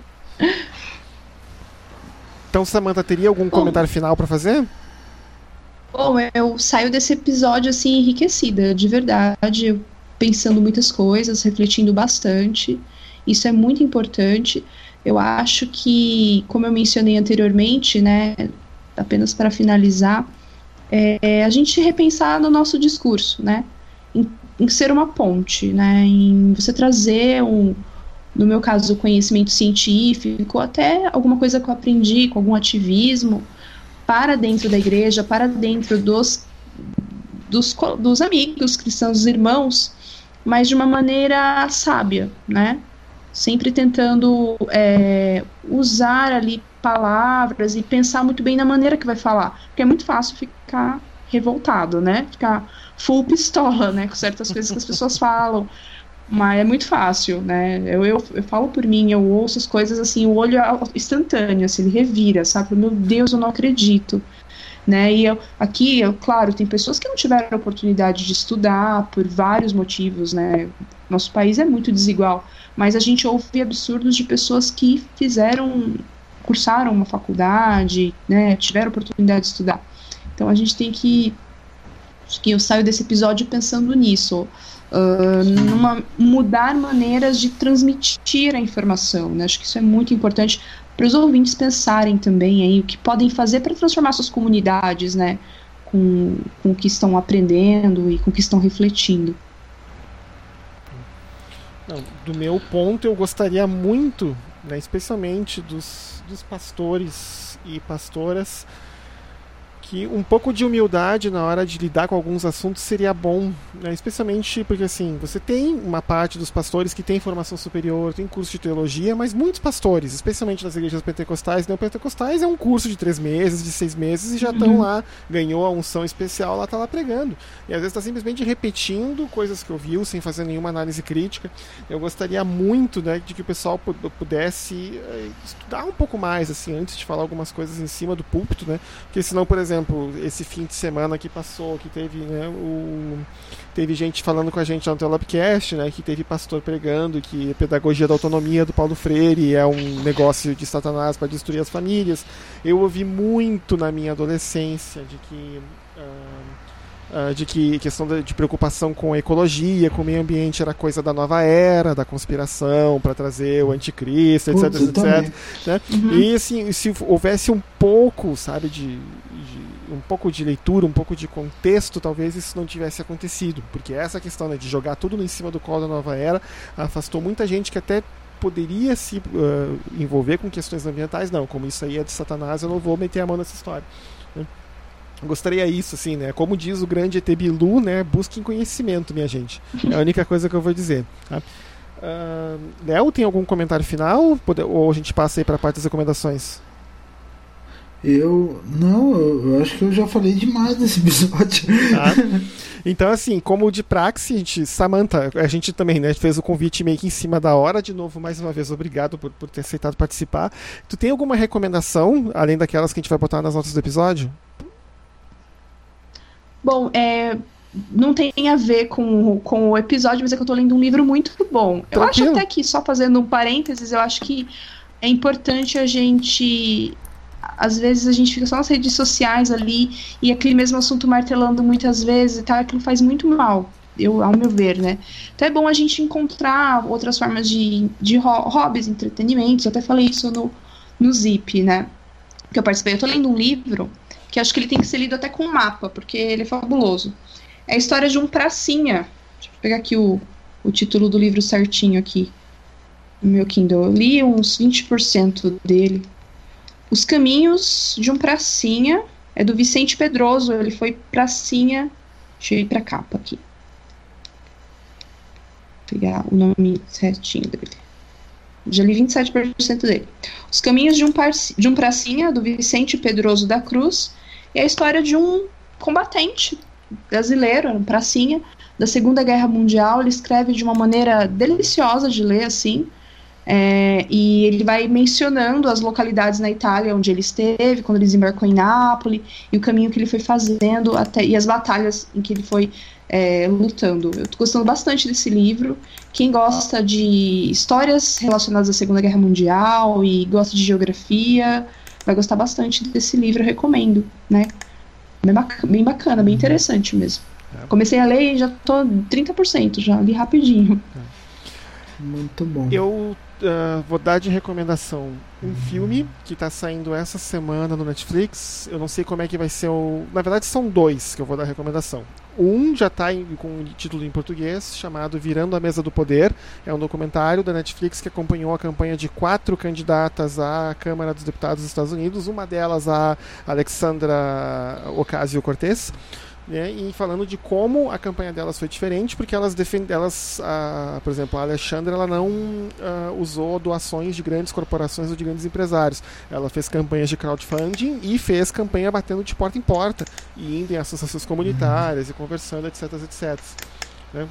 Então, Samantha, teria algum comentário final para fazer? Bom, eu saio desse episódio assim enriquecida, de verdade, pensando muitas coisas, refletindo bastante. Isso é muito importante. Eu acho que, como eu mencionei anteriormente, né, apenas para finalizar, a gente repensar no nosso discurso, né, em ser uma ponte, né, em você trazer no meu caso, o conhecimento científico, até alguma coisa que eu aprendi com algum ativismo, para dentro da igreja, para dentro dos amigos cristãos, dos irmãos, mas de uma maneira sábia, né? Sempre tentando usar ali palavras e pensar muito bem na maneira que vai falar, porque é muito fácil ficar revoltado, né? Ficar full pistola, né? Com certas coisas que as pessoas falam. Mas é muito fácil, né? Eu falo por mim, eu ouço as coisas assim, o olho é instantâneo, assim, ele revira, sabe? Meu Deus, eu não acredito, né? E claro, tem pessoas que não tiveram a oportunidade de estudar por vários motivos, né? Nosso país é muito desigual, mas a gente ouve absurdos de pessoas que cursaram uma faculdade, né? Tiveram a oportunidade de estudar. Então a gente tem que eu saio desse episódio pensando nisso. Mudar maneiras de transmitir a informação, né? Acho que isso é muito importante para os ouvintes pensarem também aí o que podem fazer para transformar suas comunidades, né? Com o que estão aprendendo e com o que estão refletindo. Do meu ponto, eu gostaria muito, né, especialmente dos pastores e pastoras, que um pouco de humildade na hora de lidar com alguns assuntos seria bom, né? Especialmente porque, assim, você tem uma parte dos pastores que tem formação superior, tem curso de teologia, mas muitos pastores, especialmente nas igrejas pentecostais, neopentecostais, é um curso de 3 meses, de 6 meses, e já estão lá, ganhou a unção especial, lá tá lá pregando. E às vezes está simplesmente repetindo coisas que ouviu, sem fazer nenhuma análise crítica. Eu gostaria muito, né, de que o pessoal pudesse estudar um pouco mais, assim, antes de falar algumas coisas em cima do púlpito, né? Porque senão, por exemplo, exemplo, esse fim de semana que passou, que teve, né, teve gente falando com a gente no Telabcast, né, que teve pastor pregando que a pedagogia da autonomia do Paulo Freire é um negócio de Satanás para destruir as famílias. Eu ouvi muito na minha adolescência de que questão de preocupação com a ecologia, com o meio ambiente era coisa da nova era, da conspiração para trazer o anticristo, etc, etc, né? E assim, se houvesse um pouco, sabe, um pouco de leitura, um pouco de contexto, talvez isso não tivesse acontecido, porque essa questão, né, de jogar tudo em cima do colo da nova era afastou muita gente que até poderia se envolver com questões ambientais. Não, como isso aí é de Satanás, eu não vou meter a mão nessa história, né? Gostaria isso, assim, né? Como diz o grande ET Bilu, né? Busquem conhecimento, minha gente. É a única coisa que eu vou dizer, tá? Léo, tem algum comentário final? Ou a gente passa aí para a parte das recomendações? Eu acho que eu já falei demais nesse episódio. Então, assim, como de praxe, Samantha, a gente também, né, fez o convite meio que em cima da hora. De novo, mais uma vez, obrigado por ter aceitado participar. Tu tem alguma recomendação, além daquelas que a gente vai botar nas notas do episódio? Bom, não tem a ver com o episódio, mas é que eu tô lendo um livro muito bom. Eu acho até que, só fazendo um parênteses, eu acho que é importante a gente... Às vezes a gente fica só nas redes sociais ali e aquele mesmo assunto martelando muitas vezes e tal, aquilo faz muito mal, ao meu ver, né? Então é bom a gente encontrar outras formas de hobbies, entretenimentos. Eu até falei isso no Zip, né? Que eu participei. Eu tô lendo um livro que acho que ele tem que ser lido até com um mapa, porque ele é fabuloso. É a história de um pracinha. Deixa eu pegar aqui o título do livro certinho aqui no meu Kindle. Eu li uns 20% dele. Os Caminhos de um Pracinha. É do Vicente Pedroso. Ele foi pracinha. Deixa eu ir pra capa aqui. Vou pegar o nome certinho dele. Já li 27% dele. Os Caminhos de um Pracinha, do Vicente Pedroso da Cruz. É a história de um combatente brasileiro, um pracinha, da Segunda Guerra Mundial. Ele escreve de uma maneira deliciosa de ler, assim. E ele vai mencionando as localidades na Itália onde ele esteve, quando ele desembarcou em Nápoles, e o caminho que ele foi fazendo, e as batalhas em que ele foi lutando. Eu tô gostando bastante desse livro. Quem gosta de histórias relacionadas à Segunda Guerra Mundial e gosta de geografia vai gostar bastante desse livro, eu recomendo, né? Bem bacana, bem interessante mesmo. Comecei a ler e já tô 30%, já li rapidinho. Muito bom. Eu vou dar de recomendação um filme que está saindo essa semana no Netflix. Eu não sei como é que vai ser Na verdade são dois que eu vou dar recomendação. Um já está com um título em português, chamado Virando a Mesa do Poder. É um documentário da Netflix que acompanhou a campanha de 4 candidatas à Câmara dos Deputados dos Estados Unidos. Uma delas, a Alexandra Ocasio-Cortez, né, e falando de como a campanha delas foi diferente, porque por exemplo, a Alexandra, ela não usou doações de grandes corporações ou de grandes empresários. Ela fez campanhas de crowdfunding e fez campanha batendo de porta em porta e indo em associações comunitárias e conversando, etc, etc, né?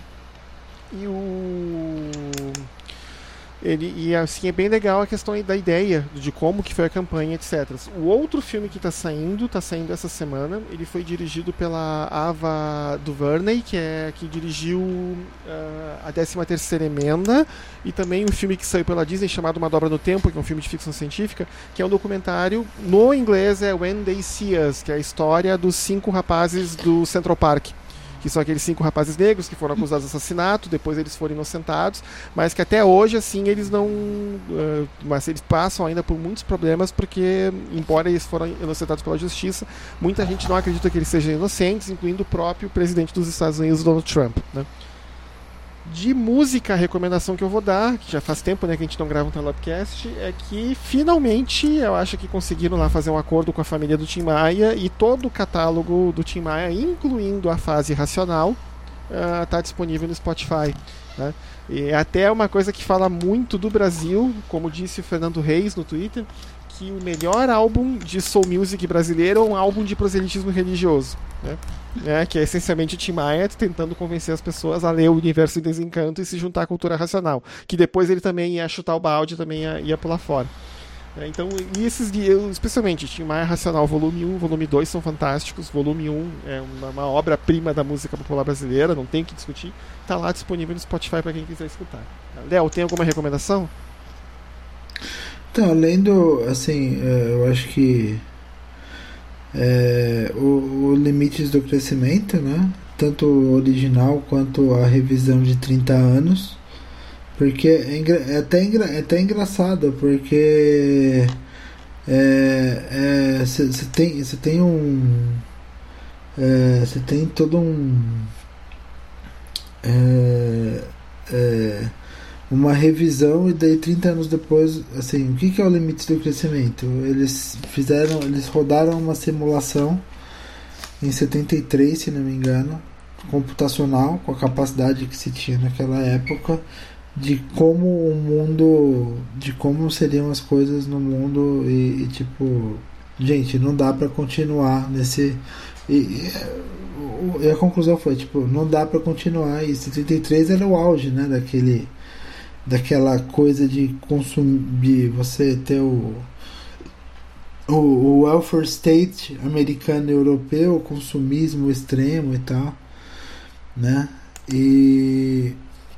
E assim, é bem legal a questão da ideia de como que foi a campanha, etc. O outro filme que está saindo essa semana. Ele foi dirigido pela Ava DuVernay, que dirigiu a 13ª Emenda, e também um filme que saiu pela Disney chamado Uma Dobra no Tempo, que é um filme de ficção científica, que é um documentário, no inglês é When They See Us, que é a história dos 5 rapazes do Central Park, que são aqueles 5 rapazes negros que foram acusados de assassinato, depois eles foram inocentados, mas que até hoje, assim, eles não... mas eles passam ainda por muitos problemas, porque, embora eles foram inocentados pela justiça, muita gente não acredita que eles sejam inocentes, incluindo o próprio presidente dos Estados Unidos, Donald Trump, né? De música, a recomendação que eu vou dar, que já faz tempo, né, que a gente não grava um Telopcast, é que finalmente eu acho que conseguiram lá fazer um acordo com a família do Tim Maia, e todo o catálogo do Tim Maia, incluindo a fase Racional, está disponível no Spotify, né? E até uma coisa que fala muito do Brasil, como disse o Fernando Reis no Twitter, que o melhor álbum de soul music brasileiro é um álbum de proselitismo religioso, né? Que é essencialmente o Tim Maia tentando convencer as pessoas a ler o Universo em Desencanto e se juntar à cultura racional, que depois ele também ia chutar o balde, também ia pular fora. Então, e esses livros, especialmente, Tim Maia Racional, volume 1, volume 2 são fantásticos. Volume 1 é uma obra-prima da música popular brasileira, não tem o que discutir. Está lá disponível no Spotify para quem quiser escutar. Léo, tem alguma recomendação? Então, além do, assim, eu acho que o Limites do Crescimento, né? Tanto o original quanto a revisão de 30 anos. Porque é até engraçado, porque você tem todo uma revisão, e daí 30 anos depois, assim, o que é o Limite do Crescimento? Eles rodaram uma simulação em 73, se não me engano, computacional, com a capacidade que se tinha naquela época, de como o mundo, de como seriam as coisas no mundo, e tipo, gente, não dá pra continuar nesse, e a conclusão foi, tipo, não dá pra continuar. E 73 era o auge, né, daquela coisa de consumir, você ter o welfare state americano e europeu, o consumismo extremo e tal, né, e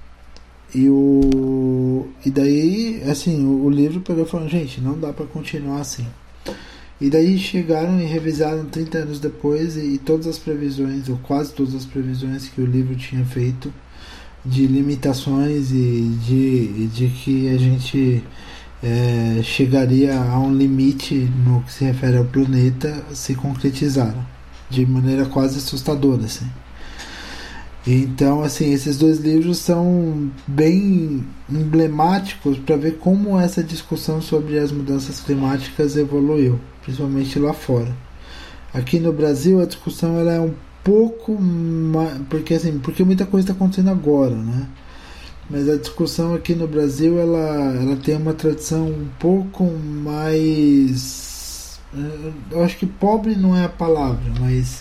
daí, assim, o livro pegou e falou, gente, não dá pra continuar assim. E daí chegaram e revisaram 30 anos depois, e todas as previsões, ou quase todas as previsões que o livro tinha feito, de limitações e de que a gente chegaria a um limite no que se refere ao planeta, se concretizaram de maneira quase assustadora, assim. Então, assim, esses dois livros são bem emblemáticos para ver como essa discussão sobre as mudanças climáticas evoluiu, principalmente lá fora. Aqui no Brasil a discussão ela é um pouco mais, porque muita coisa está acontecendo agora, né? Mas a discussão aqui no Brasil ela tem uma tradição um pouco mais, eu acho que pobre não é a palavra, mas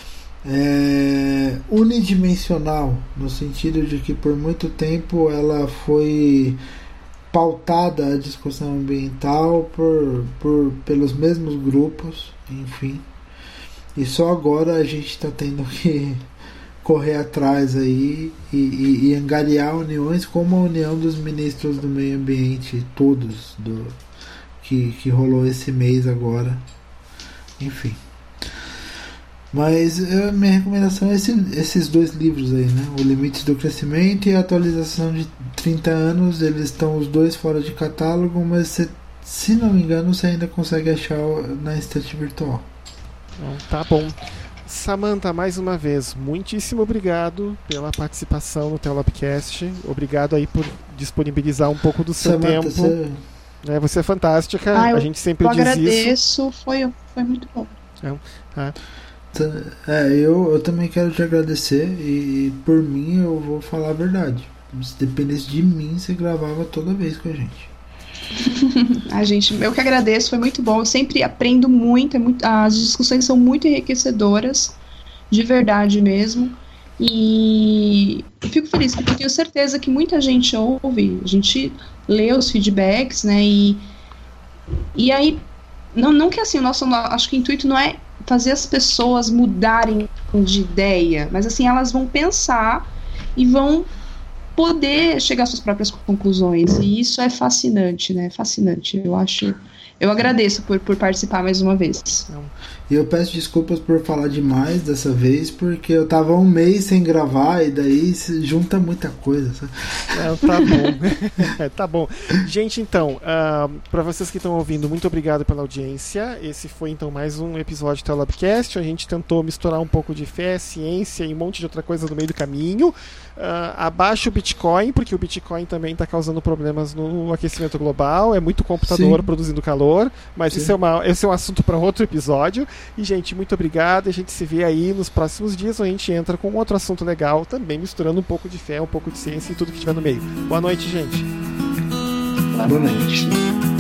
unidimensional, no sentido de que por muito tempo ela foi pautada a discussão ambiental pelos mesmos grupos, enfim, e só agora a gente está tendo que correr atrás aí e angariar uniões, como a união dos ministros do meio ambiente, todos que rolou esse mês agora, enfim. Mas minha recomendação é esses dois livros aí, né? O Limites do Crescimento e a Atualização de 30 anos. Eles estão os dois fora de catálogo, mas se não me engano você ainda consegue achar na estante virtual. Tá bom. Samantha, mais uma vez, muitíssimo obrigado pela participação no Telopcast. Obrigado aí por disponibilizar um pouco do seu Samantha, tempo. Você é fantástica, a gente sempre diz isso. Foi muito bom. Eu também quero te agradecer, e por mim eu vou falar a verdade. Se dependesse de mim, você gravava toda vez com a gente. Gente, eu que agradeço, foi muito bom. Eu sempre aprendo muito, as discussões são muito enriquecedoras, de verdade mesmo. E eu fico feliz, porque eu tenho certeza que muita gente ouve, a gente lê os feedbacks, né? E aí, não que assim, acho que o intuito não é fazer as pessoas mudarem de ideia, mas assim, elas vão pensar e vão poder chegar às suas próprias conclusões, e isso é fascinante, né? Fascinante, eu agradeço por participar mais uma vez. E eu peço desculpas por falar demais dessa vez, porque eu tava um mês sem gravar, e daí se junta muita coisa, sabe? Tá bom. Tá bom. Gente, então, para vocês que estão ouvindo, muito obrigado pela audiência. Esse foi então mais um episódio do Telopcast. A gente tentou misturar um pouco de fé, ciência e um monte de outra coisa no meio do caminho. Abaixa o Bitcoin, porque o Bitcoin também está causando problemas no aquecimento global. É muito computador produzindo calor, mas esse é um assunto para outro episódio. E, gente, muito obrigado. A gente se vê aí nos próximos dias, onde a gente entra com outro assunto legal, também misturando um pouco de fé, um pouco de ciência e tudo que tiver no meio. Boa noite, gente. Boa noite.